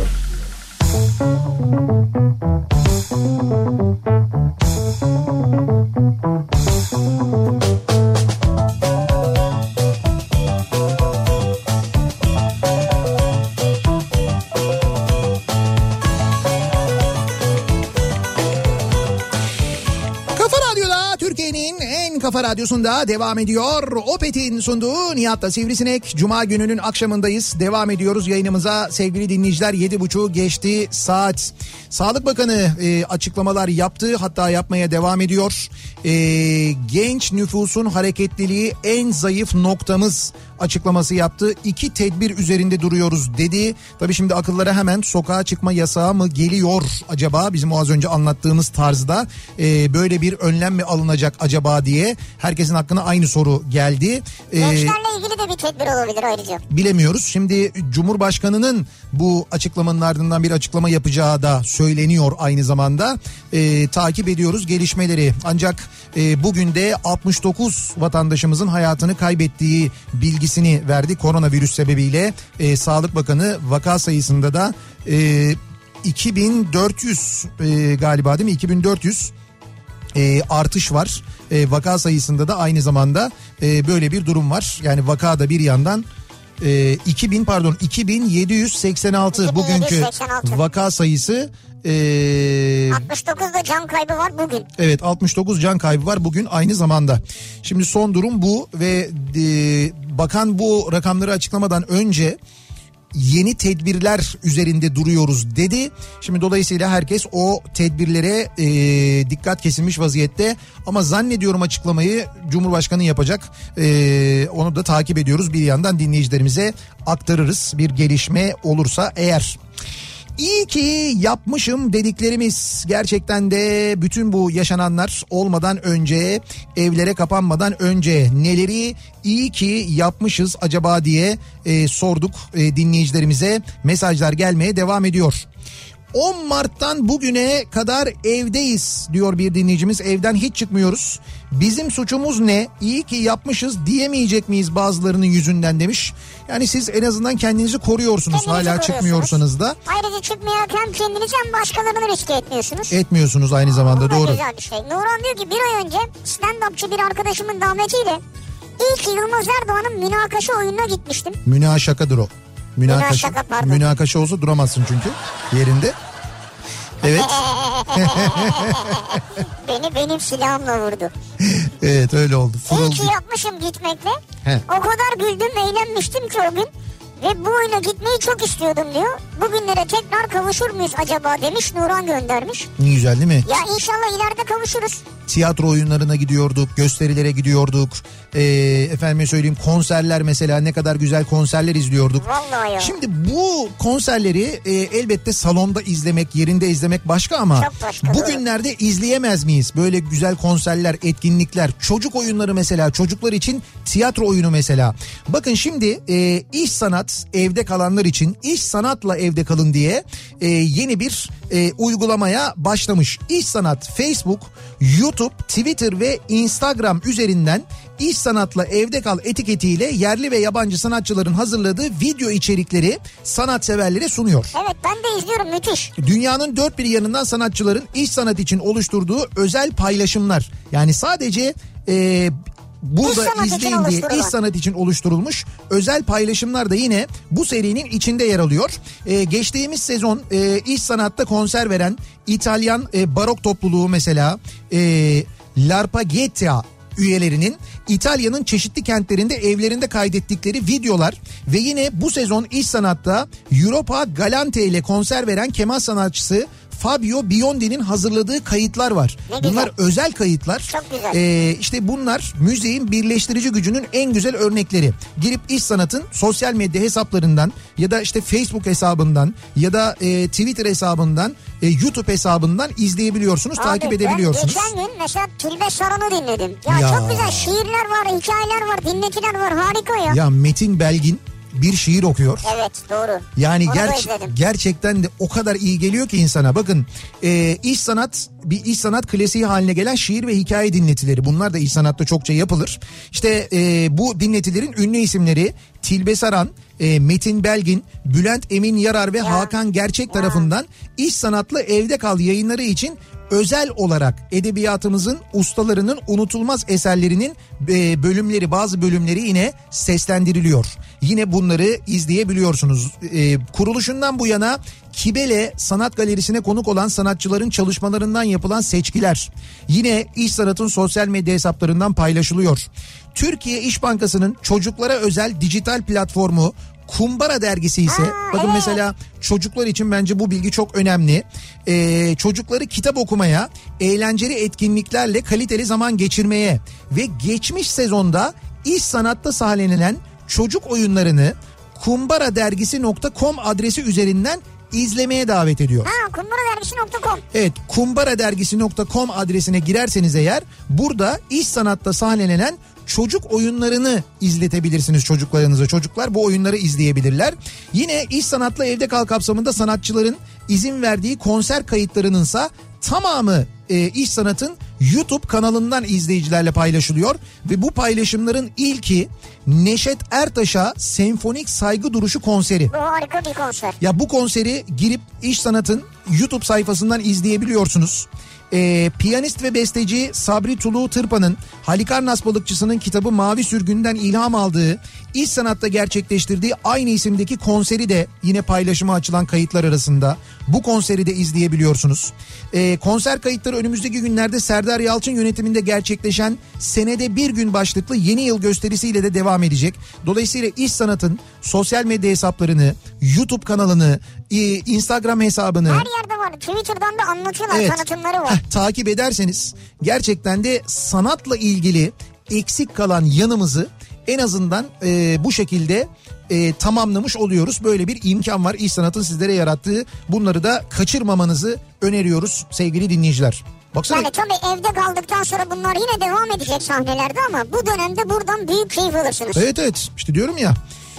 Kafa Radyosu'nda devam ediyor. Opet'in sunduğu Nihat'la Sivrisinek. Cuma gününün akşamındayız. Devam ediyoruz yayınımıza sevgili dinleyiciler. 7.30 geçti saat. Sağlık Bakanı açıklamalar yaptı. Hatta yapmaya devam ediyor. Genç nüfusun hareketliliği en zayıf noktamız açıklaması yaptı. 2 tedbir üzerinde duruyoruz dedi. Tabii şimdi akıllara hemen sokağa çıkma yasağı mı geliyor acaba? Bizim o az önce anlattığımız tarzda böyle bir önlem mi alınacak acaba diye herkesin aklına aynı soru geldi.
Gençlerle ilgili de bir tedbir olabilir ayrıca.
Bilemiyoruz. Şimdi Cumhurbaşkanı'nın bu açıklamanın ardından bir açıklama yapacağı da söyleniyor aynı zamanda. Takip ediyoruz gelişmeleri. Ancak bugün de 69 vatandaşımızın hayatını kaybettiği bilgisini verdi koronavirüs sebebiyle. Sağlık Bakanı vaka sayısında da 2400 galiba değil mi? 2400 artış var. Vaka sayısında da aynı zamanda böyle bir durum var. Yani vaka da bir yandan 2786 bugünkü vaka sayısı.
69'da can kaybı var bugün.
Evet, 69 can kaybı var bugün aynı zamanda. Şimdi son durum bu ve bakan bu rakamları açıklamadan önce yeni tedbirler üzerinde duruyoruz dedi. Şimdi dolayısıyla herkes o tedbirlere dikkat kesilmiş vaziyette. Ama zannediyorum açıklamayı Cumhurbaşkanı yapacak. Onu da takip ediyoruz. Bir yandan dinleyicilerimize aktarırız bir gelişme olursa eğer. İyi ki yapmışım dediklerimiz, gerçekten de bütün bu yaşananlar olmadan önce, evlere kapanmadan önce neleri iyi ki yapmışız acaba diye sorduk dinleyicilerimize. Mesajlar gelmeye devam ediyor. 10 Mart'tan bugüne kadar evdeyiz diyor bir dinleyicimiz. Evden hiç çıkmıyoruz. Bizim suçumuz ne? İyi ki yapmışız diyemeyecek miyiz bazılarının yüzünden demiş. Yani siz en azından kendinizi koruyorsunuz hala çıkmıyorsanız da.
Ayrıca çıkmayarak hem kendinizi hem başkalarını riske etmiyorsunuz.
Etmiyorsunuz aynı zamanda, doğru.
Güzel bir şey. Nurhan diyor ki bir ay önce stand-upçı bir arkadaşımın davetiyle ilk Yılmaz Erdoğan'ın münakaşa oyununa gitmiştim.
Münakaşadır o. Münakaşa olsa duramazsın çünkü yerinde. Evet.
Benim silahımla vurdu.
Evet, öyle oldu.
İyi ki yapmışım gitmekle. O kadar güldüm, eğlenmiştim ki o gün. Ve bu oyuna gitmeyi çok istiyordum diyor. Bugünlere tekrar kavuşur muyuz acaba demiş, Nuran göndermiş.
Ne güzel değil mi?
Ya inşallah ileride kavuşuruz.
Tiyatro oyunlarına gidiyorduk, gösterilere gidiyorduk. Efendime söyleyeyim, konserler mesela, ne kadar güzel konserler izliyorduk.
Vallahi ya.
Şimdi bu konserleri elbette salonda izlemek, yerinde izlemek başka ama
başka,
bugünlerde izleyemez miyiz? Böyle güzel konserler, etkinlikler, çocuk oyunları mesela, çocuklar için tiyatro oyunu mesela. Bakın şimdi iş sanat, evde kalanlar için iş sanatla evde kalın diye yeni bir uygulamaya başlamış. İş sanat Facebook, YouTube, Twitter ve Instagram üzerinden İş Sanatla Evde Kal etiketiyle yerli ve yabancı sanatçıların hazırladığı video içerikleri sanatseverlere sunuyor.
Evet, ben de izliyorum, müthiş.
Dünyanın dört bir yanından sanatçıların iş sanat için oluşturduğu özel paylaşımlar. Yani sadece burada izleyin diye iş sanat için oluşturulmuş özel paylaşımlar da yine bu serinin içinde yer alıyor. Geçtiğimiz sezon iş sanatta konser veren İtalyan barok topluluğu mesela L'Arpeggiata üyelerinin İtalya'nın çeşitli kentlerinde evlerinde kaydettikleri videolar ve yine bu sezon iş sanatta Europa Galante ile konser veren keman sanatçısı Fabio Biondi'nin hazırladığı kayıtlar var. Bunlar özel kayıtlar.
Çok güzel.
İşte bunlar müziğin birleştirici gücünün en güzel örnekleri. Girip iş sanatın sosyal medya hesaplarından ya da işte Facebook hesabından ya da Twitter hesabından, YouTube hesabından izleyebiliyorsunuz, takip edebiliyorsunuz.
Ben geçen gün mesela Tilbe Saran'ı dinledim. Ya çok güzel şiirler var, hikayeler var, dinletiler var, harika ya.
Ya Metin Belgin bir şiir okuyor.
Evet, doğru.
Yani gerçekten de o kadar iyi geliyor ki insana. Bakın iş sanat, bir iş sanat klasiği haline gelen şiir ve hikaye dinletileri. Bunlar da iş sanatta çokça yapılır. İşte bu dinletilerin ünlü isimleri Tilbe Saran, Metin Belgin, Bülent Emin Yarar ve Hakan Gerçek tarafından İş Sanatla Evde Kal yayınları için özel olarak edebiyatımızın ustalarının unutulmaz eserlerinin bölümleri, bazı bölümleri yine seslendiriliyor. Yine bunları izleyebiliyorsunuz. Kuruluşundan bu yana Kibele Sanat Galerisi'ne konuk olan sanatçıların çalışmalarından yapılan seçkiler yine İş Sanat'ın sosyal medya hesaplarından paylaşılıyor. Türkiye İş Bankası'nın çocuklara özel dijital platformu Kumbara dergisi ise bakın mesela çocuklar için bence bu bilgi çok önemli. Çocukları kitap okumaya, eğlenceli etkinliklerle kaliteli zaman geçirmeye ve geçmiş sezonda iş sanatta sahnelenen çocuk oyunlarını kumbaradergisi.com adresi üzerinden izlemeye davet ediyor.
Kumbaradergisi.com.
Evet, kumbaradergisi.com adresine girerseniz eğer burada iş sanatta sahnelenen çocuk oyunlarını izletebilirsiniz çocuklarınıza. Çocuklar bu oyunları izleyebilirler. Yine İş Sanatla Evde Kal kapsamında sanatçıların izin verdiği konser kayıtlarınınsa tamamı İş Sanat'ın YouTube kanalından izleyicilerle paylaşılıyor. Ve bu paylaşımların ilki Neşet Ertaş'a senfonik saygı duruşu konseri.
Bu harika bir konser.
Ya bu konseri girip İş Sanat'ın YouTube sayfasından izleyebiliyorsunuz. Piyanist ve besteci Sabri Tulu Tırpan'ın Halikarnas balıkçısının kitabı Mavi Sürgün'den ilham aldığı İş Sanat'ta gerçekleştirdiği aynı isimdeki konseri de yine paylaşıma açılan kayıtlar arasında. Bu konseri de izleyebiliyorsunuz. Konser kayıtları önümüzdeki günlerde Serdar Yalçın yönetiminde gerçekleşen Senede Bir Gün başlıklı yeni yıl gösterisiyle de devam edecek. Dolayısıyla İş Sanat'ın sosyal medya hesaplarını, YouTube kanalını, Instagram hesabını...
Her yerde var. Twitter'dan da anlatıyorlar, tanıtımları var.
Takip ederseniz gerçekten de sanatla ilgili eksik kalan yanımızı en azından bu şekilde tamamlamış oluyoruz. Böyle bir imkan var İş Sanat'ın sizlere yarattığı. Bunları da kaçırmamanızı öneriyoruz sevgili dinleyiciler. Baksana.
Yani tabii evde kaldıktan sonra bunlar yine devam edecek sahnelerde ama bu dönemde buradan büyük keyif alırsınız.
Evet işte diyorum ya.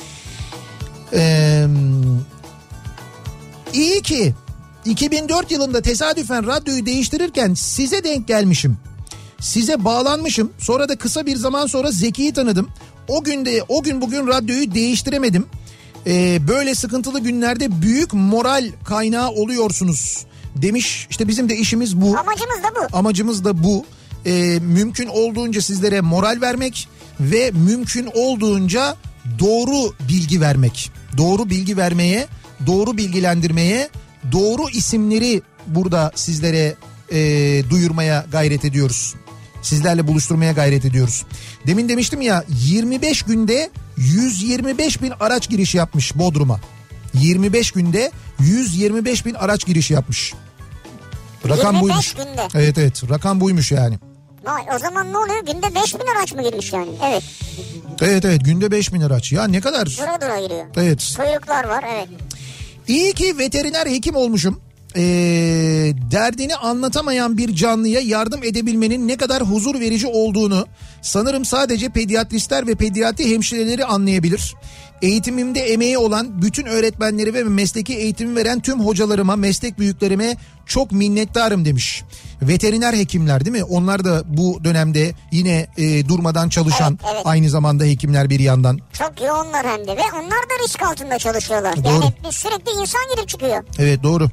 İyi ki 2004 yılında tesadüfen radyoyu değiştirirken size denk gelmişim. Size bağlanmışım. Sonra da kısa bir zaman sonra Zeki'yi tanıdım. O gün bugün radyoyu değiştiremedim. Böyle sıkıntılı günlerde büyük moral kaynağı oluyorsunuz demiş. İşte bizim de işimiz bu. Amacımız da bu. Mümkün olduğunca sizlere moral vermek ve mümkün olduğunca doğru bilgi vermek. Doğru bilgi vermeye, doğru bilgilendirmeye, doğru isimleri burada sizlere duyurmaya gayret ediyoruz. Sizlerle buluşturmaya gayret ediyoruz. Demin demiştim ya 25 günde 125 bin araç giriş yapmış Bodrum'a. 25 günde 125 bin araç giriş yapmış. Rakam
25
buymuş.
günde.
Evet rakam buymuş yani.
Vay, o zaman ne oluyor? Günde 5 bin araç mı girmiş yani? Evet.
Evet günde 5 bin araç. Ya ne kadar?
Dura dura giriyor.
Evet.
Kuyruklar var, evet.
İyi ki veteriner hekim olmuşum. Derdini anlatamayan bir canlıya yardım edebilmenin ne kadar huzur verici olduğunu sanırım sadece pediatristler ve pediatri hemşireleri anlayabilir. Eğitimimde emeği olan bütün öğretmenleri ve mesleki eğitimi veren tüm hocalarıma, meslek büyüklerime çok minnettarım demiş. Veteriner hekimler değil mi? Onlar da bu dönemde yine durmadan çalışan,
evet.
Aynı zamanda hekimler bir yandan.
Çok yoğunlar hem de ve onlar da risk altında çalışıyorlar.
Doğru.
Yani sürekli insan girip çıkıyor.
Evet doğru.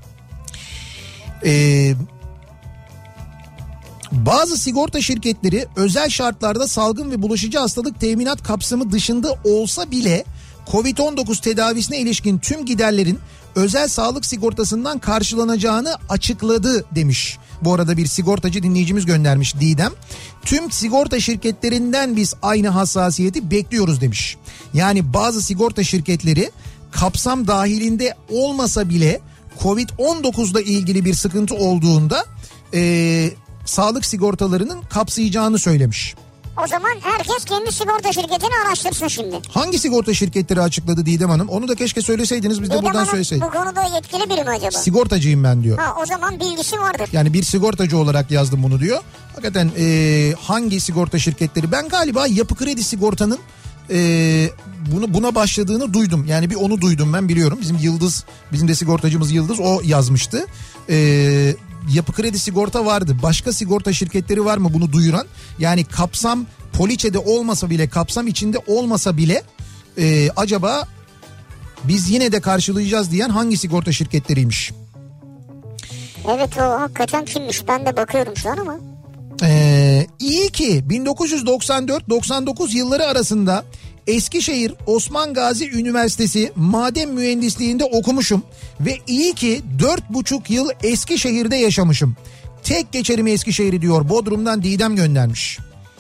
Bazı sigorta şirketleri özel şartlarda salgın ve bulaşıcı hastalık teminat kapsamı dışında olsa bile Covid-19 tedavisine ilişkin tüm giderlerin özel sağlık sigortasından karşılanacağını açıkladı demiş. Bu arada bir sigortacı dinleyicimiz göndermiş Didem. Tüm sigorta şirketlerinden biz aynı hassasiyeti bekliyoruz demiş. Yani bazı sigorta şirketleri kapsam dahilinde olmasa bile Covid-19'la ilgili bir sıkıntı olduğunda sağlık sigortalarının kapsayacağını söylemiş.
O zaman herkes kendi sigorta şirketini araştırsın şimdi.
Hangi sigorta şirketleri açıkladı Didem Hanım? Onu da keşke söyleseydiniz, biz de buradan söyleseydik.
Bu konuda yetkili biri mi acaba?
Sigortacıyım ben diyor.
Ha, o zaman bilgisi vardır.
Yani bir sigortacı olarak yazdım bunu diyor. Hakikaten hangi sigorta şirketleri? Ben galiba Yapı Kredi Sigorta'nın buna başladığını duydum. Yani bir onu duydum, ben biliyorum. Bizim de sigortacımız Yıldız, o yazmıştı. Yapı Kredi Sigorta vardı. Başka sigorta şirketleri var mı bunu duyuran? Yani kapsam poliçede olmasa bile, kapsam içinde olmasa bile acaba biz yine de karşılayacağız diyen hangi sigorta şirketleriymiş?
Evet, o hakikaten kimmiş? Ben de bakıyorum şu an ama.
İyi ki 1994-99 yılları arasında Eskişehir Osman Gazi Üniversitesi Maden Mühendisliği'nde okumuşum ve iyi ki 4,5 yıl Eskişehir'de yaşamışım. Tek geçerim Eskişehir'i diyor. Bodrum'dan Didem göndermiş.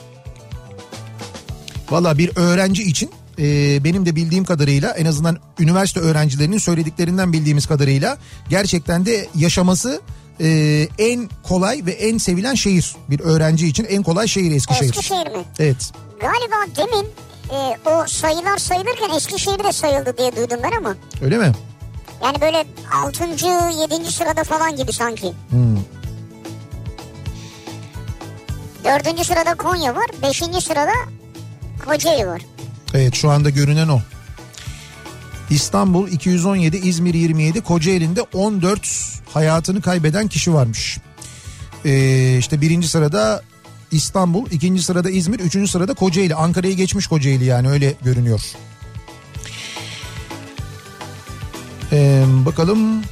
Valla bir öğrenci için benim de bildiğim kadarıyla, en azından üniversite öğrencilerinin söylediklerinden bildiğimiz kadarıyla, gerçekten de yaşaması en kolay ve en sevilen şehir. Bir öğrenci için en kolay şehir Eskişehir.
Eskişehir mi?
Evet.
Galiba demin o sayılar sayılırken Eskişehir de sayıldı diye duydum ben ama.
Öyle mi?
Yani böyle 6. 7. sırada falan gibi sanki. 4. sırada Konya var. 5. sırada Kocaeli var.
Evet, şu anda görünen o. İstanbul 217, İzmir 27, Kocaeli'nde 14 hayatını kaybeden kişi varmış. İşte 1. sırada İstanbul, 2. sırada İzmir, 3. sırada Kocaeli. Ankara'yı geçmiş Kocaeli, yani öyle görünüyor. Bakalım.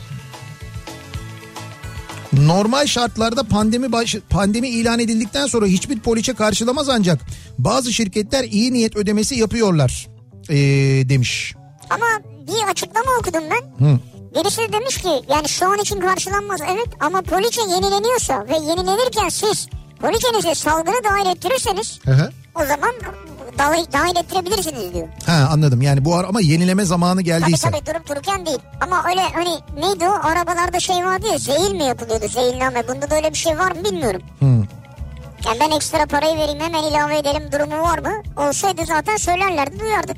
Normal şartlarda pandemi ilan edildikten sonra hiçbir poliçe karşılamaz, ancak bazı şirketler iyi niyet ödemesi yapıyorlar demiş.
Ama bir açıklama okudum ben. Birisi de demiş ki yani şu an için karşılanmaz, evet, ama poliçe yenileniyorsa ve yenilenirken siz poliçenize salgını dahil ettirirseniz o zaman dahil ettirebilirsiniz diyor.
Ha, anladım, yani bu ama yenileme zamanı geldiyse.
Tabii durup dururken değil. Ama öyle hani neydi o, arabalarda şey vardı ya, zehir mi yapılıyordu, zehirlenme, bunda da öyle bir şey var mı bilmiyorum. Yani ben ekstra parayı vereyim hemen ilave edelim durumu var mı? Olsaydı zaten söylerlerdi, duyardık.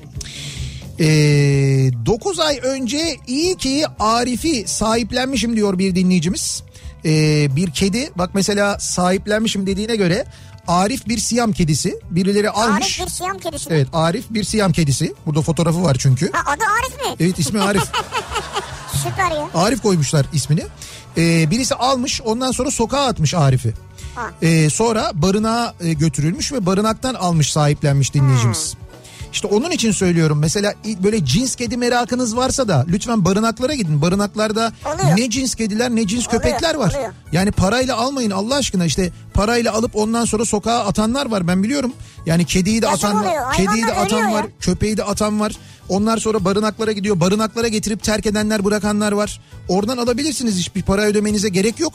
9 ay önce iyi ki Arif'i sahiplenmişim diyor bir dinleyicimiz. Bir kedi, bak mesela sahiplenmişim dediğine göre Arif bir Siyam kedisi, birileri almış.
Arif bir Siyam kedisi.
Evet, Arif bir Siyam kedisi, burada fotoğrafı var çünkü.
Ha, adı Arif mi?
Evet, ismi Arif.
Süper ya.
Arif koymuşlar ismini. Birisi almış, ondan sonra sokağa atmış Arif'i. Sonra barınağa götürülmüş ve barınaktan almış, sahiplenmiş dinleyicimiz. İşte onun için söylüyorum, mesela böyle cins kedi merakınız varsa da lütfen barınaklara gidin. Barınaklarda ne cins kediler ne cins köpekler var.
Oluyor.
Yani parayla almayın Allah aşkına, işte parayla alıp ondan sonra sokağa atanlar var, ben biliyorum. Yani kediyi de atan var, kediyi de atan var, köpeği de atan var. Onlar sonra barınaklara gidiyor. Barınaklara getirip terk edenler, bırakanlar var. Oradan alabilirsiniz, hiçbir para ödemenize gerek yok.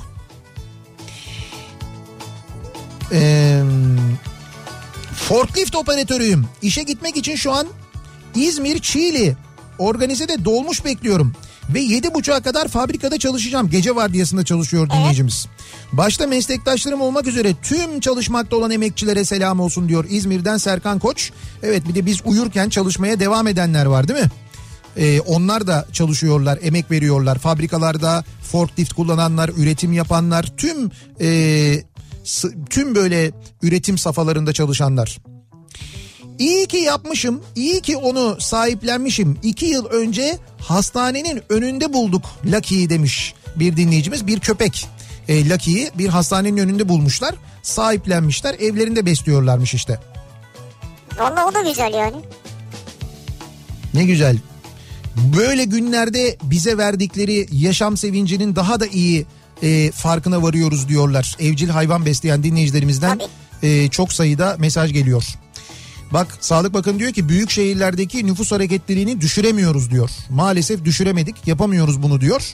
Forklift operatörüyüm. İşe gitmek için şu an İzmir Çiğli organizede dolmuş bekliyorum. Ve 7.30'a kadar fabrikada çalışacağım. Gece vardiyasında çalışıyor dinleyicimiz. Başta meslektaşlarım olmak üzere tüm çalışmakta olan emekçilere selam olsun diyor İzmir'den Serkan Koç. Evet, bir de biz uyurken çalışmaya devam edenler var değil mi? Onlar da çalışıyorlar, emek veriyorlar. Fabrikalarda forklift kullananlar, üretim yapanlar, tüm böyle üretim safhalarında çalışanlar. İyi ki yapmışım, iyi ki onu sahiplenmişim. 2 yıl önce hastanenin önünde bulduk Lucky'yi demiş bir dinleyicimiz. Bir köpek Lucky'yi bir hastanenin önünde bulmuşlar, sahiplenmişler, evlerinde besliyorlarmış işte.
Vallahi o da güzel yani.
Ne güzel. Böyle günlerde bize verdikleri yaşam sevincinin daha da iyi farkına varıyoruz diyorlar. Evcil hayvan besleyen dinleyicilerimizden çok sayıda mesaj geliyor. Bak, Sağlık Bakanı diyor ki büyük şehirlerdeki nüfus hareketliliğini düşüremiyoruz diyor. Maalesef düşüremedik, yapamıyoruz bunu diyor.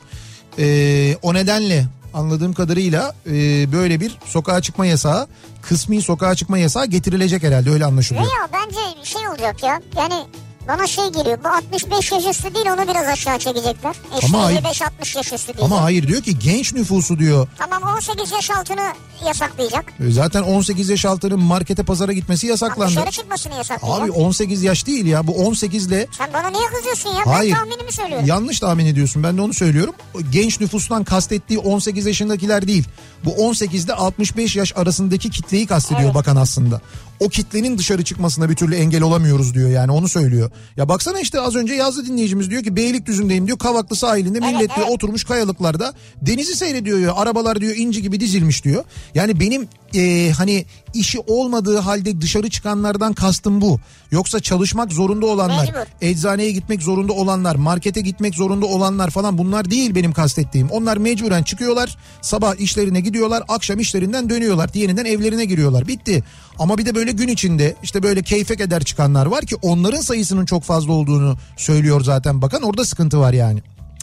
O nedenle anladığım kadarıyla böyle bir sokağa çıkma yasağı, kısmi sokağa çıkma yasağı getirilecek herhalde, öyle anlaşılıyor.
Ya bence şey olacak ya, yani bana şey geliyor, bu 65 yaş üstü değil, onu biraz aşağı çekecekler. İşte 55-60 yaş üstü değil.
Ama hayır, diyor ki genç nüfusu diyor.
Tamam, 18 yaş altını yasaklayacak.
Zaten 18 yaş altının markete pazara gitmesi yasaklandı.
Dışarı çıkmasını yasaklayacak.
Abi 18 yaş değil ya, bu 18 ile...
Sen bana niye kızıyorsun ya?
Hayır,
ben tahminimi söylüyorum.
Yanlış tahmin ediyorsun, ben de onu söylüyorum. Genç nüfustan kastettiği 18 yaşındakiler değil. Bu 18 ile 65 yaş arasındaki kitleyi kastediyor bakan aslında. O kitlenin dışarı çıkmasına bir türlü engel olamıyoruz diyor, yani onu söylüyor. Ya baksana işte az önce yazdı dinleyicimiz, diyor ki Beylikdüzü'ndeyim diyor, Kavaklı sahilinde millet diyor oturmuş kayalıklarda denizi seyrediyor ya, arabalar diyor inci gibi dizilmiş diyor. Yani benim hani işi olmadığı halde dışarı çıkanlardan kastım bu. Yoksa çalışmak zorunda olanlar, eczaneye gitmek zorunda olanlar, markete gitmek zorunda olanlar falan, bunlar değil benim kastettiğim. Onlar mecburen çıkıyorlar, sabah işlerine gidiyorlar, akşam işlerinden dönüyorlar, yeniden evlerine giriyorlar, bitti. Ama bir de böyle gün içinde işte böyle keyfe keder çıkanlar var ki onların sayısının çok fazla olduğunu söylüyor zaten bakan, orada sıkıntı var yani.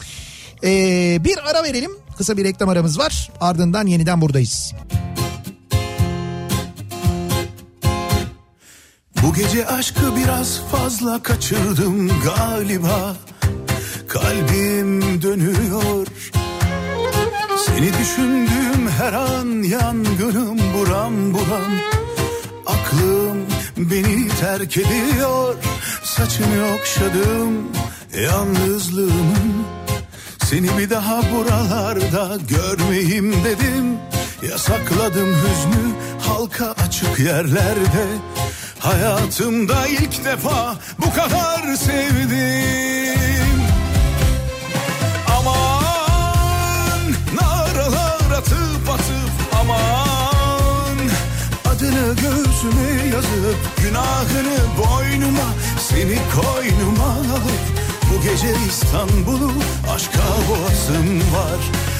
Bir ara verelim, kısa bir reklam aramız var, ardından yeniden buradayız.
Bu gece aşkı biraz fazla kaçırdım galiba. Kalbim dönüyor. Seni düşündüğüm her an yangınım buram buram. Aklım beni terk ediyor. Saçını okşadım yalnızlığımın. Seni bir daha buralarda görmeyeyim dedim. Yasakladım hüznü halka açık yerlerde. Hayatımda ilk defa bu kadar sevdim. Aman naralar atıp aman, adını göğsüme yazıp günahını boynuma, seni koynuma alıp bu gece İstanbul'u aşka boğazım var.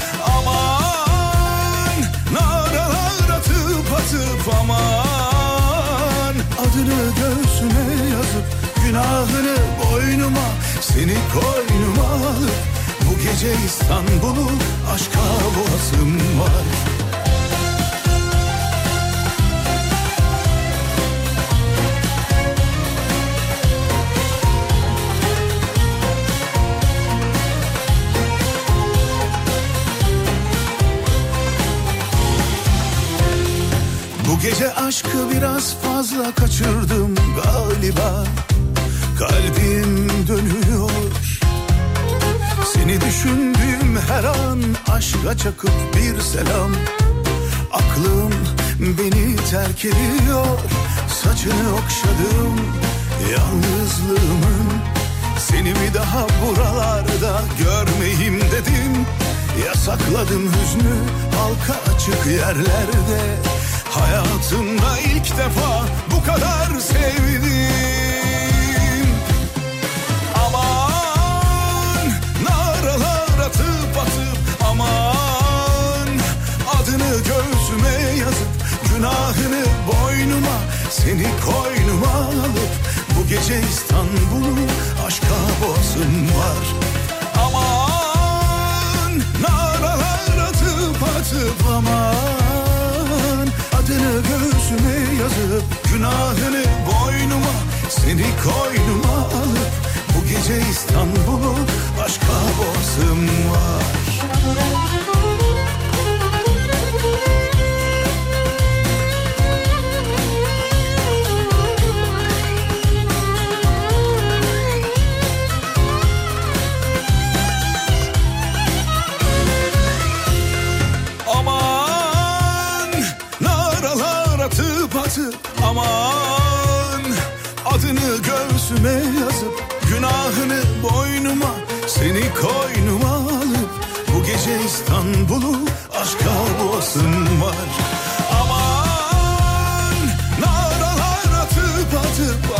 Aman naralar atıp aman, adını göğsüme yazıp günahını boynuma, seni koynuma alıp bu gece İstanbul'u aşka boğazım var. Bu gece aşkı biraz fazla kaçırdım galiba. Kalbim dönüyor. Seni düşündüğüm her an aşka çakıp bir selam. Aklım beni terk ediyor. Saçını okşadım yalnızlığımın. Seni bir daha buralarda görmeyeyim dedim. Yasakladım hüznü halka açık yerlerde. Hayatımda ilk defa bu kadar sevdim. Aman naralar atıp aman, adını göğsüme yazıp günahını boynuma, seni koynuma alıp bu gece İstanbul'u aşka boğazım var. Aman naralar atıp aman, adını göğsüme yazıp günahını boynuma, seni koynuma alıp gece İstanbul'u başka boğazım var. Aman adını göğsüme yazıp günahını boynuma seni koynuma alıp bu gece İstanbul'u aşka boğasım var. Aman naralar atıp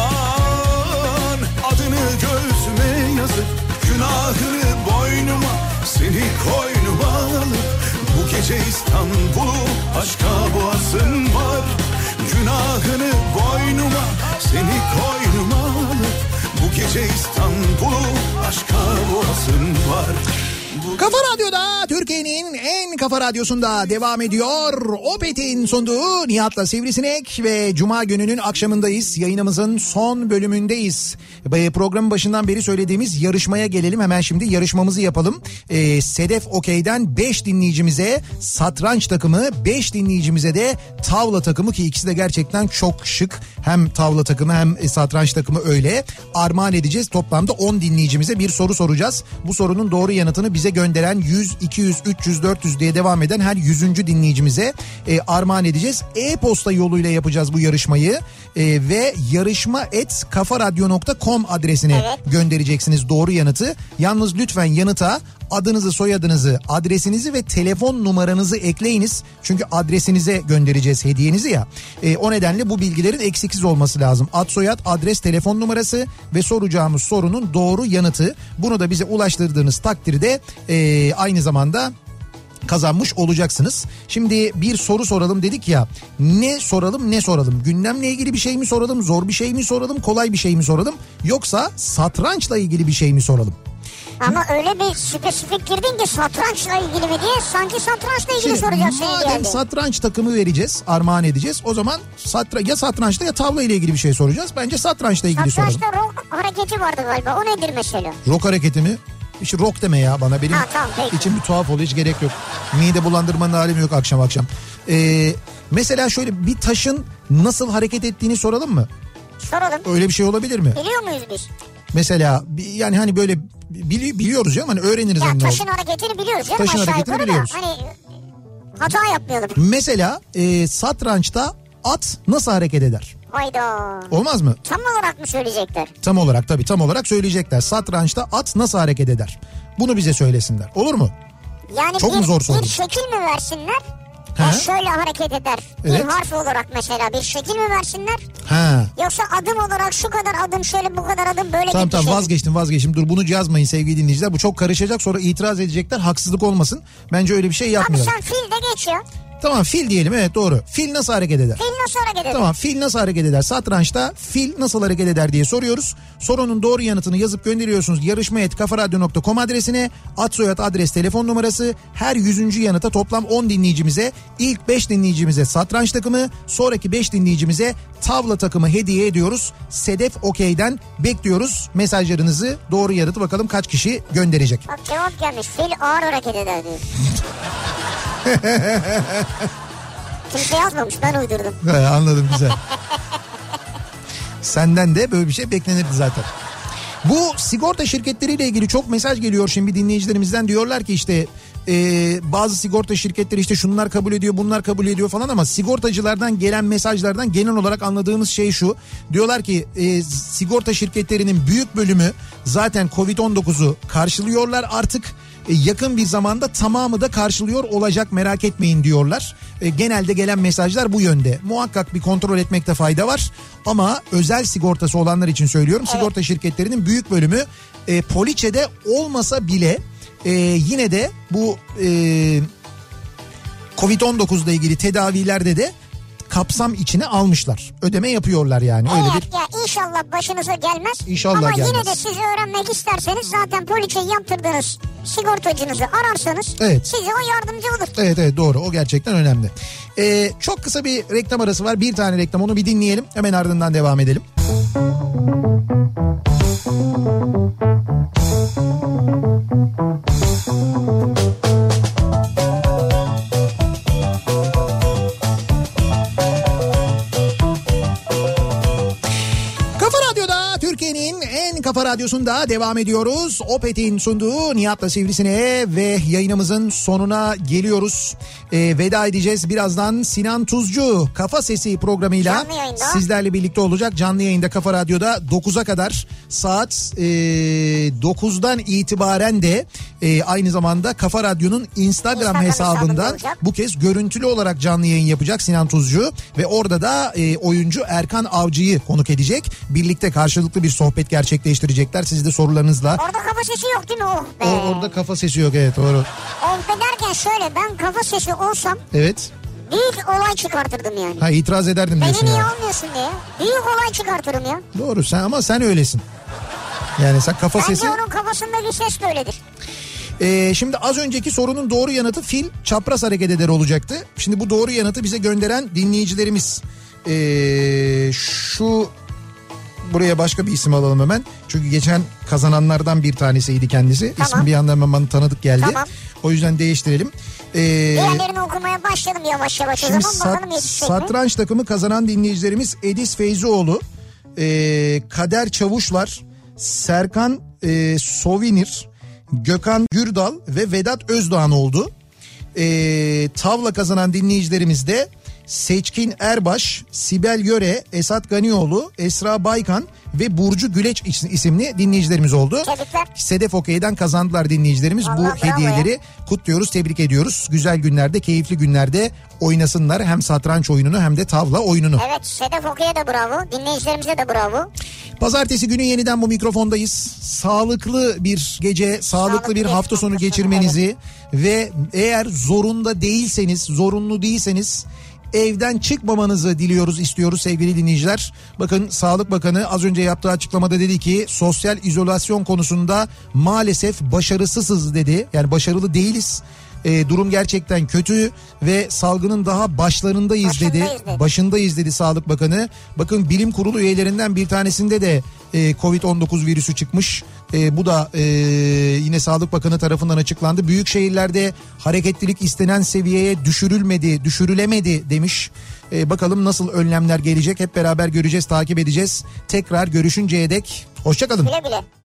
aman adını göğsüme yazıp günahını boynuma seni koynuma alıp bu gece İstanbul'u aşka boğasım var. Günahını boynuma seni koynuma alıp bu gece İstanbul'u aşka boğasım var.
Kafa Radyo'da, Türkiye'nin en kafa radyosunda devam ediyor. Opet'in sunduğu Nihat'la Sivrisinek ve Cuma gününün akşamındayız. Yayınımızın son bölümündeyiz. Programın başından beri söylediğimiz yarışmaya gelelim. Hemen şimdi yarışmamızı yapalım. Sedef Okey'den 5 dinleyicimize satranç takımı, 5 dinleyicimize de tavla takımı, ki ikisi de gerçekten çok şık. Hem tavla takımı hem satranç takımı öyle. Armağan edeceğiz. Toplamda 10 dinleyicimize bir soru soracağız. Bu sorunun doğru yanıtını bize gönderen 100, 200, 300, 400 diye devam eden her 100. dinleyicimize armağan edeceğiz. E-posta yoluyla yapacağız bu yarışmayı ve yarışma@kafaradyo.com adresine göndereceksiniz doğru yanıtı. Yalnız lütfen yanıta adınızı, soyadınızı, adresinizi ve telefon numaranızı ekleyiniz. Çünkü adresinize göndereceğiz hediyenizi ya. O nedenle bu bilgilerin eksiksiz olması lazım. Ad, soyad, adres, telefon numarası ve soracağımız sorunun doğru yanıtı. Bunu da bize ulaştırdığınız takdirde aynı zamanda kazanmış olacaksınız. Şimdi bir soru soralım dedik ya. Ne soralım? Gündemle ilgili bir şey mi soralım? Zor bir şey mi soralım? Kolay bir şey mi soralım? Yoksa satrançla ilgili bir şey mi soralım?
Ama öyle bir spesifik girdin ki satrançla ilgili mi diye, sanki satrançla ilgili soracaksın.
Madem satranç takımı vereceğiz, armağan edeceğiz, o zaman ya satrançta ya tavla ile ilgili bir şey soracağız. Bence satrançla ilgili soralım.
Satrançta rock hareketi vardı galiba, o nedir mesela?
Rock hareketi mi? Hiç rock deme ya bana, benim
tamam,
içim bir tuhaf oluyor, hiç gerek yok. Mide bulandırmanın alemi yok akşam. Mesela şöyle bir taşın nasıl hareket ettiğini soralım mı?
Soralım.
Öyle bir şey olabilir mi?
Biliyor muyuz biz?
Mesela yani hani böyle biliyoruz ya, hani öğreniriz.
Ya taşın hareketini biliyoruz ya.
Taşın hareketini biliyoruz.
Hani hata yapmayalım.
Mesela satrançta at nasıl hareket eder?
Hayda.
Olmaz mı?
Tam olarak mı söyleyecekler?
Tam olarak, tabii tam olarak söyleyecekler. Satrançta at nasıl hareket eder? Bunu bize söylesinler. Olur mu?
Yani
çok mu zor soru?
Bir şekil mi versinler? Şöyle hareket eder. Evet. Bir harf olarak mesela bir şekil mi versinler? Yoksa adım olarak şu kadar adım, şöyle bu kadar adım, böyle
tamam,
bir şey.
Vazgeçtim. Dur, bunu yazmayın sevgili dinleyiciler. Bu çok karışacak, sonra itiraz edecekler. Haksızlık olmasın. Bence öyle bir şey yapmayalım.
Abi sen fil de geç ya.
Tamam fil diyelim, evet doğru. Fil nasıl hareket eder?
Fil nasıl hareket eder?
Tamam, fil nasıl hareket eder? Satrançta fil nasıl hareket eder diye soruyoruz. Sorunun doğru yanıtını yazıp gönderiyorsunuz yarışma@kafaradyo.com adresine. Ad soyad adres telefon numarası. Her 100. yanıta toplam 10 dinleyicimize, ilk 5 dinleyicimize satranç takımı, sonraki 5 dinleyicimize tavla takımı hediye ediyoruz. Sedef Okey'den bekliyoruz mesajlarınızı. Doğru yanıtı bakalım kaç kişi gönderecek.
Bak cevap gelmiş, fil ağır hareket eder diyor. Kimse yazmamış, ben uydurdum.
Anladım, güzel. Senden de böyle bir şey beklenirdi zaten. Bu sigorta şirketleriyle ilgili çok mesaj geliyor şimdi dinleyicilerimizden. Diyorlar ki işte bazı sigorta şirketleri işte şunlar kabul ediyor, bunlar kabul ediyor falan, ama sigortacılardan gelen mesajlardan genel olarak anladığımız şey şu. Diyorlar ki sigorta şirketlerinin büyük bölümü zaten Covid-19'u karşılıyorlar artık. Yakın bir zamanda tamamı da karşılıyor olacak, merak etmeyin diyorlar. Genelde gelen mesajlar bu yönde. Muhakkak bir kontrol etmekte fayda var. Ama özel sigortası olanlar için söylüyorum. Evet. Sigorta şirketlerinin büyük bölümü poliçede olmasa bile yine de bu Covid-19 ile ilgili tedavilerde de kapsam içine almışlar. Ödeme yapıyorlar yani.
Evet,
öyle bir...
ya inşallah başınıza gelmez.
İnşallah
ama
gelmez.
Yine de siz öğrenmek isterseniz zaten poliçeyi yaptırdığınız sigortacınızı ararsanız
evet,
size o yardımcı olur.
Evet doğru, o gerçekten önemli. Çok kısa bir reklam arası var. Bir tane reklam, onu bir dinleyelim. Hemen ardından devam edelim.
Kafa Radyosu'nda devam ediyoruz. Opet'in sunduğu Nihat'la Sivrisine'ye ve yayınımızın sonuna geliyoruz. Veda edeceğiz. Birazdan Sinan Tuzcu Kafa Sesi programıyla sizlerle birlikte olacak. Canlı yayında Kafa Radyo'da 9'a kadar saat 9'dan itibaren de aynı zamanda Kafa Radyo'nun Instagram hesabından bu kez görüntülü olarak canlı yayın yapacak Sinan Tuzcu ve orada da oyuncu Erkan Avcı'yı konuk edecek. Birlikte karşılıklı bir sohbet gerçekleştirecekler. Siz de sorularınızla.
Orada kafa sesi yok değil mi? Oh be.
Orada kafa sesi yok, evet, doğru.
Oh be derken şöyle, ben kafa sesi olsam.
Evet.
Büyük olay çıkartırdım yani.
Ha, itiraz ederdim diyorsun.
Beni niye almıyorsun diye. Büyük olay çıkartırım ya.
Doğru, sen öylesin. Yani sen kafa
bence
sesi.
Bence onun kafasındaki ses de öyledir.
Şimdi az önceki sorunun doğru yanıtı fil çapraz hareket eder olacaktı. Şimdi bu doğru yanıtı bize gönderen dinleyicilerimiz. Buraya başka bir isim alalım hemen. Çünkü geçen kazananlardan bir tanesiydi kendisi. Tamam. İsmi bir anda hemen bana tanıdık geldi. Tamam. O yüzden değiştirelim.
Diğerlerini okumaya başlayalım yavaş yavaş. O zaman bakalım yetişecek mi?
Satranç takımı kazanan dinleyicilerimiz Edis Feyzioğlu, Kader Çavuşlar, Serkan Sovinir, Gökhan Gürdal ve Vedat Özdağan oldu. Tavla kazanan dinleyicilerimiz de Seçkin Erbaş, Sibel Yöre, Esat Ganioğlu, Esra Baykan ve Burcu Güleç isimli dinleyicilerimiz oldu.
Tebrikler.
Sedef Okey'den kazandılar dinleyicilerimiz.
Vallahi
bu hediyeleri kutluyoruz, tebrik ediyoruz. Güzel günlerde, keyifli günlerde oynasınlar hem satranç oyununu hem de tavla oyununu.
Evet, Sedef Okey'e de bravo, dinleyicilerimize de bravo.
Pazartesi günü yeniden bu mikrofondayız. Sağlıklı bir gece, sağlıklı bir hafta sonu geçirmenizi ve eğer zorunlu değilseniz evden çıkmamanızı diliyoruz, istiyoruz sevgili dinleyiciler. Bakın Sağlık Bakanı az önce yaptığı açıklamada dedi ki sosyal izolasyon konusunda maalesef başarısızız dedi. Yani başarılı değiliz. Durum gerçekten kötü ve salgının daha başındayız dedi Sağlık Bakanı. Bakın Bilim Kurulu üyelerinden bir tanesinde de Covid-19 virüsü çıkmış. Bu da yine Sağlık Bakanı tarafından açıklandı. Büyük şehirlerde hareketlilik istenen seviyeye düşürülemedi demiş. Bakalım nasıl önlemler gelecek, hep beraber göreceğiz, takip edeceğiz. Tekrar görüşünceye dek hoşça kalın.
Güle güle.